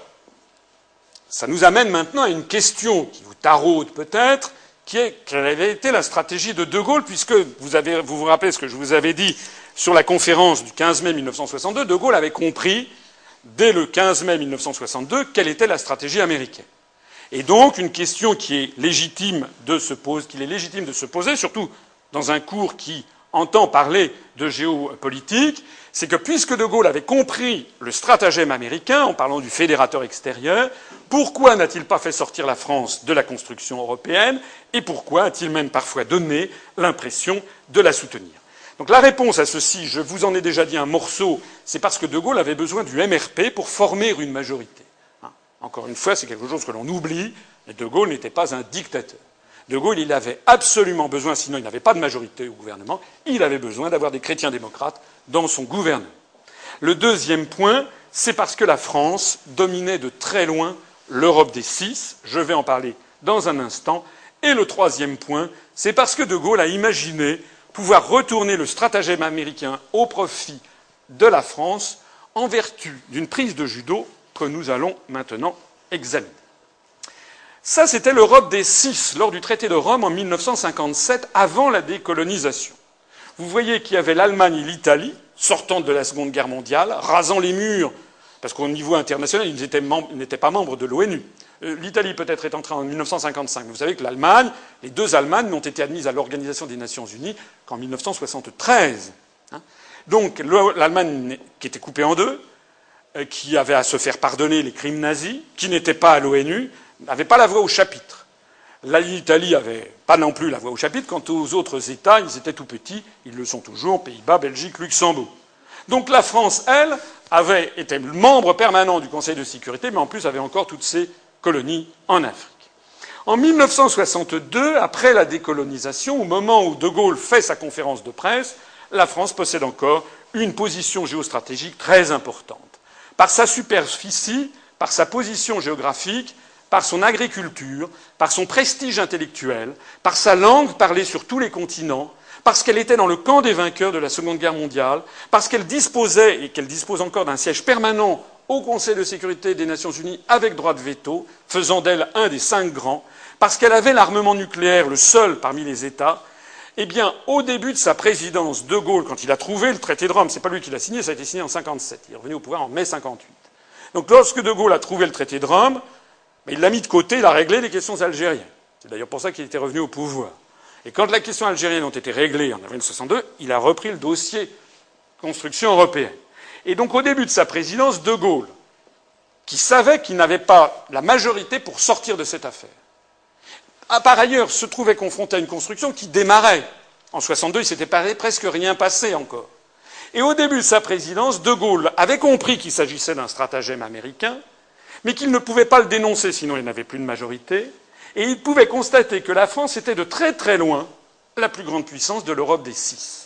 ça nous amène maintenant à une question qui vous taraude peut-être, qui est quelle avait été la stratégie de De Gaulle, puisque vous, avez, vous vous rappelez ce que je vous avais dit sur la conférence du quinze mai mille neuf cent soixante-deux, De Gaulle avait compris, dès le quinze mai mille neuf cent soixante-deux, quelle était la stratégie américaine. Et donc, une question qui est légitime de se poser, qu'il est légitime de se poser, surtout dans un cours qui entend parler de géopolitique, c'est que puisque De Gaulle avait compris le stratagème américain, en parlant du fédérateur extérieur, pourquoi n'a-t-il pas fait sortir la France de la construction européenne, et pourquoi a-t-il même parfois donné l'impression de la soutenir? Donc la réponse à ceci, je vous en ai déjà dit un morceau, c'est parce que De Gaulle avait besoin du M R P pour former une majorité. Encore une fois, c'est quelque chose que l'on oublie, mais De Gaulle n'était pas un dictateur. De Gaulle, il avait absolument besoin, sinon il n'avait pas de majorité au gouvernement, il avait besoin d'avoir des chrétiens démocrates dans son gouvernement. Le deuxième point, c'est parce que la France dominait de très loin l'Europe des six, je vais en parler dans un instant. Et le troisième point, c'est parce que De Gaulle a imaginé pouvoir retourner le stratagème américain au profit de la France en vertu d'une prise de judo que nous allons maintenant examiner. Ça, c'était l'Europe des six, lors du traité de Rome en mille neuf cent cinquante-sept, avant la décolonisation. Vous voyez qu'il y avait l'Allemagne et l'Italie, sortant de la Seconde Guerre mondiale, rasant les murs, parce qu'au niveau international, ils n'étaient, mem- ils n'étaient pas membres de l'ONU. Euh, L'Italie, peut-être, est entrée en mille neuf cent cinquante-cinq. Vous savez que l'Allemagne, les deux Allemagnes n'ont été admises à l'Organisation des Nations Unies qu'en mille neuf cent soixante-treize. Hein. Donc, l'Allemagne, qui était coupée en deux, euh, qui avait à se faire pardonner les crimes nazis, qui n'était pas à l'ONU, n'avait pas la voix au chapitre. L'Italie n'avait pas non plus la voix au chapitre. Quant aux autres États, ils étaient tout petits. Ils le sont toujours, Pays-Bas, Belgique, Luxembourg. Donc la France, elle, avait été membre permanent du Conseil de sécurité, mais en plus avait encore toutes ses colonies en Afrique. En mille neuf cent soixante-deux, après la décolonisation, au moment où De Gaulle fait sa conférence de presse, la France possède encore une position géostratégique très importante. Par sa superficie, par sa position géographique, par son agriculture, par son prestige intellectuel, par sa langue parlée sur tous les continents, parce qu'elle était dans le camp des vainqueurs de la Seconde Guerre mondiale, parce qu'elle disposait, et qu'elle dispose encore d'un siège permanent au Conseil de sécurité des Nations Unies avec droit de veto, faisant d'elle un des cinq grands, parce qu'elle avait l'armement nucléaire, le seul parmi les États, eh bien, au début de sa présidence, De Gaulle, quand il a trouvé le traité de Rome, c'est pas lui qui l'a signé, ça a été signé en cinquante-sept, il est revenu au pouvoir en mai cinquante-huit. Donc lorsque De Gaulle a trouvé le traité de Rome, il l'a mis de côté, il a réglé les questions algériennes. C'est d'ailleurs pour ça qu'il était revenu au pouvoir. Et quand les questions algériennes ont été réglées en avril soixante-deux, il a repris le dossier construction européenne. Et donc au début de sa présidence, De Gaulle, qui savait qu'il n'avait pas la majorité pour sortir de cette affaire, a par ailleurs se trouvait confronté à une construction qui démarrait. En soixante-deux, il s'était presque rien passé encore. Et au début de sa présidence, De Gaulle avait compris qu'il s'agissait d'un stratagème américain, mais qu'il ne pouvait pas le dénoncer, sinon il n'avait plus de majorité, et il pouvait constater que la France était de très très loin la plus grande puissance de l'Europe des six.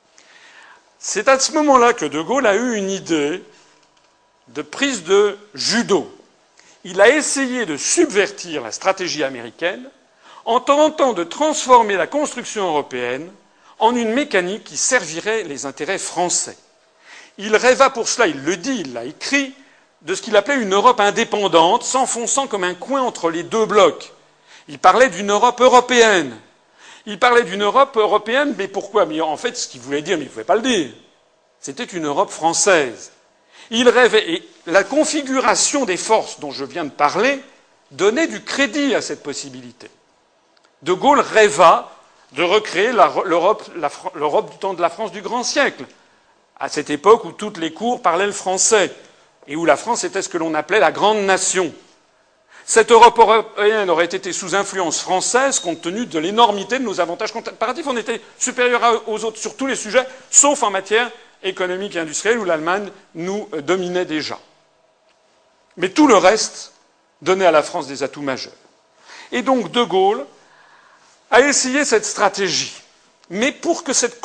C'est à ce moment-là que De Gaulle a eu une idée de prise de judo. Il a essayé de subvertir la stratégie américaine en tentant de transformer la construction européenne en une mécanique qui servirait les intérêts français. Il rêva pour cela, il le dit, il l'a écrit, de ce qu'il appelait une Europe indépendante, s'enfonçant comme un coin entre les deux blocs. Il parlait d'une Europe européenne. Il parlait d'une Europe européenne, mais pourquoi? Mais en fait, ce qu'il voulait dire, mais il ne pouvait pas le dire, c'était une Europe française. Il rêvait, et la configuration des forces dont je viens de parler donnait du crédit à cette possibilité. De Gaulle rêva de recréer l'Europe, l'Europe du temps de la France du grand siècle, à cette époque où toutes les cours parlaient le français et où la France était ce que l'on appelait la grande nation. Cette Europe européenne aurait été sous influence française compte tenu de l'énormité de nos avantages comparatifs. On était supérieurs aux autres sur tous les sujets, sauf en matière économique et industrielle où l'Allemagne nous dominait déjà. Mais tout le reste donnait à la France des atouts majeurs. Et donc De Gaulle a essayé cette stratégie. Mais pour que cette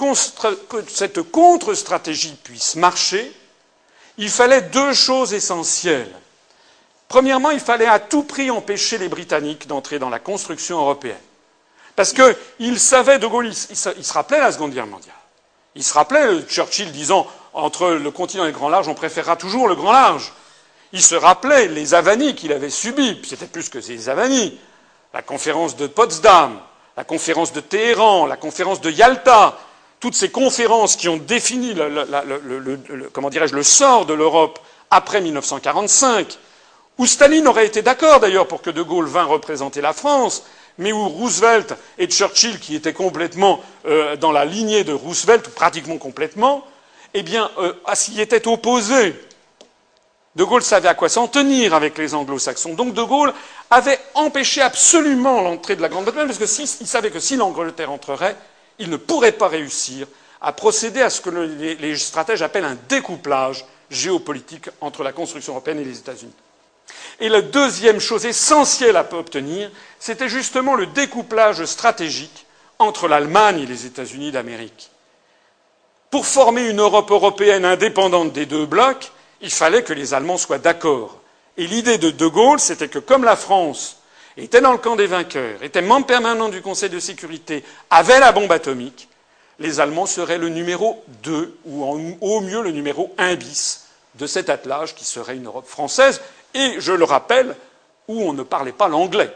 contre-stratégie puisse marcher, il fallait deux choses essentielles. Premièrement, il fallait à tout prix empêcher les Britanniques d'entrer dans la construction européenne. Parce qu'il savait, De Gaulle, il se rappelait la Seconde Guerre mondiale. Il se rappelait Churchill disant « Entre le continent et le grand large, on préférera toujours le grand large ». Il se rappelait les avanies qu'il avait subies, puis c'était plus que des avanies. La conférence de Potsdam, la conférence de Téhéran, la conférence de Yalta, toutes ces conférences qui ont défini le, le, le, le, le, comment dirais-je, le sort de l'Europe après mille neuf cent quarante-cinq, où Staline aurait été d'accord d'ailleurs pour que De Gaulle vînt représenter la France, mais où Roosevelt et Churchill, qui étaient complètement euh, dans la lignée de Roosevelt, ou pratiquement complètement, eh bien, euh, s'y étaient opposés. De Gaulle savait à quoi s'en tenir avec les anglo-saxons. Donc De Gaulle avait empêché absolument l'entrée de la Grande-Bretagne, parce qu'il si, savait que si l'Angleterre entrerait, il ne pourrait pas réussir à procéder à ce que le, les, les stratèges appellent un découplage géopolitique entre la construction européenne et les États-Unis. Et la deuxième chose essentielle à obtenir, c'était justement le découplage stratégique entre l'Allemagne et les États-Unis d'Amérique. Pour former une Europe européenne indépendante des deux blocs, il fallait que les Allemands soient d'accord. Et l'idée de De Gaulle, c'était que comme la France était dans le camp des vainqueurs, était membre permanent du Conseil de sécurité, avait la bombe atomique, les Allemands seraient le numéro deux, ou en, au mieux le numéro un bis de cet attelage qui serait une Europe française, et, je le rappelle, où on ne parlait pas l'anglais.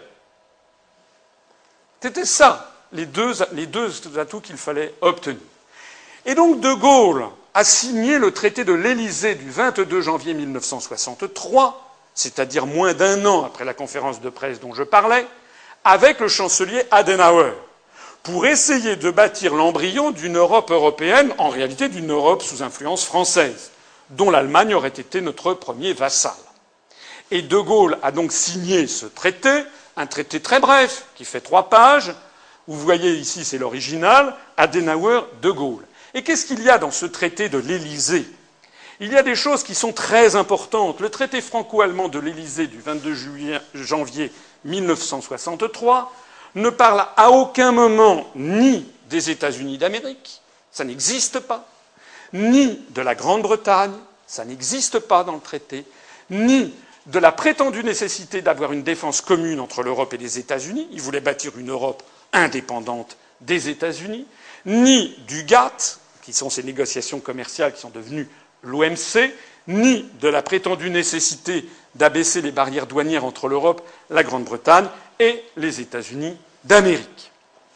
C'était ça, les deux, les deux atouts qu'il fallait obtenir. Et donc De Gaulle a signé le traité de l'Élysée du vingt-deux janvier mille neuf cent soixante-trois, c'est-à-dire moins d'un an après la conférence de presse dont je parlais, avec le chancelier Adenauer, pour essayer de bâtir l'embryon d'une Europe européenne, en réalité d'une Europe sous influence française, dont l'Allemagne aurait été notre premier vassal. Et De Gaulle a donc signé ce traité, un traité très bref, qui fait trois pages. Vous voyez ici, c'est l'original, Adenauer, De Gaulle. Et qu'est-ce qu'il y a dans ce traité de l'Élysée? Il y a des choses qui sont très importantes. Le traité franco-allemand de l'Élysée du vingt-deux janvier mille neuf cent soixante-trois ne parle à aucun moment ni des États-Unis d'Amérique, ça n'existe pas, ni de la Grande-Bretagne, ça n'existe pas dans le traité, ni de la prétendue nécessité d'avoir une défense commune entre l'Europe et les États-Unis. Il voulait bâtir une Europe indépendante des États-Unis, ni du GATT, qui sont ces négociations commerciales qui sont devenues l'O M C, ni de la prétendue nécessité d'abaisser les barrières douanières entre l'Europe, la Grande-Bretagne et les États-Unis d'Amérique.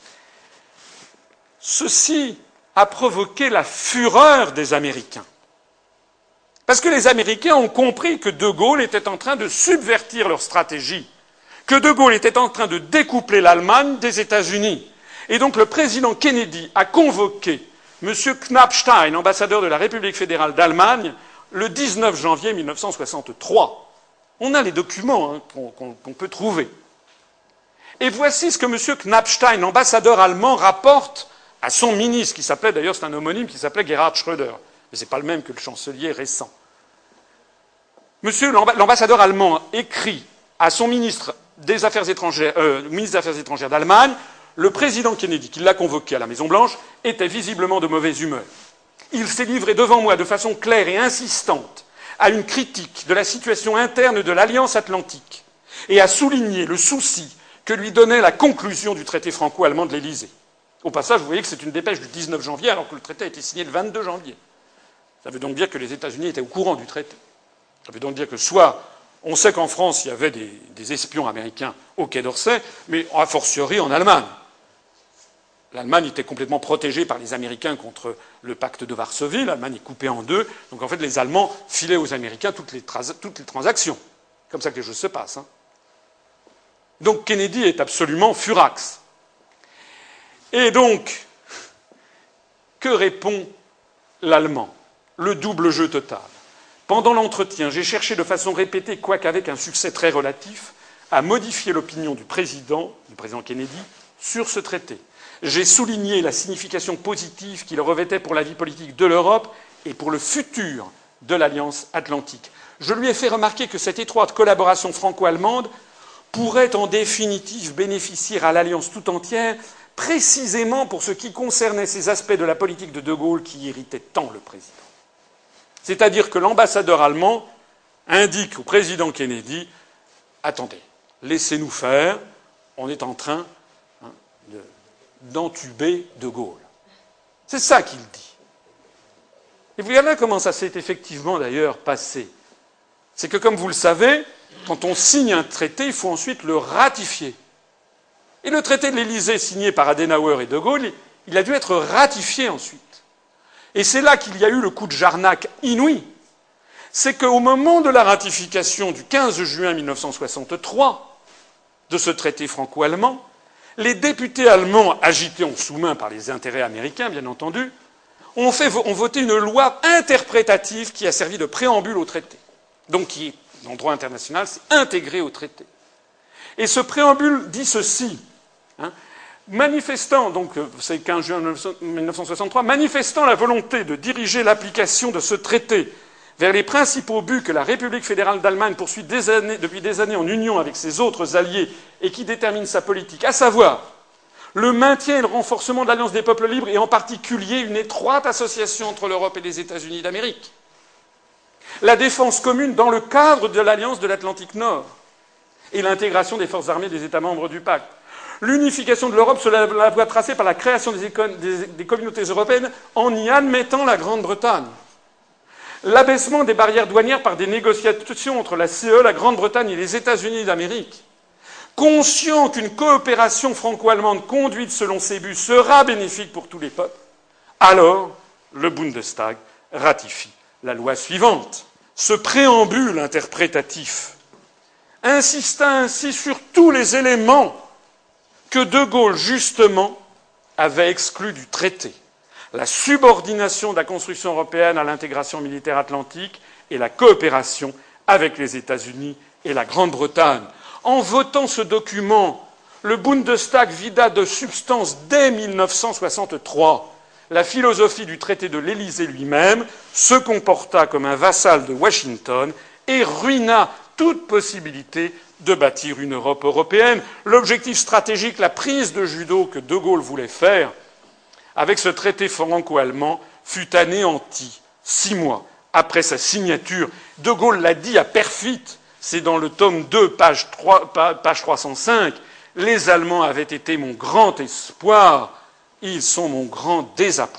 Ceci a provoqué la fureur des Américains. Parce que les Américains ont compris que De Gaulle était en train de subvertir leur stratégie, que De Gaulle était en train de découpler l'Allemagne des États-Unis. Et donc le président Kennedy a convoqué M. Knappstein, ambassadeur de la République fédérale d'Allemagne, le dix-neuf janvier mille neuf cent soixante-trois. On a les documents hein, qu'on, qu'on, qu'on peut trouver. Et voici ce que M. Knappstein, ambassadeur allemand, rapporte à son ministre, qui s'appelait, d'ailleurs c'est un homonyme, qui s'appelait Gerhard Schröder. Mais ce n'est pas le même que le chancelier récent. Monsieur l'ambassadeur allemand écrit à son ministre des Affaires étrangères, euh, ministre des Affaires étrangères d'Allemagne, le président Kennedy, qui l'a convoqué à la Maison-Blanche, était visiblement de mauvaise humeur. Il s'est livré devant moi de façon claire et insistante à une critique de la situation interne de l'Alliance atlantique et a souligné le souci que lui donnait la conclusion du traité franco-allemand de l'Élysée. Au passage, vous voyez que c'est une dépêche du dix-neuf janvier alors que le traité a été signé le vingt-deux janvier. Ça veut donc dire que les États-Unis étaient au courant du traité. Ça veut donc dire que soit on sait qu'en France il y avait des, des espions américains au Quai d'Orsay, mais a fortiori en Allemagne. L'Allemagne était complètement protégée par les Américains contre le pacte de Varsovie. L'Allemagne est coupée en deux. Donc en fait, les Allemands filaient aux Américains toutes les, toutes les transactions. C'est comme ça que les choses se passent. Hein. Donc Kennedy est absolument furax. Et donc, que répond l'Allemand? Le double jeu total. Pendant l'entretien, j'ai cherché de façon répétée, quoique avec un succès très relatif, à modifier l'opinion du président, du président Kennedy, sur ce traité. J'ai souligné la signification positive qu'il revêtait pour la vie politique de l'Europe et pour le futur de l'Alliance atlantique. Je lui ai fait remarquer que cette étroite collaboration franco-allemande pourrait en définitive bénéficier à l'Alliance tout entière, précisément pour ce qui concernait ces aspects de la politique de De Gaulle qui irritaient tant le président. C'est-à-dire que l'ambassadeur allemand indique au président Kennedy « Attendez, laissez-nous faire, on est en train hein, de, d'entuber De Gaulle. » C'est ça qu'il dit. Et vous regardez comment ça s'est effectivement d'ailleurs passé. C'est que, comme vous le savez, quand on signe un traité, il faut ensuite le ratifier. Et le traité de l'Élysée signé par Adenauer et De Gaulle, il a dû être ratifié ensuite. Et c'est là qu'il y a eu le coup de Jarnac inouï. C'est qu'au moment de la ratification du quinze juin mille neuf cent soixante-trois de ce traité franco-allemand, les députés allemands, agités en sous-main par les intérêts américains, bien entendu, ont, fait, ont voté une loi interprétative qui a servi de préambule au traité. Donc qui est, dans le droit international, c'est intégré au traité. Et ce préambule dit ceci, hein, manifestant, donc c'est le quinze juin mille neuf cent soixante-trois, manifestant la volonté de diriger l'application de ce traité vers les principaux buts que la République fédérale d'Allemagne poursuit des années, depuis des années en union avec ses autres alliés et qui déterminent sa politique, à savoir le maintien et le renforcement de l'Alliance des peuples libres et en particulier une étroite association entre l'Europe et les États-Unis d'Amérique, la défense commune dans le cadre de l'Alliance de l'Atlantique Nord et l'intégration des forces armées des États membres du pacte, l'unification de l'Europe sur la voie tracée par la création des, des, des communautés européennes en y admettant la Grande-Bretagne, l'abaissement des barrières douanières par des négociations entre la C E, la Grande-Bretagne et les États-Unis d'Amérique, conscient qu'une coopération franco-allemande conduite selon ces buts sera bénéfique pour tous les peuples, alors le Bundestag ratifie la loi suivante. Ce préambule interprétatif insista ainsi sur tous les éléments que De Gaulle, justement, avait exclus du traité. La subordination de la construction européenne à l'intégration militaire atlantique et la coopération avec les États-Unis et la Grande-Bretagne. En votant ce document, le Bundestag vida de substance dès mille neuf cent soixante-trois. La philosophie du traité de l'Élysée lui-même, se comporta comme un vassal de Washington et ruina toute possibilité de bâtir une Europe européenne. L'objectif stratégique, la prise de judo que De Gaulle voulait faire avec ce traité franco-allemand fut anéanti six mois après sa signature. De Gaulle l'a dit à Perfit, c'est dans le tome deux, page, trois, page trois cent cinq, « Les Allemands avaient été mon grand espoir, ils sont mon grand désappointement ».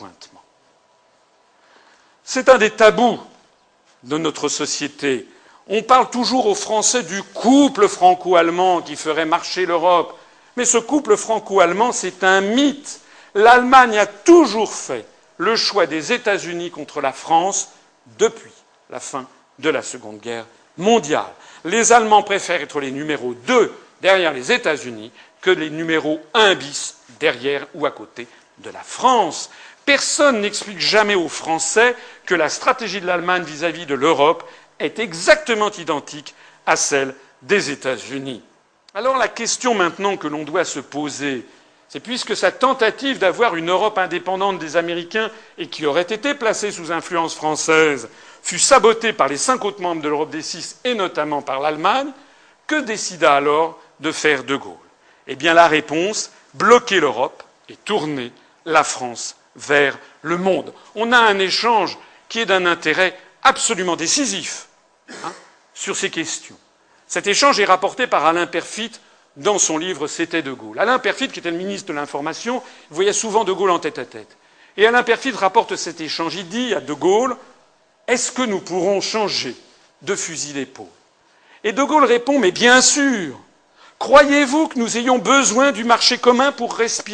C'est un des tabous de notre société. On parle toujours aux Français du couple franco-allemand qui ferait marcher l'Europe. Mais ce couple franco-allemand, c'est un mythe. L'Allemagne a toujours fait le choix des États-Unis contre la France depuis la fin de la Seconde Guerre mondiale. Les Allemands préfèrent être les numéros deux derrière les États-Unis que les numéros un bis derrière ou à côté de la France. Personne n'explique jamais aux Français que la stratégie de l'Allemagne vis-à-vis de l'Europe est exactement identique à celle des États-Unis. Alors la question maintenant que l'on doit se poser, c'est puisque sa tentative d'avoir une Europe indépendante des Américains et qui aurait été placée sous influence française fut sabotée par les cinq autres membres de l'Europe des six et notamment par l'Allemagne, que décida alors de faire De Gaulle? Eh bien la réponse, bloquer l'Europe et tourner la France vers le monde. On a un échange qui est d'un intérêt absolument décisif hein, sur ces questions. Cet échange est rapporté par Alain Perfit dans son livre « C'était De Gaulle ». Alain Perfit, qui était le ministre de l'Information, voyait souvent De Gaulle en tête-à-tête. Et Alain Perfit rapporte cet échange. Il dit à De Gaulle « Est-ce que nous pourrons changer de fusil d'épaule ?» Et De Gaulle répond « Mais bien sûr. Croyez-vous que nous ayons besoin du marché commun pour respirer ?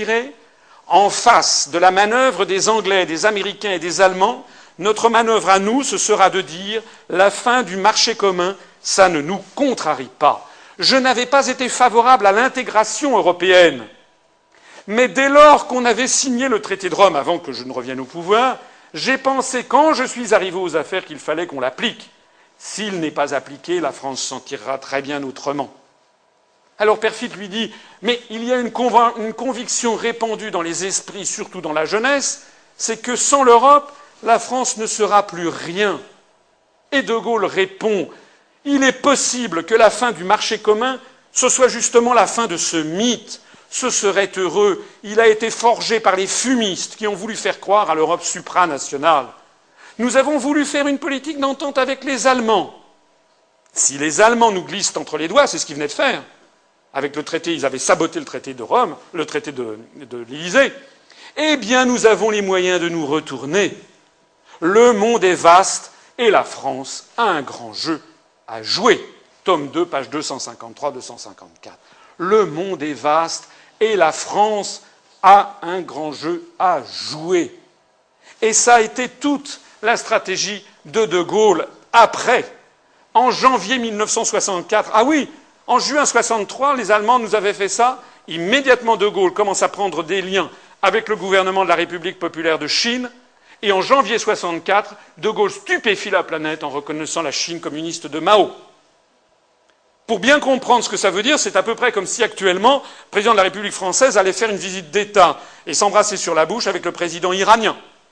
en face de la manœuvre des Anglais, des Américains et des Allemands, notre manœuvre à nous, ce sera de dire la fin du marché commun, ça ne nous contrarie pas. Je n'avais pas été favorable à l'intégration européenne. Mais dès lors qu'on avait signé le traité de Rome, avant que je ne revienne au pouvoir, j'ai pensé, quand je suis arrivé aux affaires, qu'il fallait qu'on l'applique. S'il n'est pas appliqué, la France s'en tirera très bien autrement. Alors Perfit lui dit, mais il y a une, conv- une conviction répandue dans les esprits, surtout dans la jeunesse, c'est que sans l'Europe, la France ne sera plus rien. Et De Gaulle répond, il est possible que la fin du marché commun, ce soit justement la fin de ce mythe. Ce serait heureux. Il a été forgé par les fumistes qui ont voulu faire croire à l'Europe supranationale. Nous avons voulu faire une politique d'entente avec les Allemands. Si les Allemands nous glissent entre les doigts, c'est ce qu'ils venaient de faire. Avec le traité, ils avaient saboté le traité de Rome, le traité de, de l'Élysée. Eh bien, nous avons les moyens de nous retourner. Le monde est vaste et la France a un grand jeu à jouer. Tome deux, page deux cent cinquante-trois à deux cent cinquante-quatre. Le monde est vaste et la France a un grand jeu à jouer. Et ça a été toute la stratégie de De Gaulle après. En janvier mille neuf cent soixante-quatre, ah oui, en juin soixante-trois, les Allemands nous avaient fait ça. Immédiatement, De Gaulle commence à prendre des liens avec le gouvernement de la République populaire de Chine. Et en janvier soixante-quatre, De Gaulle stupéfie la planète en reconnaissant la Chine communiste de Mao. Pour bien comprendre ce que ça veut dire, c'est à peu près comme si actuellement, le président de la République française allait faire une visite d'État et s'embrasser sur la bouche avec le président iranien.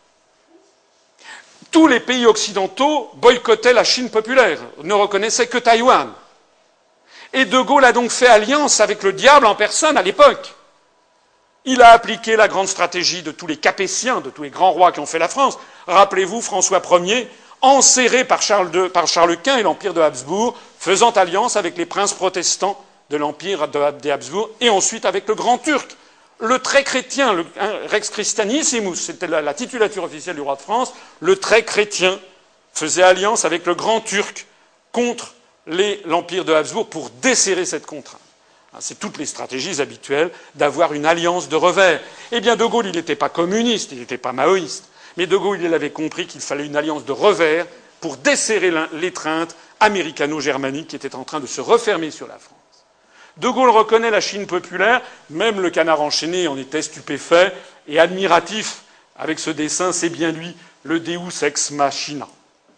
Tous les pays occidentaux boycottaient la Chine populaire, ne reconnaissaient que Taïwan. Et De Gaulle a donc fait alliance avec le diable en personne à l'époque. Il a appliqué la grande stratégie de tous les Capétiens, de tous les grands rois qui ont fait la France. Rappelez-vous, François Ier, enserré par Charles, de, par Charles Quint et l'Empire de Habsbourg, faisant alliance avec les princes protestants de l'Empire des Habsbourg, et ensuite avec le Grand Turc. Le très chrétien, le hein, Rex Christianissimus, c'était la, la titulature officielle du roi de France, le très chrétien faisait alliance avec le Grand Turc contre les, l'Empire de Habsbourg pour desserrer cette contrainte. C'est toutes les stratégies habituelles d'avoir une alliance de revers. Eh bien, De Gaulle, il n'était pas communiste, il n'était pas maoïste. Mais De Gaulle, il avait compris qu'il fallait une alliance de revers pour desserrer l'étreinte américano-germanique qui était en train de se refermer sur la France. De Gaulle reconnaît la Chine populaire, même le Canard enchaîné en était stupéfait et admiratif avec ce dessin, c'est bien lui, le Deus ex machina.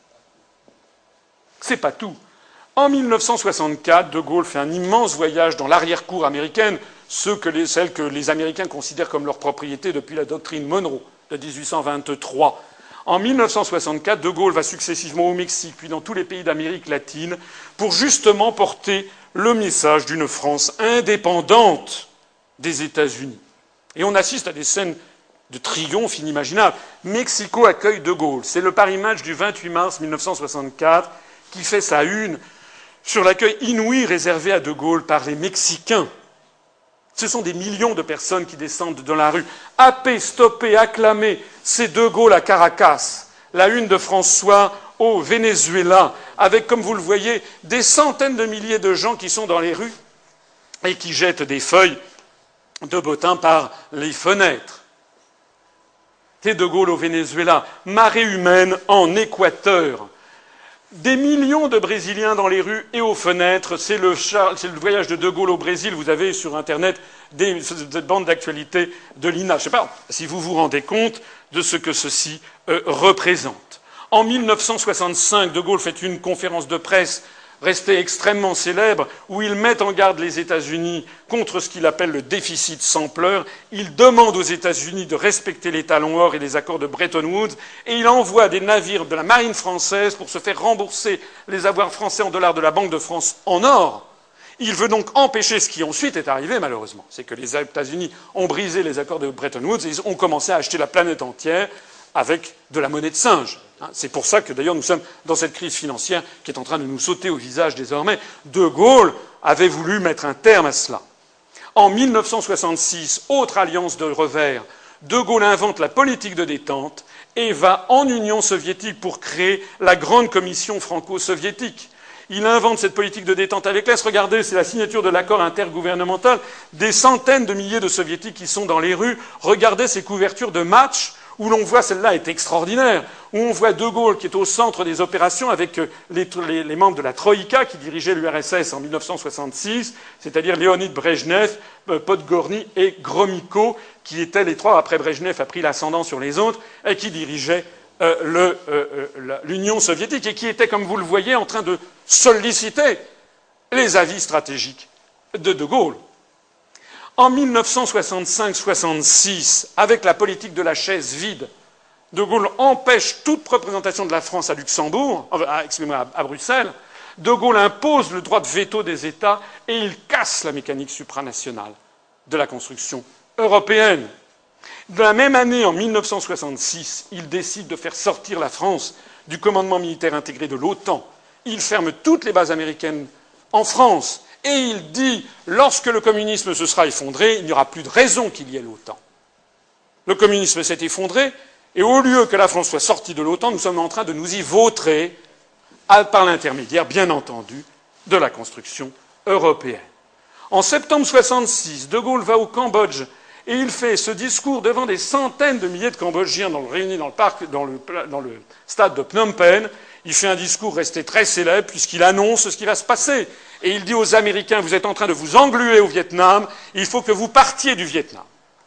C'est pas tout. En mille neuf cent soixante-quatre, De Gaulle fait un immense voyage dans l'arrière-cour américaine, ceux que les, celles que les Américains considèrent comme leur propriété depuis la doctrine Monroe de dix-huit cent vingt-trois. En mille neuf cent soixante-quatre, De Gaulle va successivement au Mexique, puis dans tous les pays d'Amérique latine, pour justement porter le message d'une France indépendante des États-Unis. Et on assiste à des scènes de triomphe inimaginables. Mexico accueille De Gaulle. C'est le Paris Match du vingt-huit mars mille neuf cent soixante-quatre qui fait sa une sur l'accueil inouï réservé à De Gaulle par les Mexicains. Ce sont des millions de personnes qui descendent dans la rue. Happés, stoppés, acclamés, c'est De Gaulle à Caracas. La une de François au Venezuela, avec, comme vous le voyez, des centaines de milliers de gens qui sont dans les rues et qui jettent des feuilles de bottin par les fenêtres. C'est De Gaulle au Venezuela. Marée humaine en Équateur. Des millions de Brésiliens dans les rues et aux fenêtres. C'est le, c'est le voyage de De Gaulle au Brésil. Vous avez sur Internet des, des bandes d'actualité de l'I N A. Je ne sais pas si vous vous rendez compte de ce que ceci euh, représente. En mille neuf cent soixante-cinq, De Gaulle fait une conférence de presse restée extrêmement célèbre, où il met en garde les États-Unis contre ce qu'il appelle le déficit sans pleurs. Il demande aux États-Unis de respecter les talons or et les accords de Bretton Woods, et il envoie des navires de la marine française pour se faire rembourser les avoirs français en dollars de la Banque de France en or. Il veut donc empêcher ce qui ensuite est arrivé, malheureusement. C'est que les États-Unis ont brisé les accords de Bretton Woods et ils ont commencé à acheter la planète entière avec de la monnaie de singe. C'est pour ça que, d'ailleurs, nous sommes dans cette crise financière qui est en train de nous sauter au visage désormais. De Gaulle avait voulu mettre un terme à cela. En mille neuf cent soixante-six, autre alliance de revers, De Gaulle invente la politique de détente et va en Union soviétique pour créer la grande commission franco-soviétique. Il invente cette politique de détente avec l'Est. Regardez, c'est la signature de l'accord intergouvernemental. Des centaines de milliers de soviétiques qui sont dans les rues. Regardez ces couvertures de matchs où l'on voit, celle-là est extraordinaire, où on voit De Gaulle qui est au centre des opérations avec les, les, les membres de la Troïka qui dirigeaient l'U R S S en mille neuf cent soixante-six, c'est-à-dire Léonid Brejnev, Podgorny et Gromyko, qui étaient les trois, après Brejnev a pris l'ascendant sur les autres, et qui dirigeaient euh, le, euh, l'Union soviétique, et qui étaient, comme vous le voyez, en train de solliciter les avis stratégiques de De Gaulle. En mille neuf cent soixante-cinq soixante-six, avec la politique de la chaise vide, De Gaulle empêche toute représentation de la France à Luxembourg, à, excusez-moi, à Bruxelles. De Gaulle impose le droit de veto des États et il casse la mécanique supranationale de la construction européenne. De la même année, en mille neuf cent soixante-six, il décide de faire sortir la France du commandement militaire intégré de l'OTAN. Il ferme toutes les bases américaines en France. Et il dit, lorsque le communisme se sera effondré, il n'y aura plus de raison qu'il y ait l'OTAN. Le communisme s'est effondré, et au lieu que la France soit sortie de l'OTAN, nous sommes en train de nous y vautrer, par l'intermédiaire, bien entendu, de la construction européenne. En septembre soixante-six, De Gaulle va au Cambodge, et il fait ce discours devant des centaines de milliers de Cambodgiens dans le, réunis dans le, parc, dans le, dans le stade de Phnom Penh. Il fait un discours resté très célèbre, puisqu'il annonce ce qui va se passer. Et il dit aux Américains, vous êtes en train de vous engluer au Vietnam, il faut que vous partiez du Vietnam.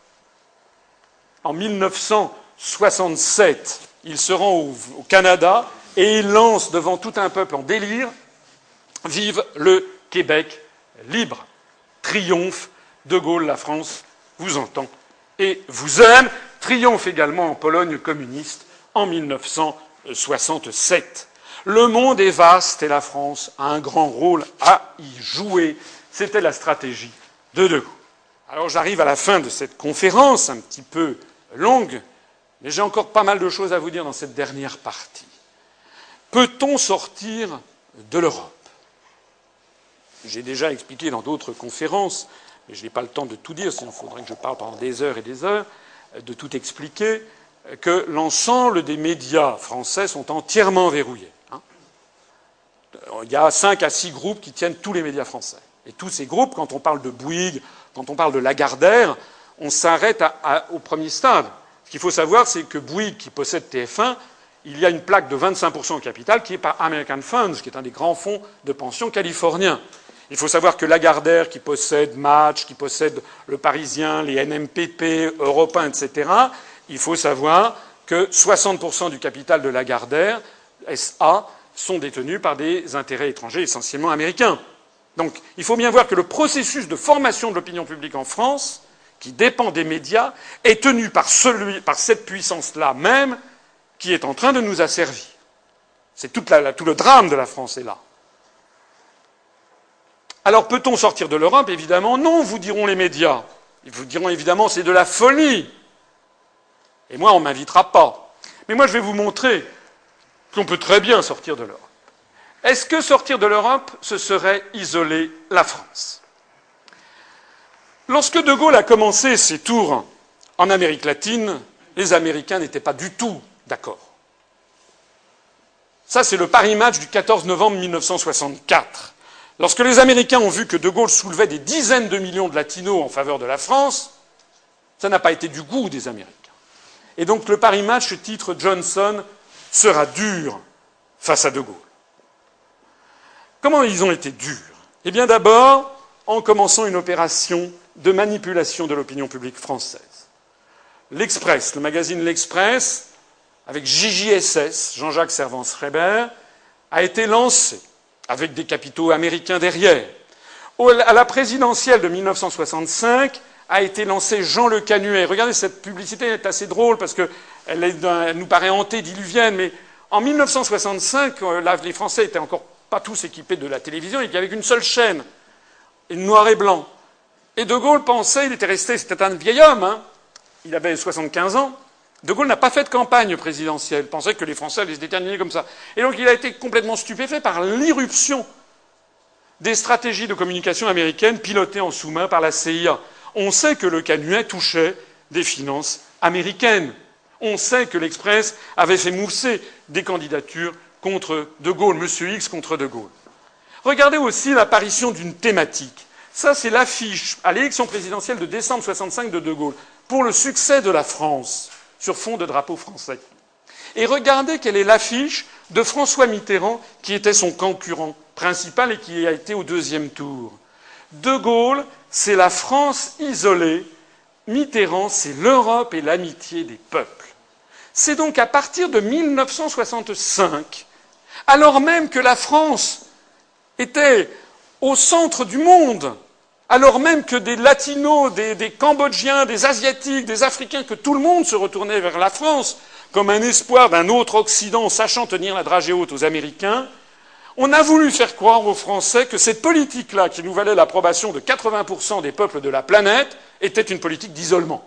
En mille neuf cent soixante-sept, il se rend au, au Canada et il lance devant tout un peuple en délire « Vive le Québec libre !» Triomphe, De Gaulle, la France vous entend et vous aime. Triomphe également en Pologne communiste en mille neuf cent soixante-sept. Le monde est vaste et la France a un grand rôle à y jouer. C'était la stratégie de De Gaulle. Alors j'arrive à la fin de cette conférence, un petit peu longue, mais j'ai encore pas mal de choses à vous dire dans cette dernière partie. Peut-on sortir de l'Europe ? J'ai déjà expliqué dans d'autres conférences, mais je n'ai pas le temps de tout dire, sinon il faudrait que je parle pendant des heures et des heures, de tout expliquer, que l'ensemble des médias français sont entièrement verrouillés. Il y a cinq à six groupes qui tiennent tous les médias français. Et tous ces groupes, quand on parle de Bouygues, quand on parle de Lagardère, on s'arrête à, à, au premier stade. Ce qu'il faut savoir, c'est que Bouygues, qui possède T F un, il y a une plaque de vingt-cinq pour cent au capital qui est par American Funds, qui est un des grands fonds de pension californiens. Il faut savoir que Lagardère, qui possède Match, qui possède Le Parisien, les N M P P, Europe un, et cetera, il faut savoir que soixante pour cent du capital de Lagardère, S A, sont détenus par des intérêts étrangers, essentiellement américains. Donc il faut bien voir que le processus de formation de l'opinion publique en France, qui dépend des médias, est tenu par, celui, par cette puissance-là même qui est en train de nous asservir. C'est toute la, tout le drame de la France est là. Alors peut-on sortir de l'Europe ? Évidemment non, vous diront les médias. Ils vous diront évidemment c'est de la folie. Et moi on ne m'invitera pas. Mais moi je vais vous montrer qu'on peut très bien sortir de l'Europe. Est-ce que sortir de l'Europe, ce serait isoler la France ? Lorsque De Gaulle a commencé ses tours en Amérique latine, les Américains n'étaient pas du tout d'accord. Ça, c'est le Paris Match du quatorze novembre mille neuf cent soixante-quatre. Lorsque les Américains ont vu que De Gaulle soulevait des dizaines de millions de latinos en faveur de la France, ça n'a pas été du goût des Américains. Et donc le Paris Match titre Johnson sera dur face à De Gaulle. Comment ils ont été durs ? Eh bien d'abord, en commençant une opération de manipulation de l'opinion publique française. L'Express, le magazine L'Express, avec J J S S, Jean-Jacques Servan-Schreiber, a été lancé, avec des capitaux américains derrière. À la présidentielle de mille neuf cent soixante-cinq, a été lancé Jean Le Canuet. Regardez, cette publicité est assez drôle parce qu'elle elle nous paraît antédiluvienne, mais en mille neuf cent soixante-cinq, là, les Français n'étaient encore pas tous équipés de la télévision, il n'y avait qu'une seule chaîne, et noir et blanc. Et De Gaulle pensait, il était resté, c'était un vieil homme, hein, il avait soixante-quinze ans, De Gaulle n'a pas fait de campagne présidentielle, pensait que les Français allaient se déterminer comme ça. Et donc il a été complètement stupéfait par l'irruption des stratégies de communication américaines pilotées en sous-main par la C I A. On sait que Le Canuet touchait des finances américaines. On sait que l'Express avait fait mousser des candidatures contre De Gaulle, Monsieur X contre De Gaulle. Regardez aussi l'apparition d'une thématique. Ça, c'est l'affiche à l'élection présidentielle de décembre soixante-cinq de De Gaulle pour le succès de la France sur fond de drapeau français. Et regardez quelle est l'affiche de François Mitterrand, qui était son concurrent principal et qui a été au deuxième tour. De Gaulle, c'est la France isolée. Mitterrand, c'est l'Europe et l'amitié des peuples. C'est donc à partir de mille neuf cent soixante-cinq, alors même que la France était au centre du monde, alors même que des Latinos, des, des Cambodgiens, des Asiatiques, des Africains, que tout le monde se retournait vers la France comme un espoir d'un autre Occident sachant tenir la dragée haute aux Américains, on a voulu faire croire aux Français que cette politique-là, qui nous valait l'approbation de quatre-vingts pour cent des peuples de la planète, était une politique d'isolement.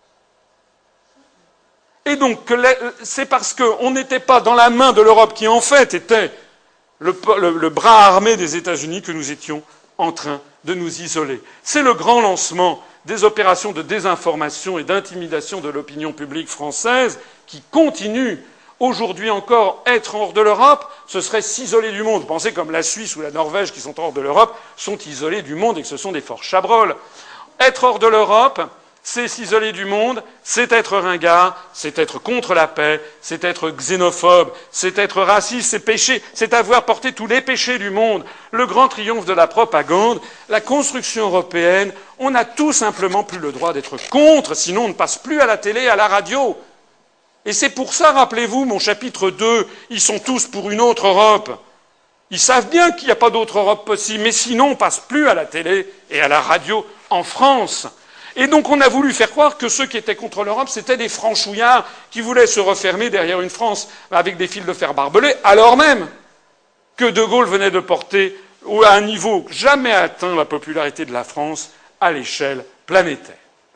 Et donc, c'est parce qu'on n'était pas dans la main de l'Europe, qui en fait était le, le, le bras armé des États-Unis, que nous étions en train de nous isoler. C'est le grand lancement des opérations de désinformation et d'intimidation de l'opinion publique française qui continuent aujourd'hui encore. Être hors de l'Europe, ce serait s'isoler du monde. Pensez comme la Suisse ou la Norvège, qui sont hors de l'Europe, sont isolés du monde et que ce sont des forts chabrolles. Être hors de l'Europe, c'est s'isoler du monde, c'est être ringard, c'est être contre la paix, c'est être xénophobe, c'est être raciste, c'est péché, c'est avoir porté tous les péchés du monde. Le grand triomphe de la propagande, la construction européenne, on n'a tout simplement plus le droit d'être contre, sinon on ne passe plus à la télé, à la radio. Et c'est pour ça, rappelez-vous, mon chapitre deux, ils sont tous pour une autre Europe. Ils savent bien qu'il n'y a pas d'autre Europe possible, mais sinon on ne passe plus à la télé et à la radio en France. Et donc on a voulu faire croire que ceux qui étaient contre l'Europe, c'était des franchouillards qui voulaient se refermer derrière une France avec des fils de fer barbelés, alors même que De Gaulle venait de porter à un niveau jamais atteint la popularité de la France à l'échelle planétaire.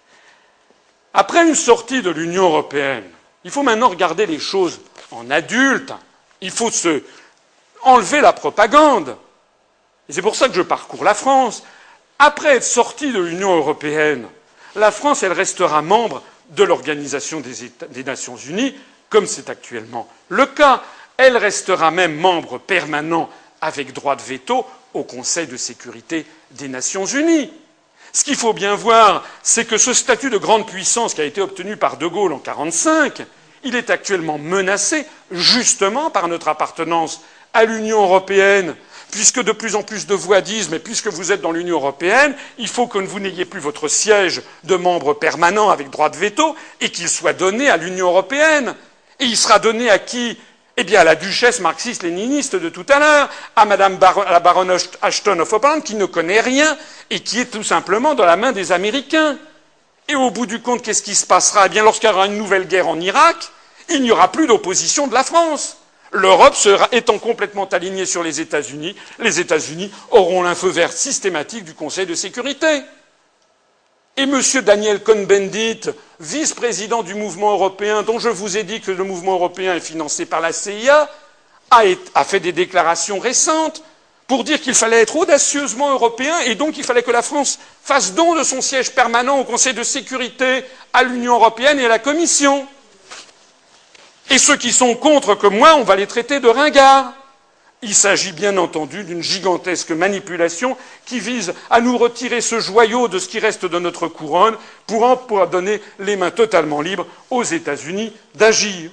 Après une sortie de l'Union européenne, il faut maintenant regarder les choses en adulte. Il faut se enlever la propagande. Et c'est pour ça que je parcours la France. Après être sortie de l'Union européenne, la France, elle restera membre de l'Organisation des, États, des Nations Unies, comme c'est actuellement le cas. Elle restera même membre permanent avec droit de veto au Conseil de sécurité des Nations Unies. Ce qu'il faut bien voir, c'est que ce statut de grande puissance qui a été obtenu par De Gaulle en mille neuf cent quarante-cinq, il est actuellement menacé justement par notre appartenance à l'Union européenne, puisque de plus en plus de voix disent « mais puisque vous êtes dans l'Union européenne, il faut que vous n'ayez plus votre siège de membre permanent avec droit de veto et qu'il soit donné à l'Union européenne. » Et il sera donné à qui ? Eh bien à la duchesse marxiste-léniniste de tout à l'heure, à madame Bar- la baronne Ashton of Holland, qui ne connaît rien et qui est tout simplement dans la main des Américains. Et au bout du compte, qu'est-ce qui se passera ? Eh bien lorsqu'il y aura une nouvelle guerre en Irak, il n'y aura plus d'opposition de la France. L'Europe sera, étant complètement alignée sur les États-Unis, les États-Unis auront un feu vert systématique du Conseil de sécurité. Et M. Daniel Cohn-Bendit, vice-président du mouvement européen, dont je vous ai dit que le mouvement européen est financé par la C I A, a, est, a fait des déclarations récentes pour dire qu'il fallait être audacieusement européen et donc il fallait que la France fasse don de son siège permanent au Conseil de sécurité, à l'Union européenne et à la Commission. Et ceux qui sont contre, comme moi, on va les traiter de ringards. Il s'agit bien entendu d'une gigantesque manipulation qui vise à nous retirer ce joyau de ce qui reste de notre couronne pour en pour donner les mains totalement libres aux États-Unis d'agir.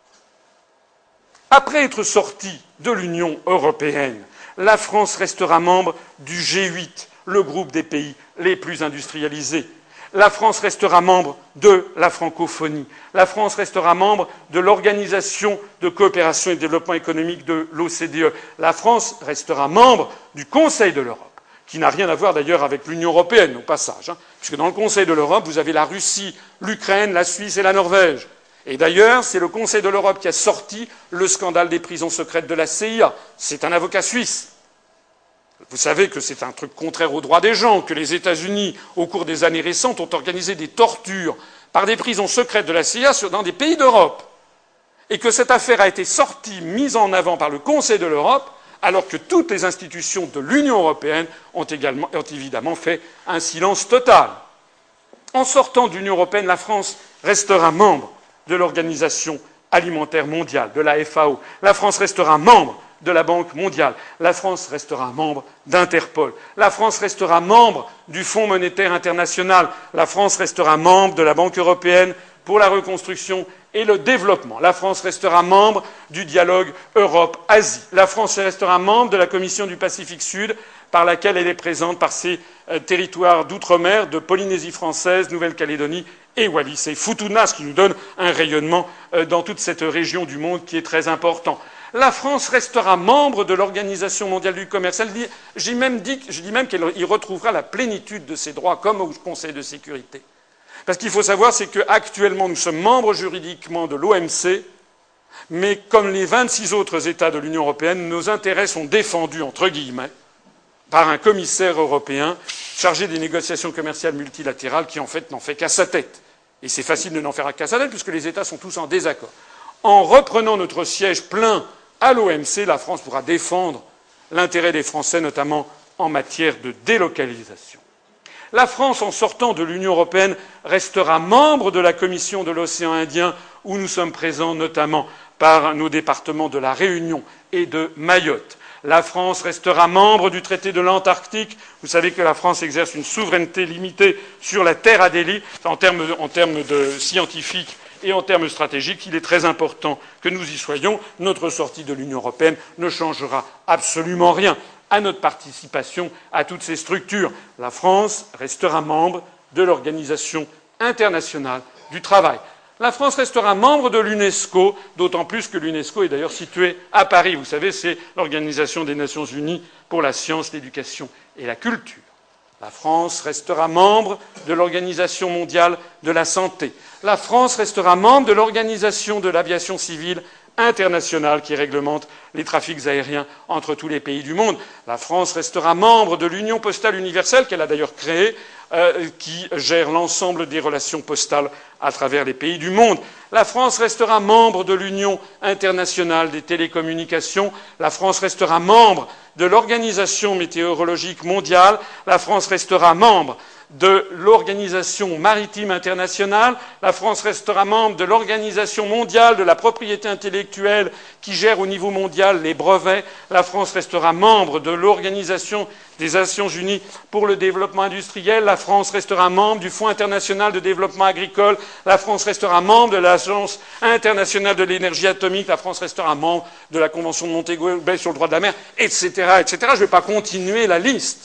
Après être sortie de l'Union européenne, la France restera membre du G huit, le groupe des pays les plus industrialisés. La France restera membre de la francophonie. La France restera membre de l'Organisation de coopération et de développement économique de l'O C D E. La France restera membre du Conseil de l'Europe, qui n'a rien à voir d'ailleurs avec l'Union européenne, au passage, hein, puisque dans le Conseil de l'Europe, vous avez la Russie, l'Ukraine, la Suisse et la Norvège. Et d'ailleurs, c'est le Conseil de l'Europe qui a sorti le scandale des prisons secrètes de la C I A. C'est un avocat suisse. Vous savez que c'est un truc contraire aux droits des gens, que les États-Unis, au cours des années récentes, ont organisé des tortures par des prisons secrètes de la C I A dans des pays d'Europe. Et que cette affaire a été sortie, mise en avant par le Conseil de l'Europe, alors que toutes les institutions de l'Union européenne ont, également, ont évidemment fait un silence total. En sortant de l'Union européenne, la France restera membre de l'Organisation alimentaire mondiale, de la F A O. La France restera membre de la Banque mondiale. La France restera membre d'Interpol. La France restera membre du Fonds monétaire international. La France restera membre de la Banque européenne pour la reconstruction et le développement. La France restera membre du dialogue Europe-Asie. La France restera membre de la Commission du Pacifique Sud, par laquelle elle est présente par ses euh, territoires d'outre-mer, de Polynésie française, Nouvelle-Calédonie et Wallis et Futuna, ce qui nous donne un rayonnement euh, dans toute cette région du monde qui est très important. La France restera membre de l'Organisation mondiale du commerce. Elle dit, j'ai même dit, je dis même qu'elle y retrouvera la plénitude de ses droits, comme au Conseil de sécurité. Parce qu'il faut savoir, c'est qu'actuellement, nous sommes membres juridiquement de l'O M C, mais comme les vingt-six autres États de l'Union européenne, nos intérêts sont défendus, entre guillemets, par un commissaire européen chargé des négociations commerciales multilatérales qui, en fait, n'en fait qu'à sa tête. Et c'est facile de n'en faire qu'à sa tête, puisque les États sont tous en désaccord. En reprenant notre siège plein à l'O M C, la France pourra défendre l'intérêt des Français, notamment en matière de délocalisation. La France, en sortant de l'Union européenne, restera membre de la Commission de l'océan Indien, où nous sommes présents notamment par nos départements de la Réunion et de Mayotte. La France restera membre du traité de l'Antarctique. Vous savez que la France exerce une souveraineté limitée sur la terre Adélie. En termes, en termes de scientifiques et en termes stratégiques, il est très important que nous y soyons. Notre sortie de l'Union européenne ne changera absolument rien à notre participation à toutes ces structures. La France restera membre de l'Organisation internationale du travail. La France restera membre de l'UNESCO, d'autant plus que l'UNESCO est d'ailleurs située à Paris. Vous savez, c'est l'Organisation des Nations Unies pour la science, l'éducation et la culture. La France restera membre de l'Organisation mondiale de la santé. La France restera membre de l'Organisation de l'aviation civile internationale qui réglemente les trafics aériens entre tous les pays du monde. La France restera membre de l'Union postale universelle, qu'elle a d'ailleurs créée, euh, qui gère l'ensemble des relations postales à travers les pays du monde. La France restera membre de l'Union internationale des télécommunications. La France restera membre de l'Organisation météorologique mondiale. La France restera membre de l'Organisation maritime internationale. La France restera membre de l'Organisation mondiale de la propriété intellectuelle qui gère au niveau mondial les brevets. La France restera membre de l'Organisation des Nations Unies pour le développement industriel. La France restera membre du Fonds international de développement agricole. La France restera membre de l'Agence internationale de l'énergie atomique. La France restera membre de la Convention de Montego Bay sur le droit de la mer, et cetera, et cetera. Je ne vais pas continuer la liste.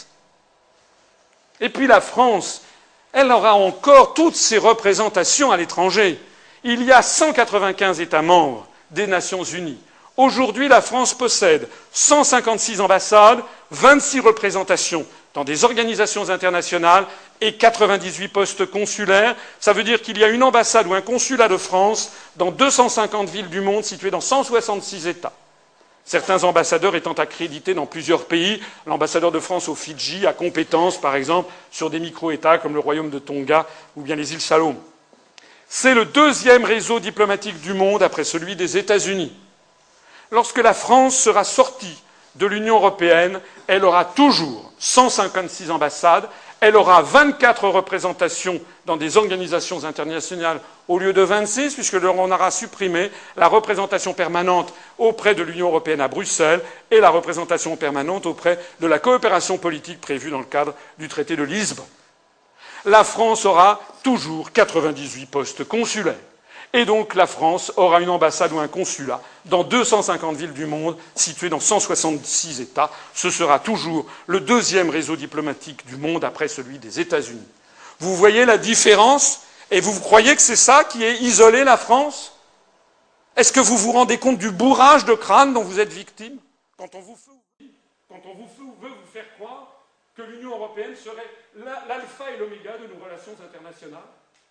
Et puis la France, elle aura encore toutes ses représentations à l'étranger. Il y a cent quatre-vingt-quinze États membres des Nations Unies. Aujourd'hui, la France possède cent cinquante-six ambassades, vingt-six représentations dans des organisations internationales et quatre-vingt-dix-huit postes consulaires. Ça veut dire qu'il y a une ambassade ou un consulat de France dans deux cent cinquante villes du monde situées dans cent soixante-six États. Certains ambassadeurs étant accrédités dans plusieurs pays, l'ambassadeur de France aux Fidji a compétence, par exemple, sur des micro-États comme le royaume de Tonga ou bien les îles Salomon. C'est le deuxième réseau diplomatique du monde après celui des États-Unis. Lorsque la France sera sortie de l'Union européenne, elle aura toujours cent cinquante-six ambassades, elle aura vingt-quatre représentations dans des organisations internationales au lieu de vingt-six, puisque l'on aura supprimé la représentation permanente auprès de l'Union européenne à Bruxelles et la représentation permanente auprès de la coopération politique prévue dans le cadre du traité de Lisbonne. La France aura toujours quatre-vingt-dix-huit postes consulaires. Et donc la France aura une ambassade ou un consulat dans deux cent cinquante villes du monde, situées dans cent soixante-six États. Ce sera toujours le deuxième réseau diplomatique du monde après celui des États-Unis. Vous voyez la différence? Et vous croyez que c'est ça qui est isolé la France? Est-ce que vous vous rendez compte du bourrage de crâne dont vous êtes victime quand on vous fait, quand on vous veut vous faire croire que l'Union européenne serait l'alpha et l'oméga de nos relations internationales?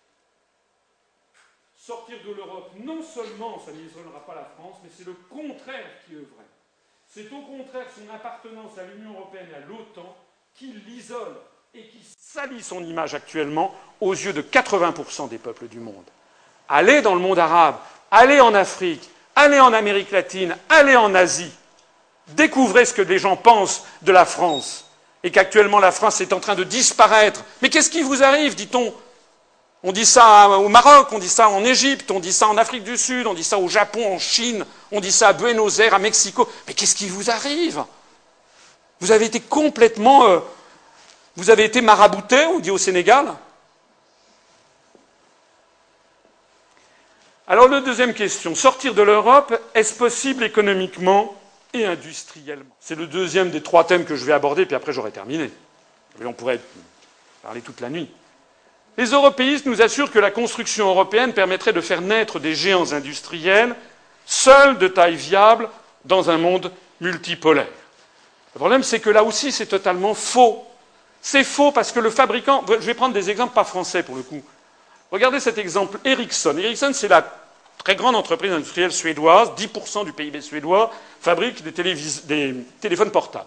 Sortir de l'Europe, non seulement ça n'isolera pas la France, mais c'est le contraire qui est vrai. C'est au contraire son appartenance à l'Union européenne et à l'OTAN qui l'isole et qui salit son image actuellement aux yeux de quatre-vingts pour cent des peuples du monde. Allez dans le monde arabe, allez en Afrique, allez en Amérique latine, allez en Asie. Découvrez ce que les gens pensent de la France et qu'actuellement la France est en train de disparaître. Mais qu'est-ce qui vous arrive, dit-on? On dit ça au Maroc, on dit ça en Égypte, on dit ça en Afrique du Sud, on dit ça au Japon, en Chine, on dit ça à Buenos Aires, à Mexico. Mais qu'est-ce qui vous arrive? Vous avez été complètement... Euh, vous avez été marabouté, on dit au Sénégal. Alors, la deuxième question. Sortir de l'Europe, est-ce possible économiquement et industriellement? C'est le deuxième des trois thèmes que je vais aborder, puis après j'aurai terminé. Et on pourrait parler toute la nuit. Les européistes nous assurent que la construction européenne permettrait de faire naître des géants industriels, seuls de taille viable, dans un monde multipolaire. Le problème, c'est que là aussi, c'est totalement faux. C'est faux parce que le fabricant... Je vais prendre des exemples pas français, pour le coup. Regardez cet exemple. Ericsson. Ericsson, c'est la très grande entreprise industrielle suédoise. dix pour cent du P I B suédois fabrique des, télévis... des téléphones portables.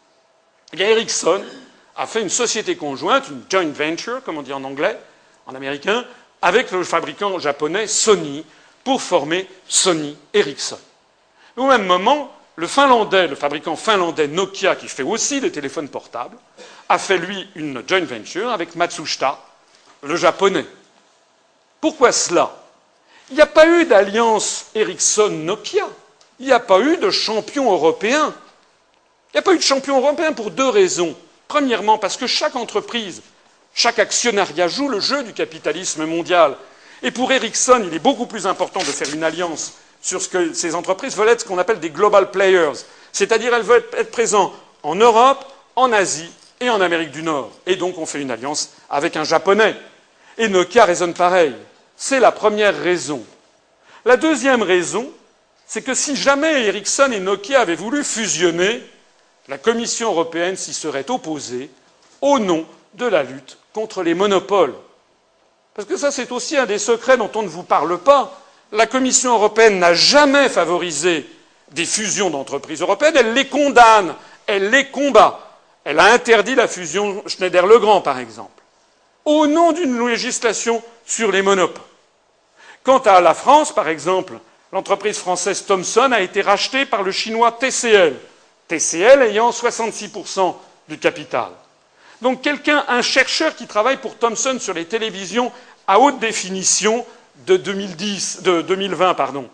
Et bien, Ericsson a fait une société conjointe, une joint venture, comme on dit en anglais, en américain, avec le fabricant japonais Sony, pour former Sony Ericsson. Au même moment, le finlandais, le fabricant finlandais Nokia, qui fait aussi des téléphones portables, a fait, lui, une joint venture avec Matsushita, le japonais. Pourquoi cela? Il n'y a pas eu d'alliance Ericsson-Nokia. Il n'y a pas eu de champion européen. Il n'y a pas eu de champion européen pour deux raisons. Premièrement, parce que chaque entreprise, chaque actionnariat joue le jeu du capitalisme mondial. Et pour Ericsson, il est beaucoup plus important de faire une alliance sur ce que ces entreprises veulent être ce qu'on appelle des global players. C'est-à-dire elles veulent être présentes en Europe, en Asie et en Amérique du Nord. Et donc on fait une alliance avec un Japonais. Et Nokia raisonne pareil. C'est la première raison. La deuxième raison, c'est que si jamais Ericsson et Nokia avaient voulu fusionner, la Commission européenne s'y serait opposée au nom de la lutte contre les monopoles. Parce que ça, c'est aussi un des secrets dont on ne vous parle pas. La Commission européenne n'a jamais favorisé des fusions d'entreprises européennes, elle les condamne, elle les combat. Elle a interdit la fusion Schneider-Legrand, par exemple, au nom d'une législation sur les monopoles. Quant à la France, par exemple, l'entreprise française Thomson a été rachetée par le chinois T C L. T C L ayant soixante-six pour cent du capital. Donc quelqu'un, un chercheur qui travaille pour Thomson sur les télévisions à haute définition de deux mille dix, de deux mille vingt, pardon.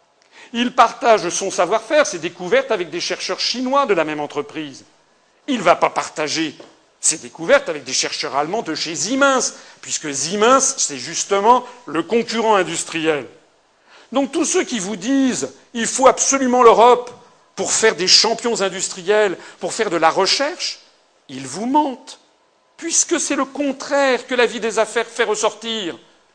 Il partage son savoir-faire, ses découvertes avec des chercheurs chinois de la même entreprise. Il ne va pas partager ses découvertes avec des chercheurs allemands de chez Siemens, puisque Siemens, c'est justement le concurrent industriel. Donc tous ceux qui vous disent il faut absolument l'Europe pour faire des champions industriels, pour faire de la recherche, ils vous mentent, puisque c'est le contraire que la vie des affaires fait ressortir.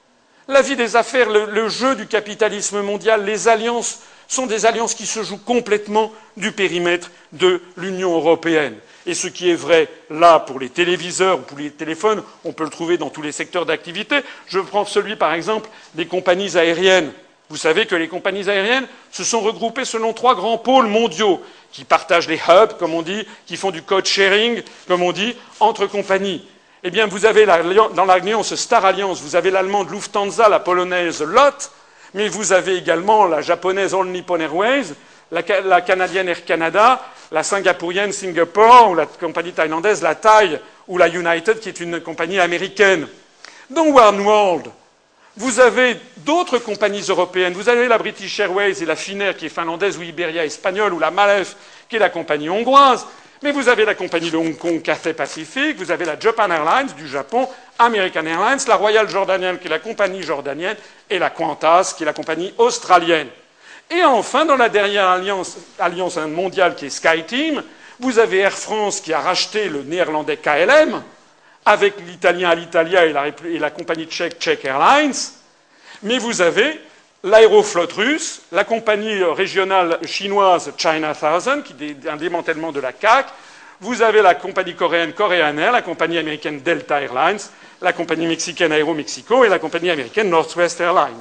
La vie des affaires, le, le jeu du capitalisme mondial, les alliances sont des alliances qui se jouent complètement du périmètre de l'Union européenne. Et ce qui est vrai là pour les téléviseurs ou pour les téléphones, on peut le trouver dans tous les secteurs d'activité. Je prends celui, par exemple, des compagnies aériennes. Vous savez que les compagnies aériennes se sont regroupées selon trois grands pôles mondiaux qui partagent les hubs, comme on dit, qui font du code sharing, comme on dit, entre compagnies. Eh bien, vous avez la, dans l'alliance Star Alliance, vous avez l'allemande Lufthansa, la polonaise L O T, mais vous avez également la japonaise All Nippon Airways, la, la canadienne Air Canada, la singapourienne Singapore, ou la compagnie thaïlandaise la Thai, ou la United, qui est une compagnie américaine. Dans One World, vous avez d'autres compagnies européennes. Vous avez la British Airways et la Finnair, qui est finlandaise, ou Iberia espagnole, ou la Malef, qui est la compagnie hongroise. Mais vous avez la compagnie de Hong Kong Cathay Pacific, vous avez la Japan Airlines du Japon, American Airlines, la Royal Jordanienne, qui est la compagnie jordanienne, et la Qantas, qui est la compagnie australienne. Et enfin, dans la dernière alliance, alliance mondiale qui est SkyTeam, vous avez Air France qui a racheté le néerlandais K L M, avec l'italien Alitalia et la, et la compagnie tchèque Czech Airlines, mais vous avez l'aéroflotte russe, la compagnie régionale chinoise China Thousand, qui est un démantèlement de la C A C, vous avez la compagnie coréenne Korean Air, la compagnie américaine Delta Airlines, la compagnie mexicaine Aeromexico et la compagnie américaine Northwest Airlines.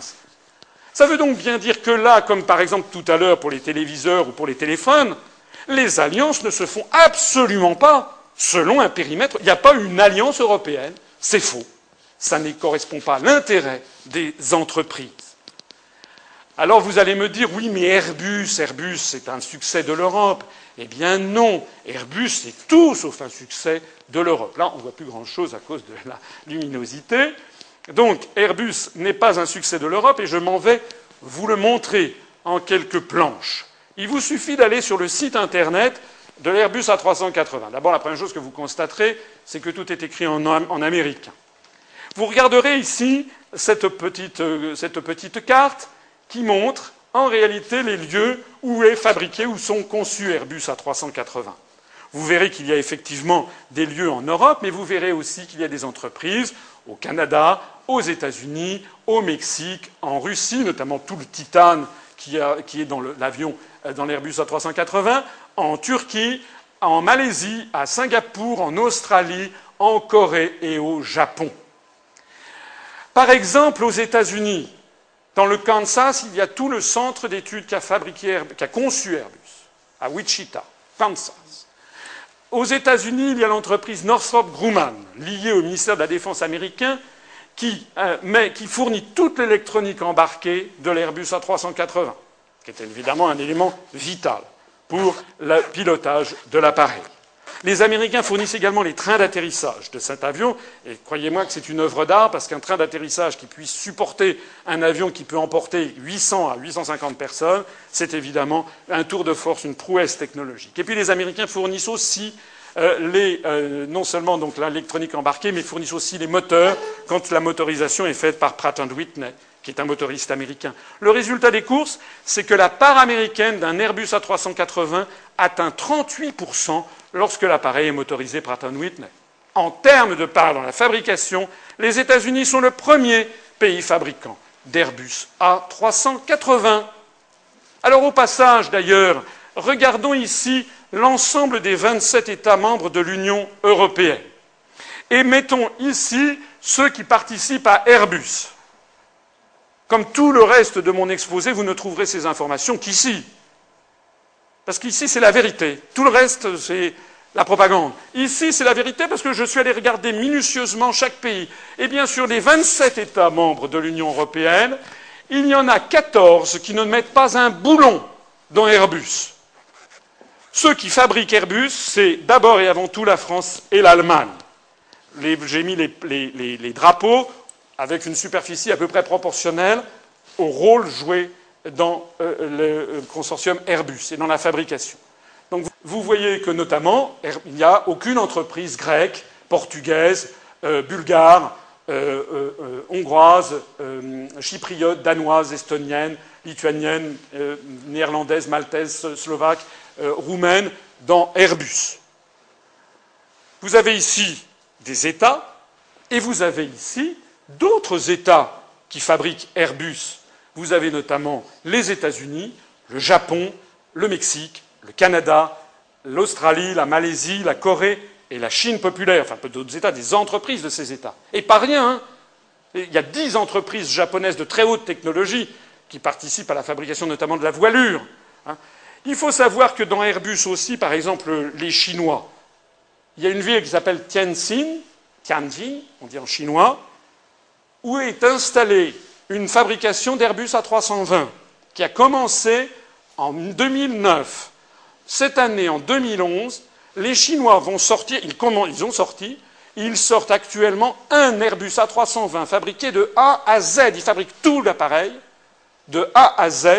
Ça veut donc bien dire que là, comme par exemple tout à l'heure pour les téléviseurs ou pour les téléphones, les alliances ne se font absolument pas selon un périmètre. Il n'y a pas une alliance européenne, c'est faux. Ça ne correspond pas à l'intérêt des entreprises. Alors vous allez me dire, oui, mais Airbus, Airbus, c'est un succès de l'Europe. Eh bien non, Airbus, c'est tout sauf un succès de l'Europe. Là, on ne voit plus grand-chose à cause de la luminosité. Donc Airbus n'est pas un succès de l'Europe et je m'en vais vous le montrer en quelques planches. Il vous suffit d'aller sur le site internet de l'Airbus A trois cent quatre-vingts. D'abord, la première chose que vous constaterez, c'est que tout est écrit en, en américain. Vous regarderez ici cette petite, euh, cette petite carte qui montre en réalité les lieux où est fabriqué, où sont conçus Airbus A trois cent quatre-vingts. Vous verrez qu'il y a effectivement des lieux en Europe, mais vous verrez aussi qu'il y a des entreprises au Canada, aux États-Unis, au Mexique, en Russie, notamment tout le titane qui, a, qui est dans l'avion, dans l'Airbus A trois cent quatre-vingts, en Turquie, en Malaisie, à Singapour, en Australie, en Corée et au Japon. Par exemple, aux États-Unis, dans le Kansas, il y a tout le centre d'études qui a, fabriqué, qui a conçu Airbus, à Wichita, Kansas. Aux États-Unis, il y a l'entreprise Northrop Grumman, liée au ministère de la Défense américain, qui, euh, mais, qui fournit toute l'électronique embarquée de l'Airbus A trois cent quatre-vingts, qui est évidemment un élément vital pour le pilotage de l'appareil. Les Américains fournissent également les trains d'atterrissage de cet avion, et croyez-moi que c'est une œuvre d'art, parce qu'un train d'atterrissage qui puisse supporter un avion qui peut emporter huit cents à huit cent cinquante personnes, c'est évidemment un tour de force, une prouesse technologique. Et puis les Américains fournissent aussi euh, les, euh, non seulement donc l'électronique embarquée, mais fournissent aussi les moteurs quand la motorisation est faite par Pratt and Whitney, qui est un motoriste américain. Le résultat des courses, c'est que la part américaine d'un Airbus A trois cent quatre-vingts atteint trente-huit pour cent lorsque l'appareil est motorisé Pratt and Whitney. En termes de part dans la fabrication, les États-Unis sont le premier pays fabricant d'Airbus A trois cent quatre-vingts. Alors au passage, d'ailleurs, regardons ici l'ensemble des vingt-sept États membres de l'Union européenne. Et mettons ici ceux qui participent à Airbus. Comme tout le reste de mon exposé, vous ne trouverez ces informations qu'ici. Parce qu'ici, c'est la vérité. Tout le reste, c'est la propagande. Ici, c'est la vérité parce que je suis allé regarder minutieusement chaque pays. Et bien sûr, les vingt-sept États membres de l'Union européenne, il y en a quatorze qui ne mettent pas un boulon dans Airbus. Ceux qui fabriquent Airbus, c'est d'abord et avant tout la France et l'Allemagne. J'ai mis les, les, les, les drapeaux avec une superficie à peu près proportionnelle au rôle joué dans euh, le consortium Airbus et dans la fabrication. Donc vous voyez que notamment, il n'y a aucune entreprise grecque, portugaise, euh, bulgare, euh, euh, hongroise, euh, chypriote, danoise, estonienne, lituanienne, euh, néerlandaise, maltaise, slovaque, euh, roumaine dans Airbus. Vous avez ici des États et vous avez ici d'autres États qui fabriquent Airbus. Vous avez notamment les États-Unis, le Japon, le Mexique, le Canada, l'Australie, la Malaisie, la Corée et la Chine populaire, enfin d'autres États, des entreprises de ces États. Et pas rien, hein. Il y a dix entreprises japonaises de très haute technologie qui participent à la fabrication notamment de la voilure. Hein. Il faut savoir que dans Airbus aussi, par exemple, les Chinois, il y a une ville qui s'appelle Tianjin, Tianjin, on dit en chinois, où est installée une fabrication d'Airbus A trois cent vingt qui a commencé en deux mille neuf. Cette année, en deux mille onze, les Chinois vont sortir, ils, comment, ils ont sorti, ils sortent actuellement un Airbus A trois cent vingt fabriqué de A à Z. Ils fabriquent tout l'appareil de A à Z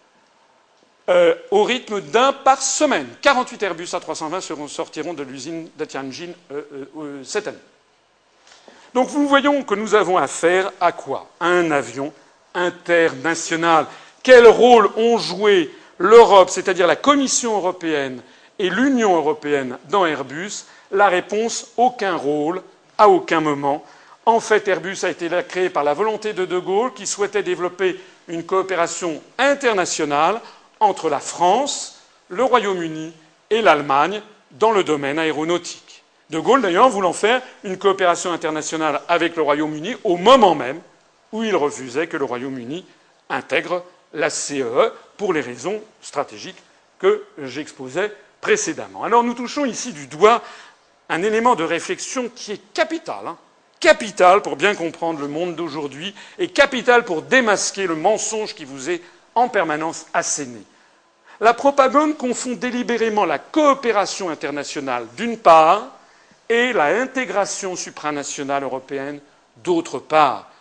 euh, au rythme d'un par semaine. quarante-huit Airbus A trois cent vingt seront, sortiront de l'usine de Tianjin euh, euh, cette année. Donc nous voyons que nous avons affaire à quoi? À un avion international. Quel rôle ont joué l'Europe, c'est-à-dire la Commission européenne et l'Union européenne dans Airbus? La réponse, aucun rôle, à aucun moment. En fait, Airbus a été créé par la volonté de De Gaulle qui souhaitait développer une coopération internationale entre la France, le Royaume-Uni et l'Allemagne dans le domaine aéronautique. De Gaulle, d'ailleurs, voulant faire une coopération internationale avec le Royaume-Uni au moment même où il refusait que le Royaume-Uni intègre la C E E pour les raisons stratégiques que j'exposais précédemment. Alors nous touchons ici du doigt un élément de réflexion qui est capital, hein, capital pour bien comprendre le monde d'aujourd'hui et capital pour démasquer le mensonge qui vous est en permanence asséné. La propagande confond délibérément la coopération internationale d'une part et la intégration supranationale européenne d'autre part.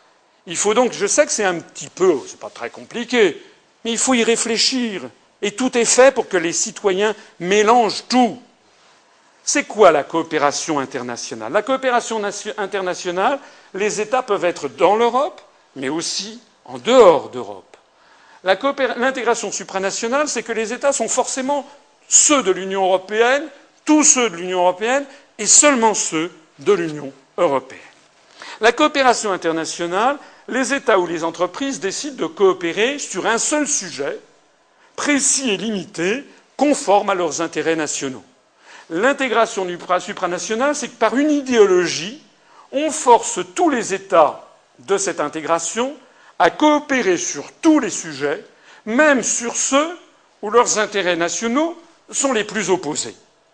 Il faut donc, je sais que c'est un petit peu, c'est pas très compliqué, mais il faut y réfléchir. Et tout est fait pour que les citoyens mélangent tout. C'est quoi la coopération internationale? La coopération internationale, les États peuvent être dans l'Europe, mais aussi en dehors d'Europe. L'intégration supranationale, c'est que les États sont forcément ceux de l'Union européenne, tous ceux de l'Union européenne, et seulement ceux de l'Union européenne. La coopération internationale, les États ou les entreprises décident de coopérer sur un seul sujet, précis et limité, conforme à leurs intérêts nationaux. L'intégration supranationale, c'est que par une idéologie, on force tous les États de cette intégration à coopérer sur tous les sujets, même sur ceux où leurs intérêts nationaux sont les plus opposés.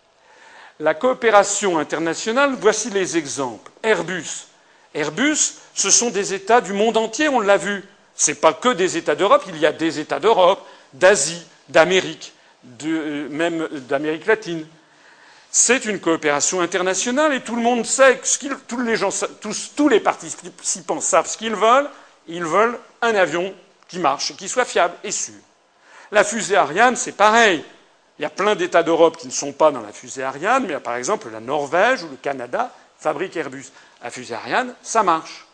La coopération internationale, voici les exemples. Airbus. Airbus, ce sont des États du monde entier, on l'a vu. Ce n'est pas que des États d'Europe, il y a des États d'Europe, d'Asie, d'Amérique, de, même d'Amérique latine. C'est une coopération internationale et tout le monde sait, que tous les gens, tous, tous les participants savent ce qu'ils veulent. Ils veulent un avion qui marche, qui soit fiable et sûr. La fusée Ariane, c'est pareil. Il y a plein d'États d'Europe qui ne sont pas dans la fusée Ariane, mais il y a par exemple la Norvège ou le Canada fabriquent Airbus. La fusée Ariane, ça marche.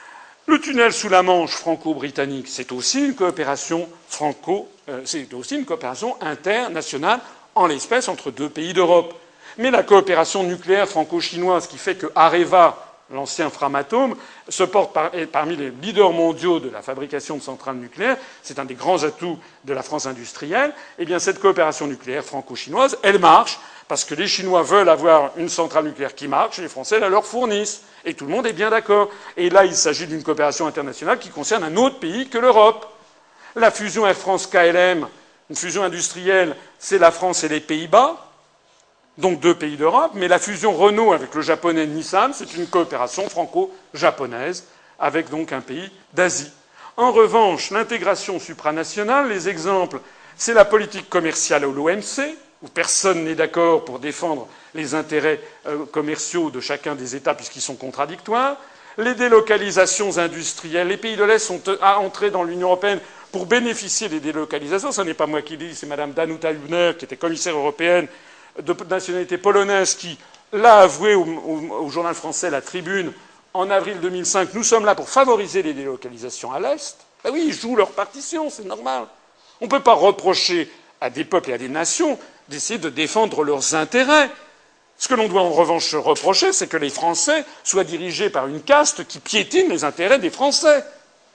Le tunnel sous la Manche franco-britannique, c'est aussi une coopération franco, euh, c'est aussi une coopération internationale, en l'espèce entre deux pays d'Europe. Mais la coopération nucléaire franco-chinoise, qui fait que Areva, l'ancien Framatome, se porte par, parmi les leaders mondiaux de la fabrication de centrales nucléaires, c'est un des grands atouts de la France industrielle, eh bien cette coopération nucléaire franco-chinoise, elle marche, parce que les Chinois veulent avoir une centrale nucléaire qui marche, et les Français la leur fournissent. Et tout le monde est bien d'accord. Et là, il s'agit d'une coopération internationale qui concerne un autre pays que l'Europe. La fusion Air France-K L M, une fusion industrielle, c'est la France et les Pays-Bas, donc deux pays d'Europe, mais la fusion Renault avec le japonais Nissan, c'est une coopération franco-japonaise, avec donc un pays d'Asie. En revanche, l'intégration supranationale, les exemples, c'est la politique commerciale à l'O M C, où personne n'est d'accord pour défendre les intérêts commerciaux de chacun des États puisqu'ils sont contradictoires, les délocalisations industrielles. Les pays de l'Est sont entrés dans l'Union européenne pour bénéficier des délocalisations. Ce n'est pas moi qui le dis, c'est Mme Danuta Hübner, qui était commissaire européenne de nationalité polonaise, qui l'a avoué au, au, au journal français La Tribune en avril deux mille cinq. Nous sommes là pour favoriser les délocalisations à l'Est. Ben oui, ils jouent leur partition, c'est normal. On ne peut pas reprocher à des peuples et à des nations d'essayer de défendre leurs intérêts. Ce que l'on doit en revanche se reprocher, c'est que les Français soient dirigés par une caste qui piétine les intérêts des Français.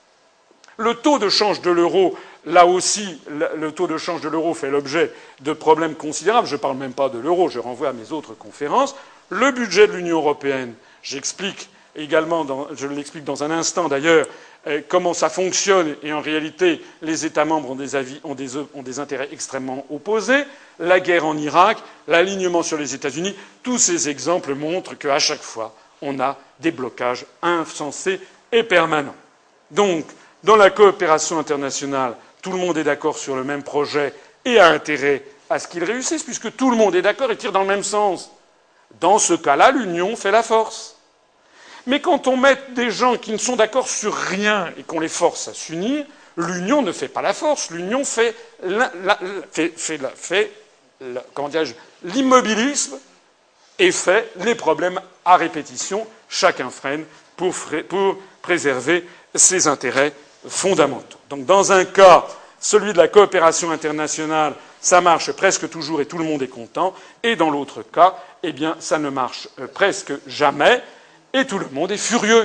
Le taux de change de l'euro, là aussi, le taux de change de l'euro fait l'objet de problèmes considérables. Je ne parle même pas de l'euro, je renvoie à mes autres conférences. Le budget de l'Union européenne, j'explique également, dans, je l'explique dans un instant d'ailleurs, comment ça fonctionne, et en réalité, les États membres ont des, avis, ont des, ont des intérêts extrêmement opposés. La guerre en Irak, l'alignement sur les États-Unis, tous ces exemples montrent qu'à chaque fois, on a des blocages insensés et permanents. Donc, dans la coopération internationale, tout le monde est d'accord sur le même projet et a intérêt à ce qu'il réussisse, puisque tout le monde est d'accord et tire dans le même sens. Dans ce cas-là, l'union fait la force. Mais quand on met des gens qui ne sont d'accord sur rien et qu'on les force à s'unir, l'union ne fait pas la force. L'union fait, la, la, fait, fait, la, fait la, comment dirais-je, l'immobilisme et fait les problèmes à répétition. Chacun freine pour, pour préserver ses intérêts fondamentaux. Donc dans un cas, celui de la coopération internationale, ça marche presque toujours et tout le monde est content. Et dans l'autre cas, eh bien, ça ne marche presque jamais. Et tout le monde est furieux.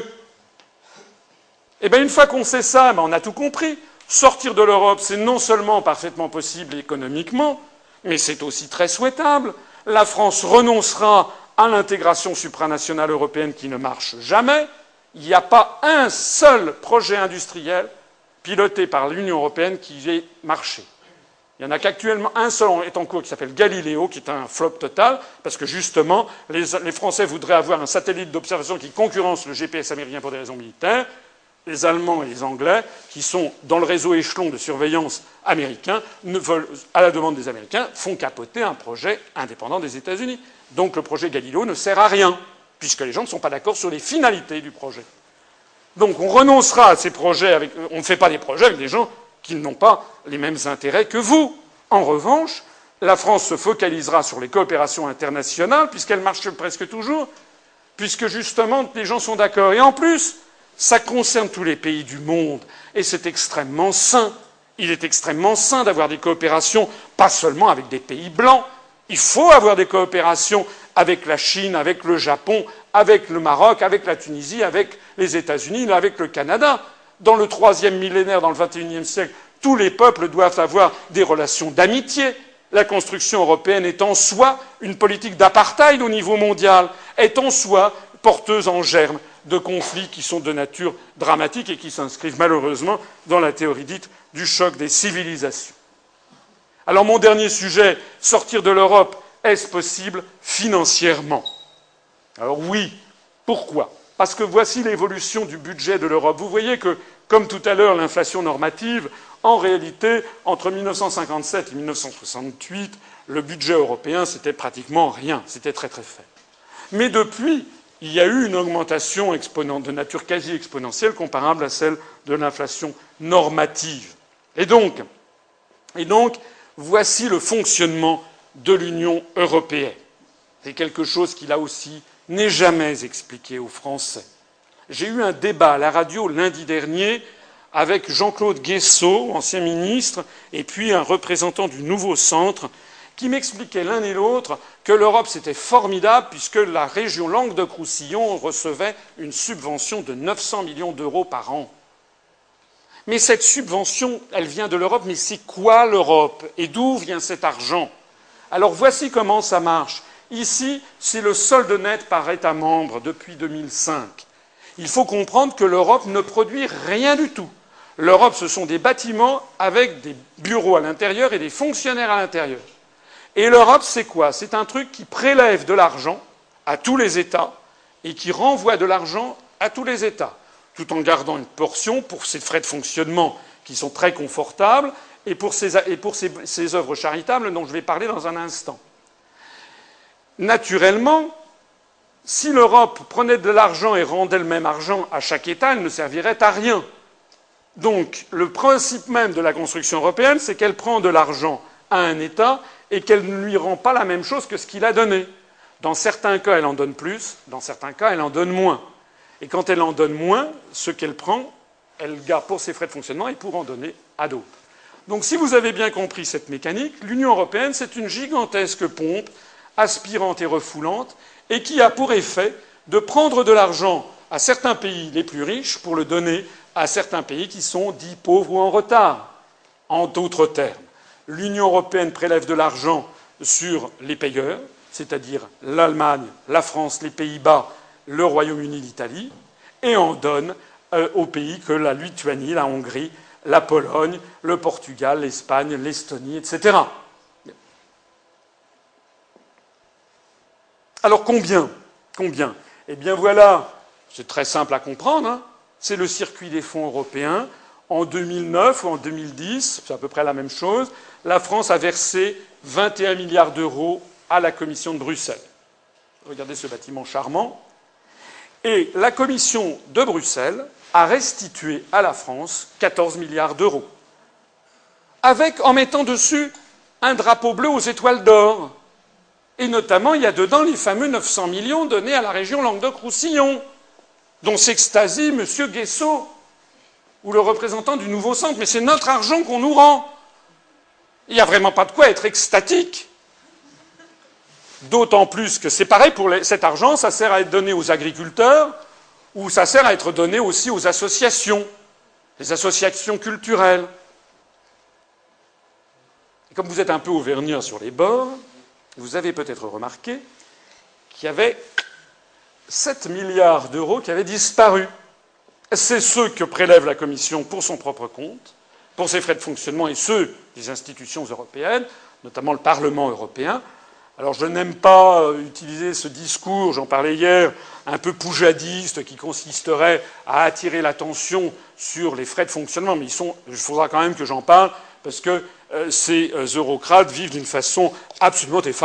Eh bien, une fois qu'on sait ça, ben on a tout compris. Sortir de l'Europe, c'est non seulement parfaitement possible économiquement, mais c'est aussi très souhaitable. La France renoncera à l'intégration supranationale européenne qui ne marche jamais. Il n'y a pas un seul projet industriel piloté par l'Union européenne qui ait marché. Il n'y en a qu'actuellement un seul est en cours qui s'appelle Galileo, qui est un flop total, parce que justement, les, les Français voudraient avoir un satellite d'observation qui concurrence le G P S américain pour des raisons militaires. Les Allemands et les Anglais, qui sont dans le réseau échelon de surveillance américain, ne veulent, à la demande des Américains, font capoter un projet indépendant des États-Unis. Donc le projet Galileo ne sert à rien, puisque les gens ne sont pas d'accord sur les finalités du projet. Donc on renoncera à ces projets, avec, on ne fait pas des projets avec des gens qui n'ont pas les mêmes intérêts que vous. En revanche, la France se focalisera sur les coopérations internationales, puisqu'elles marchent presque toujours, puisque justement les gens sont d'accord. Et en plus, ça concerne tous les pays du monde, et c'est extrêmement sain. Il est extrêmement sain d'avoir des coopérations, pas seulement avec des pays blancs. Il faut avoir des coopérations avec la Chine, avec le Japon, avec le Maroc, avec la Tunisie, avec les États-Unis, avec le Canada. Dans le troisième millénaire, dans le vingt et unième siècle, tous les peuples doivent avoir des relations d'amitié. La construction européenne est en soi une politique d'apartheid au niveau mondial, est en soi porteuse en germe de conflits qui sont de nature dramatique et qui s'inscrivent malheureusement dans la théorie dite du choc des civilisations. Alors mon dernier sujet, sortir de l'Europe, est-ce possible financièrement? Alors oui. Pourquoi? Parce que voici l'évolution du budget de l'Europe. Vous voyez que, comme tout à l'heure, l'inflation normative, en réalité, entre mille neuf cent cinquante-sept et mille neuf cent soixante-huit, le budget européen, c'était pratiquement rien. C'était très très faible. Mais depuis, il y a eu une augmentation de nature quasi exponentielle comparable à celle de l'inflation normative. Et donc, et donc, voici le fonctionnement de l'Union européenne. C'est quelque chose qui, là aussi, n'est jamais expliqué aux Français. J'ai eu un débat à la radio lundi dernier avec Jean-Claude Guessot, ancien ministre, et puis un représentant du Nouveau Centre, qui m'expliquaient l'un et l'autre que l'Europe, c'était formidable puisque la région Languedoc-Roussillon recevait une subvention de neuf cents millions d'euros par an. Mais cette subvention, elle vient de l'Europe, mais c'est quoi l'Europe? Et d'où vient cet argent? Alors voici comment ça marche. Ici, c'est le solde net par État membre depuis deux mille cinq. Il faut comprendre que l'Europe ne produit rien du tout. L'Europe, ce sont des bâtiments avec des bureaux à l'intérieur et des fonctionnaires à l'intérieur. Et l'Europe, c'est quoi? C'est un truc qui prélève de l'argent à tous les États et qui renvoie de l'argent à tous les États, tout en gardant une portion pour ses frais de fonctionnement qui sont très confortables et pour ses, et pour ses, ses œuvres charitables dont je vais parler dans un instant. Naturellement, si l'Europe prenait de l'argent et rendait le même argent à chaque État, elle ne servirait à rien. Donc, le principe même de la construction européenne, c'est qu'elle prend de l'argent à un État et qu'elle ne lui rend pas la même chose que ce qu'il a donné. Dans certains cas, elle en donne plus, dans certains cas, elle en donne moins. Et quand elle en donne moins, ce qu'elle prend, elle garde pour ses frais de fonctionnement et pour en donner à d'autres. Donc, si vous avez bien compris cette mécanique, l'Union européenne, c'est une gigantesque pompe aspirante et refoulante, et qui a pour effet de prendre de l'argent à certains pays les plus riches pour le donner à certains pays qui sont dits pauvres ou en retard. En d'autres termes, l'Union européenne prélève de l'argent sur les payeurs, c'est-à-dire l'Allemagne, la France, les Pays-Bas, le Royaume-Uni, l'Italie, et en donne euh, aux pays que la Lituanie, la Hongrie, la Pologne, le Portugal, l'Espagne, l'Estonie, et cetera. Alors combien? Combien? Eh bien voilà, c'est très simple à comprendre, hein. C'est le circuit des fonds européens. En deux mille neuf ou en deux mille dix, c'est à peu près la même chose, la France a versé vingt et un milliards d'euros à la Commission de Bruxelles. Regardez ce bâtiment charmant. Et la Commission de Bruxelles a restitué à la France quatorze milliards d'euros. Avec, en mettant dessus un drapeau bleu aux étoiles d'or. Et notamment, il y a dedans les fameux neuf cents millions donnés à la région Languedoc-Roussillon, dont s'extasie M. Guessot, ou le représentant du Nouveau Centre. Mais c'est notre argent qu'on nous rend. Il n'y a vraiment pas de quoi être extatique. D'autant plus que c'est pareil pour les... cet argent, ça sert à être donné aux agriculteurs, ou ça sert à être donné aussi aux associations, les associations culturelles. Et comme vous êtes un peu auvergnat sur les bords, vous avez peut-être remarqué qu'il y avait sept milliards d'euros qui avaient disparu. C'est ceux que prélève la Commission pour son propre compte, pour ses frais de fonctionnement, et ceux des institutions européennes, notamment le Parlement européen. Alors je n'aime pas utiliser ce discours, j'en parlais hier, un peu poujadiste, qui consisterait à attirer l'attention sur les frais de fonctionnement, mais ils sont, il faudra quand même que j'en parle, parce que euh, ces euh, eurocrates vivent d'une façon absolument effarante.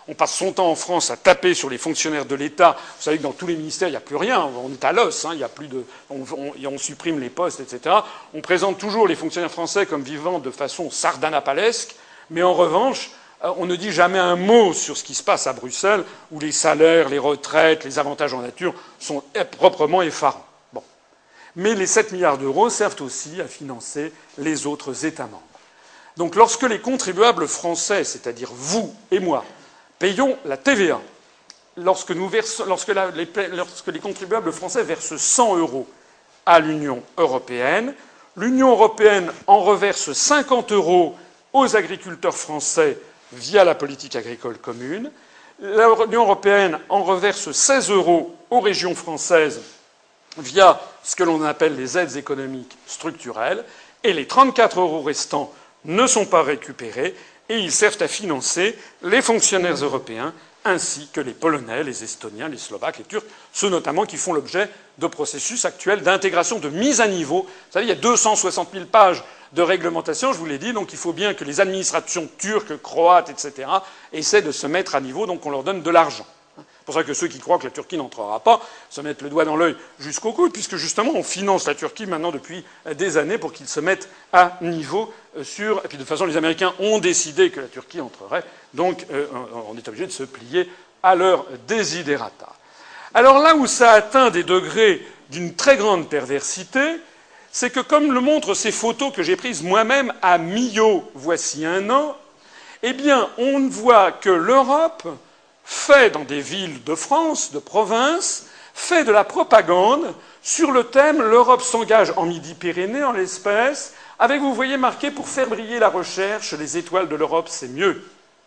On passe son temps en France à taper sur les fonctionnaires de l'État. Vous savez que dans tous les ministères, il n'y a plus rien. On est à l'os. Hein. Il y a plus de, on, on, on supprime les postes, et cetera. On présente toujours les fonctionnaires français comme vivant de façon sardanapalesque. Mais en revanche, on ne dit jamais un mot sur ce qui se passe à Bruxelles, où les salaires, les retraites, les avantages en nature sont proprement effarants. Bon. Mais les sept milliards d'euros servent aussi à financer les autres États membres. Donc lorsque les contribuables français, c'est-à-dire vous et moi, payons la T V A, lorsque, nous versons, lorsque, la, les, lorsque les contribuables français versent cent euros à l'Union européenne, l'Union européenne en reverse cinquante euros aux agriculteurs français via la politique agricole commune, l'Union européenne en reverse seize euros aux régions françaises via ce que l'on appelle les aides économiques structurelles, et les trente-quatre euros restants ne sont pas récupérés, et ils servent à financer les fonctionnaires européens, ainsi que les Polonais, les Estoniens, les Slovaques, les Turcs, ceux notamment qui font l'objet de processus actuels d'intégration, de mise à niveau. Vous savez, il y a deux cent soixante mille pages de réglementation, je vous l'ai dit, donc il faut bien que les administrations turques, croates, et cetera essaient de se mettre à niveau, donc on leur donne de l'argent. C'est pour ça que ceux qui croient que la Turquie n'entrera pas se mettent le doigt dans l'œil jusqu'au coude, puisque justement on finance la Turquie maintenant depuis des années pour qu'ils se mettent à niveau sur... Et puis de toute façon les Américains ont décidé que la Turquie entrerait, donc euh, on est obligé de se plier à leur desiderata. Alors là où ça atteint des degrés d'une très grande perversité, c'est que comme le montrent ces photos que j'ai prises moi-même à Millau voici un an, eh bien on voit que l'Europe fait dans des villes de France, de province, fait de la propagande sur le thème « L'Europe s'engage en Midi-Pyrénées, en l'espèce », avec, vous voyez, marqué « Pour faire briller la recherche, les étoiles de l'Europe, c'est mieux ».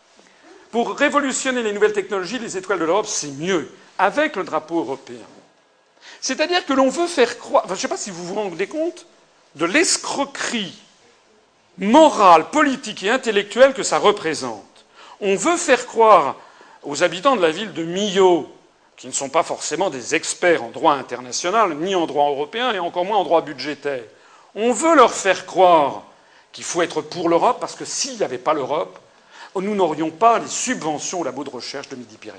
Pour révolutionner les nouvelles technologies, les étoiles de l'Europe, c'est mieux, avec le drapeau européen. C'est-à-dire que l'on veut faire croire... Enfin, je ne sais pas si vous vous rendez compte de l'escroquerie morale, politique et intellectuelle que ça représente. On veut faire croire aux habitants de la ville de Millau, qui ne sont pas forcément des experts en droit international, ni en droit européen, et encore moins en droit budgétaire. On veut leur faire croire qu'il faut être pour l'Europe, parce que s'il n'y avait pas l'Europe, nous n'aurions pas les subventions au labo de recherche de Midi-Pyrénées.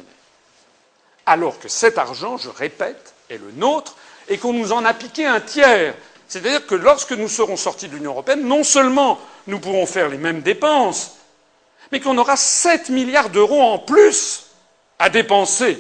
Alors que cet argent, je répète, est le nôtre, et qu'on nous en a piqué un tiers. C'est-à-dire que lorsque nous serons sortis de l'Union européenne, non seulement nous pourrons faire les mêmes dépenses, mais qu'on aura sept milliards d'euros en plus à dépenser.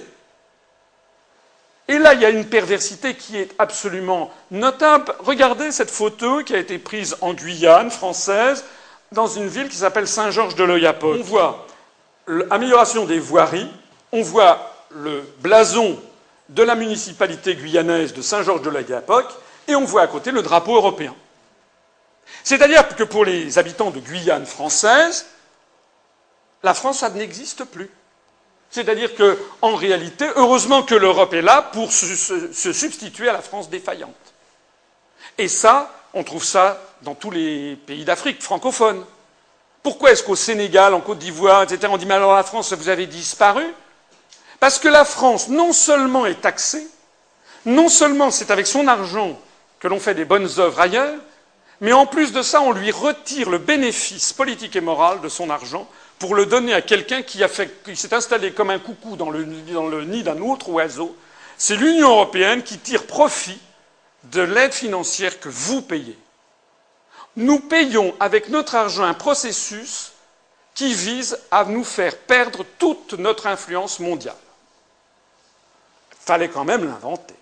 Et là, il y a une perversité qui est absolument notable. Regardez cette photo qui a été prise en Guyane française, dans une ville qui s'appelle Saint-Georges-de-l'Oyapock. On voit l'amélioration des voiries, on voit le blason de la municipalité guyanaise de Saint-Georges-de-l'Oyapock, et on voit à côté le drapeau européen. C'est-à-dire que pour les habitants de Guyane française, la France, ça n'existe plus. C'est-à-dire qu'en réalité, heureusement que l'Europe est là pour se, se, se substituer à la France défaillante. Et ça, on trouve ça dans tous les pays d'Afrique francophones. Pourquoi est-ce qu'au Sénégal, en Côte d'Ivoire, et cetera, on dit « mais alors la France, vous avez disparu ?» Parce que la France, non seulement est taxée, non seulement c'est avec son argent que l'on fait des bonnes œuvres ailleurs, mais en plus de ça, on lui retire le bénéfice politique et moral de son argent pour le donner à quelqu'un qui, a fait, qui s'est installé comme un coucou dans le, dans le nid d'un autre oiseau. C'est l'Union européenne qui tire profit de l'aide financière que vous payez. Nous payons avec notre argent un processus qui vise à nous faire perdre toute notre influence mondiale. Il fallait quand même l'inventer.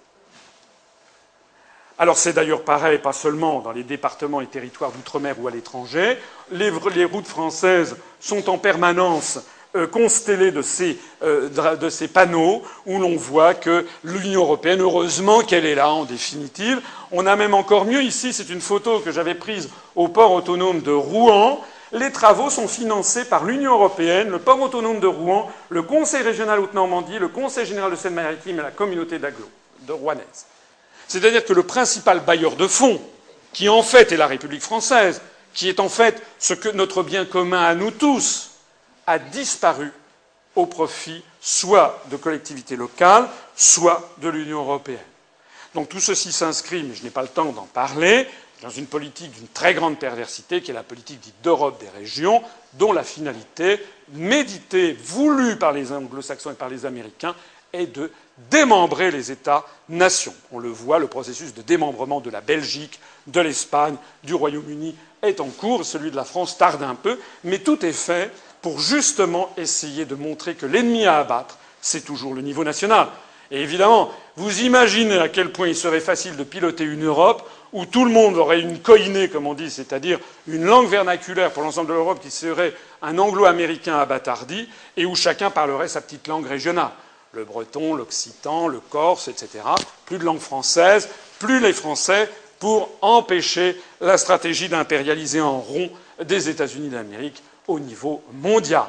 Alors c'est d'ailleurs pareil, pas seulement dans les départements et territoires d'outre-mer ou à l'étranger. Les, les routes françaises sont en permanence euh, constellées de ces, euh, de ces panneaux où l'on voit que l'Union européenne, heureusement qu'elle est là en définitive. On a même encore mieux ici, c'est une photo que j'avais prise au port autonome de Rouen. Les travaux sont financés par l'Union européenne, le port autonome de Rouen, le Conseil régional Haute-Normandie, le Conseil général de Seine-Maritime et la communauté d'agglo de rouennaise. C'est-à-dire que le principal bailleur de fonds, qui en fait est la République française, qui est en fait ce que notre bien commun à nous tous, a disparu au profit soit de collectivités locales, soit de l'Union européenne. Donc tout ceci s'inscrit, mais je n'ai pas le temps d'en parler, dans une politique d'une très grande perversité, qui est la politique dite d'Europe des régions, dont la finalité, méditée, voulue par les anglo-saxons et par les Américains, est de démembrer les États-nations. On le voit, le processus de démembrement de la Belgique, de l'Espagne, du Royaume-Uni est en cours. Celui de la France tarde un peu, mais tout est fait pour justement essayer de montrer que l'ennemi à abattre, c'est toujours le niveau national. Et évidemment, vous imaginez à quel point il serait facile de piloter une Europe où tout le monde aurait une koiné, comme on dit, c'est-à-dire une langue vernaculaire pour l'ensemble de l'Europe qui serait un anglo-américain abattardi, et où chacun parlerait sa petite langue régionale. Le breton, l'occitan, le corse, et cetera. Plus de langue française, plus les Français pour empêcher la stratégie d'impérialiser en rond des États-Unis d'Amérique au niveau mondial.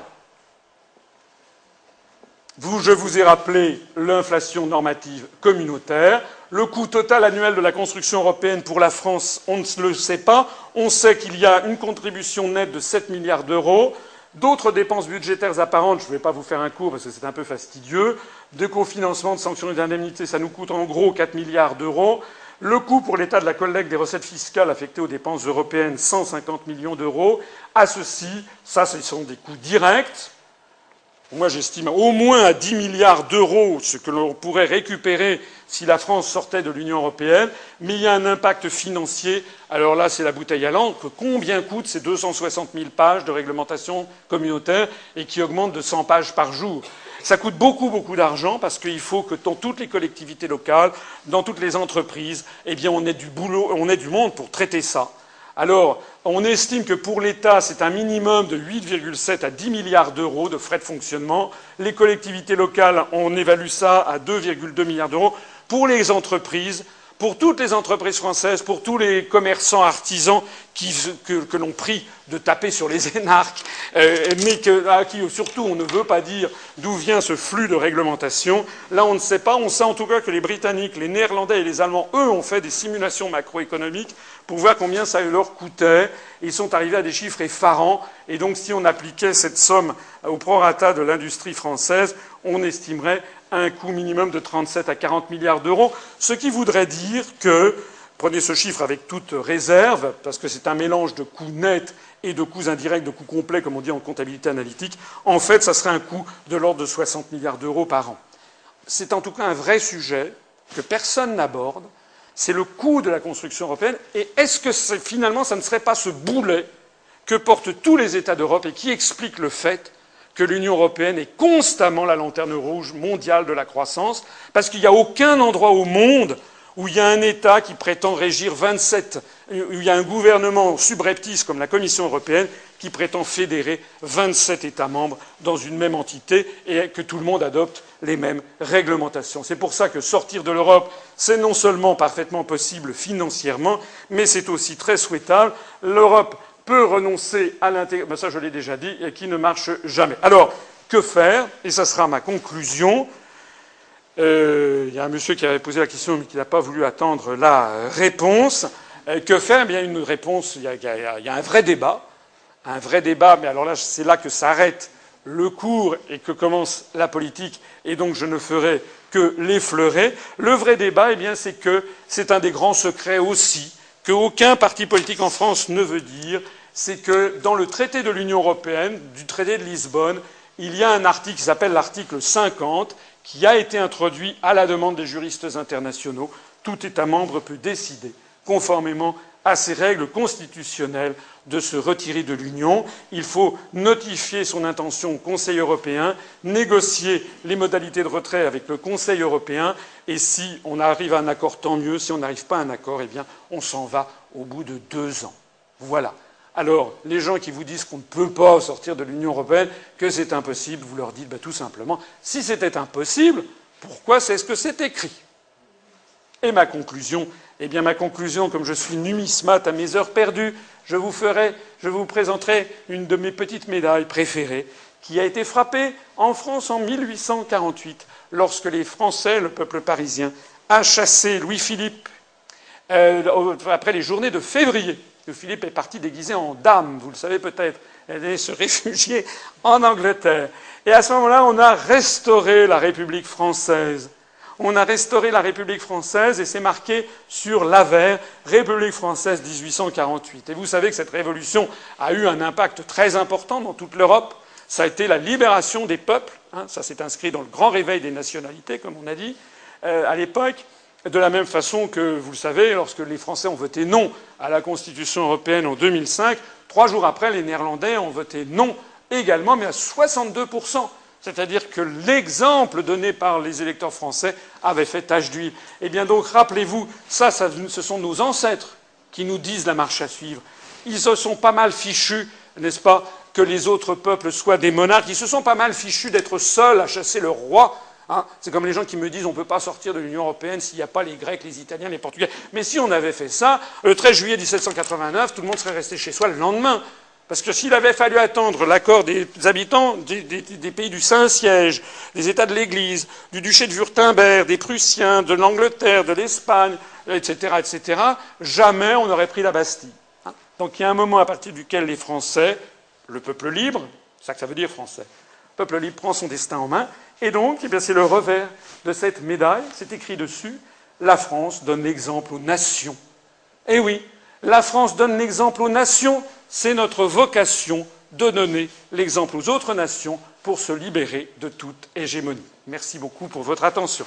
Vous, je vous ai rappelé l'inflation normative communautaire. Le coût total annuel de la construction européenne pour la France, on ne le sait pas. On sait qu'il y a une contribution nette de sept milliards d'euros. D'autres dépenses budgétaires apparentes, je ne vais pas vous faire un cours parce que c'est un peu fastidieux, de cofinancement, de sanctions et d'indemnités, ça nous coûte en gros quatre milliards d'euros. Le coût pour l'État de la collecte des recettes fiscales affectées aux dépenses européennes, cent cinquante millions d'euros. À ceci, ça, ce sont des coûts directs. Moi, j'estime au moins à dix milliards d'euros ce que l'on pourrait récupérer si la France sortait de l'Union européenne. Mais il y a un impact financier. Alors là, c'est la bouteille à l'encre. Combien coûtent ces deux cent soixante mille pages de réglementation communautaire et qui augmentent de cent pages par jour? Ça coûte beaucoup, beaucoup d'argent parce qu'il faut que dans toutes les collectivités locales, dans toutes les entreprises, eh bien, on ait du boulot, on ait du monde pour traiter ça. Alors, on estime que pour l'État, c'est un minimum de huit virgule sept à dix milliards d'euros de frais de fonctionnement. Les collectivités locales, on évalue ça à deux virgule deux milliards d'euros. Pour les entreprises, pour toutes les entreprises françaises, pour tous les commerçants artisans qui, que, que l'on prie de taper sur les énarques, euh, mais que, à qui surtout on ne veut pas dire d'où vient ce flux de réglementation. Là, on ne sait pas. On sait en tout cas que les Britanniques, les Néerlandais et les Allemands, eux, ont fait des simulations macroéconomiques pour voir combien ça leur coûtait. Ils sont arrivés à des chiffres effarants. Et donc, si on appliquait cette somme au prorata de l'industrie française, on estimerait un coût minimum de trente-sept à quarante milliards d'euros, ce qui voudrait dire que, prenez ce chiffre avec toute réserve, parce que c'est un mélange de coûts nets et de coûts indirects, de coûts complets, comme on dit en comptabilité analytique, en fait, ça serait un coût de l'ordre de soixante milliards d'euros par an. C'est en tout cas un vrai sujet que personne n'aborde, c'est le coût de la construction européenne, et est-ce que finalement, ça ne serait pas ce boulet que portent tous les États d'Europe et qui explique le fait que l'Union européenne est constamment la lanterne rouge mondiale de la croissance, parce qu'il n'y a aucun endroit au monde où il y a un État qui prétend régir vingt-sept, où il y a un gouvernement subreptice comme la Commission européenne qui prétend fédérer vingt-sept États membres dans une même entité et que tout le monde adopte les mêmes réglementations. C'est pour ça que sortir de l'Europe, c'est non seulement parfaitement possible financièrement, mais c'est aussi très souhaitable. L'Europe peut renoncer à l'intégration, ben ça je l'ai déjà dit, et qui ne marche jamais. Alors, que faire? Et ça sera ma conclusion. Euh, il y a un monsieur qui avait posé la question, mais qui n'a pas voulu attendre la réponse. Euh, que faire? Eh bien, une réponse, il y, a, il, y a, il y a un vrai débat. Un vrai débat, mais alors là, c'est là que s'arrête le cours et que commence la politique, et donc je ne ferai que l'effleurer. Le vrai débat, eh bien, c'est que c'est un des grands secrets aussi, qu'aucun parti politique en France ne veut dire, c'est que dans le traité de l'Union européenne, du traité de Lisbonne, il y a un article qui s'appelle l'article cinquante, qui a été introduit à la demande des juristes internationaux. Tout État membre peut décider, conformément à ces règles constitutionnelles, de se retirer de l'Union. Il faut notifier son intention au Conseil européen, négocier les modalités de retrait avec le Conseil européen, et si on arrive à un accord, tant mieux. Si on n'arrive pas à un accord, eh bien, on s'en va au bout de deux ans. Voilà. Alors, les gens qui vous disent qu'on ne peut pas sortir de l'Union européenne, que c'est impossible, vous leur dites bah, tout simplement, si c'était impossible, pourquoi c'est-ce que c'est écrit? Et ma conclusion, eh bien, ma conclusion, comme je suis numismate à mes heures perdues, je vous ferai, je vous présenterai une de mes petites médailles préférées, qui a été frappée en France en mille huit cent quarante-huit, lorsque les Français, le peuple parisien, a chassé Louis-Philippe euh, après les journées de février. Louis-Philippe est parti déguisé en dame, vous le savez peut-être, elle allait se réfugier en Angleterre. Et à ce moment-là, on a restauré la République française. on a restauré la République française et c'est marqué sur l'avers « République française dix-huit cent quarante-huit ». Et vous savez que cette révolution a eu un impact très important dans toute l'Europe. Ça a été la libération des peuples. Hein, ça s'est inscrit dans le grand réveil des nationalités, comme on a dit, euh, à l'époque. De la même façon que, vous le savez, lorsque les Français ont voté non à la Constitution européenne en deux mille cinq, trois jours après, les Néerlandais ont voté non également, mais à soixante-deux pour cent. C'est-à-dire que l'exemple donné par les électeurs français avait fait tache d'huile. Eh bien donc, rappelez-vous, ça, ça, ce sont nos ancêtres qui nous disent la marche à suivre. Ils se sont pas mal fichus, n'est-ce pas, que les autres peuples soient des monarques. Ils se sont pas mal fichus d'être seuls à chasser le roi. Hein, c'est comme les gens qui me disent on ne peut pas sortir de l'Union européenne s'il n'y a pas les Grecs, les Italiens, les Portugais. Mais si on avait fait ça, le treize juillet mille sept cent quatre-vingt-neuf, tout le monde serait resté chez soi le lendemain. Parce que s'il avait fallu attendre l'accord des habitants des, des, des pays du Saint-Siège, des États de l'Église, du duché de Wurtemberg, des Prussiens, de l'Angleterre, de l'Espagne, et cetera, et cetera, jamais on n'aurait pris la Bastille. Hein. Donc il y a un moment à partir duquel les Français, le peuple libre, c'est ça que ça veut dire français, le peuple libre prend son destin en main. Et donc, eh bien, c'est le revers de cette médaille. C'est écrit dessus « La France donne l'exemple aux nations ». Eh oui, la France donne l'exemple aux nations. C'est notre vocation de donner l'exemple aux autres nations pour se libérer de toute hégémonie. Merci beaucoup pour votre attention.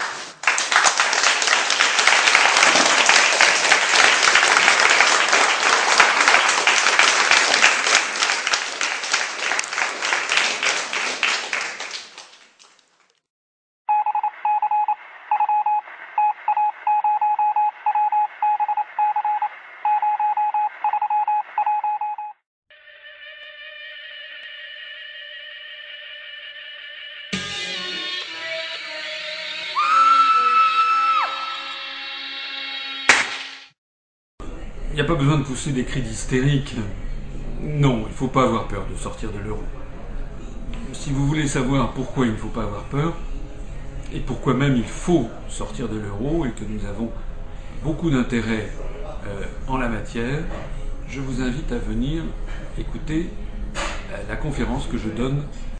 Il n'y a pas besoin de pousser des cris d'hystérique. Non, il ne faut pas avoir peur de sortir de l'euro. Si vous voulez savoir pourquoi il ne faut pas avoir peur, et pourquoi même il faut sortir de l'euro, et que nous avons beaucoup d'intérêt euh, en la matière, je vous invite à venir écouter euh, la conférence que je donne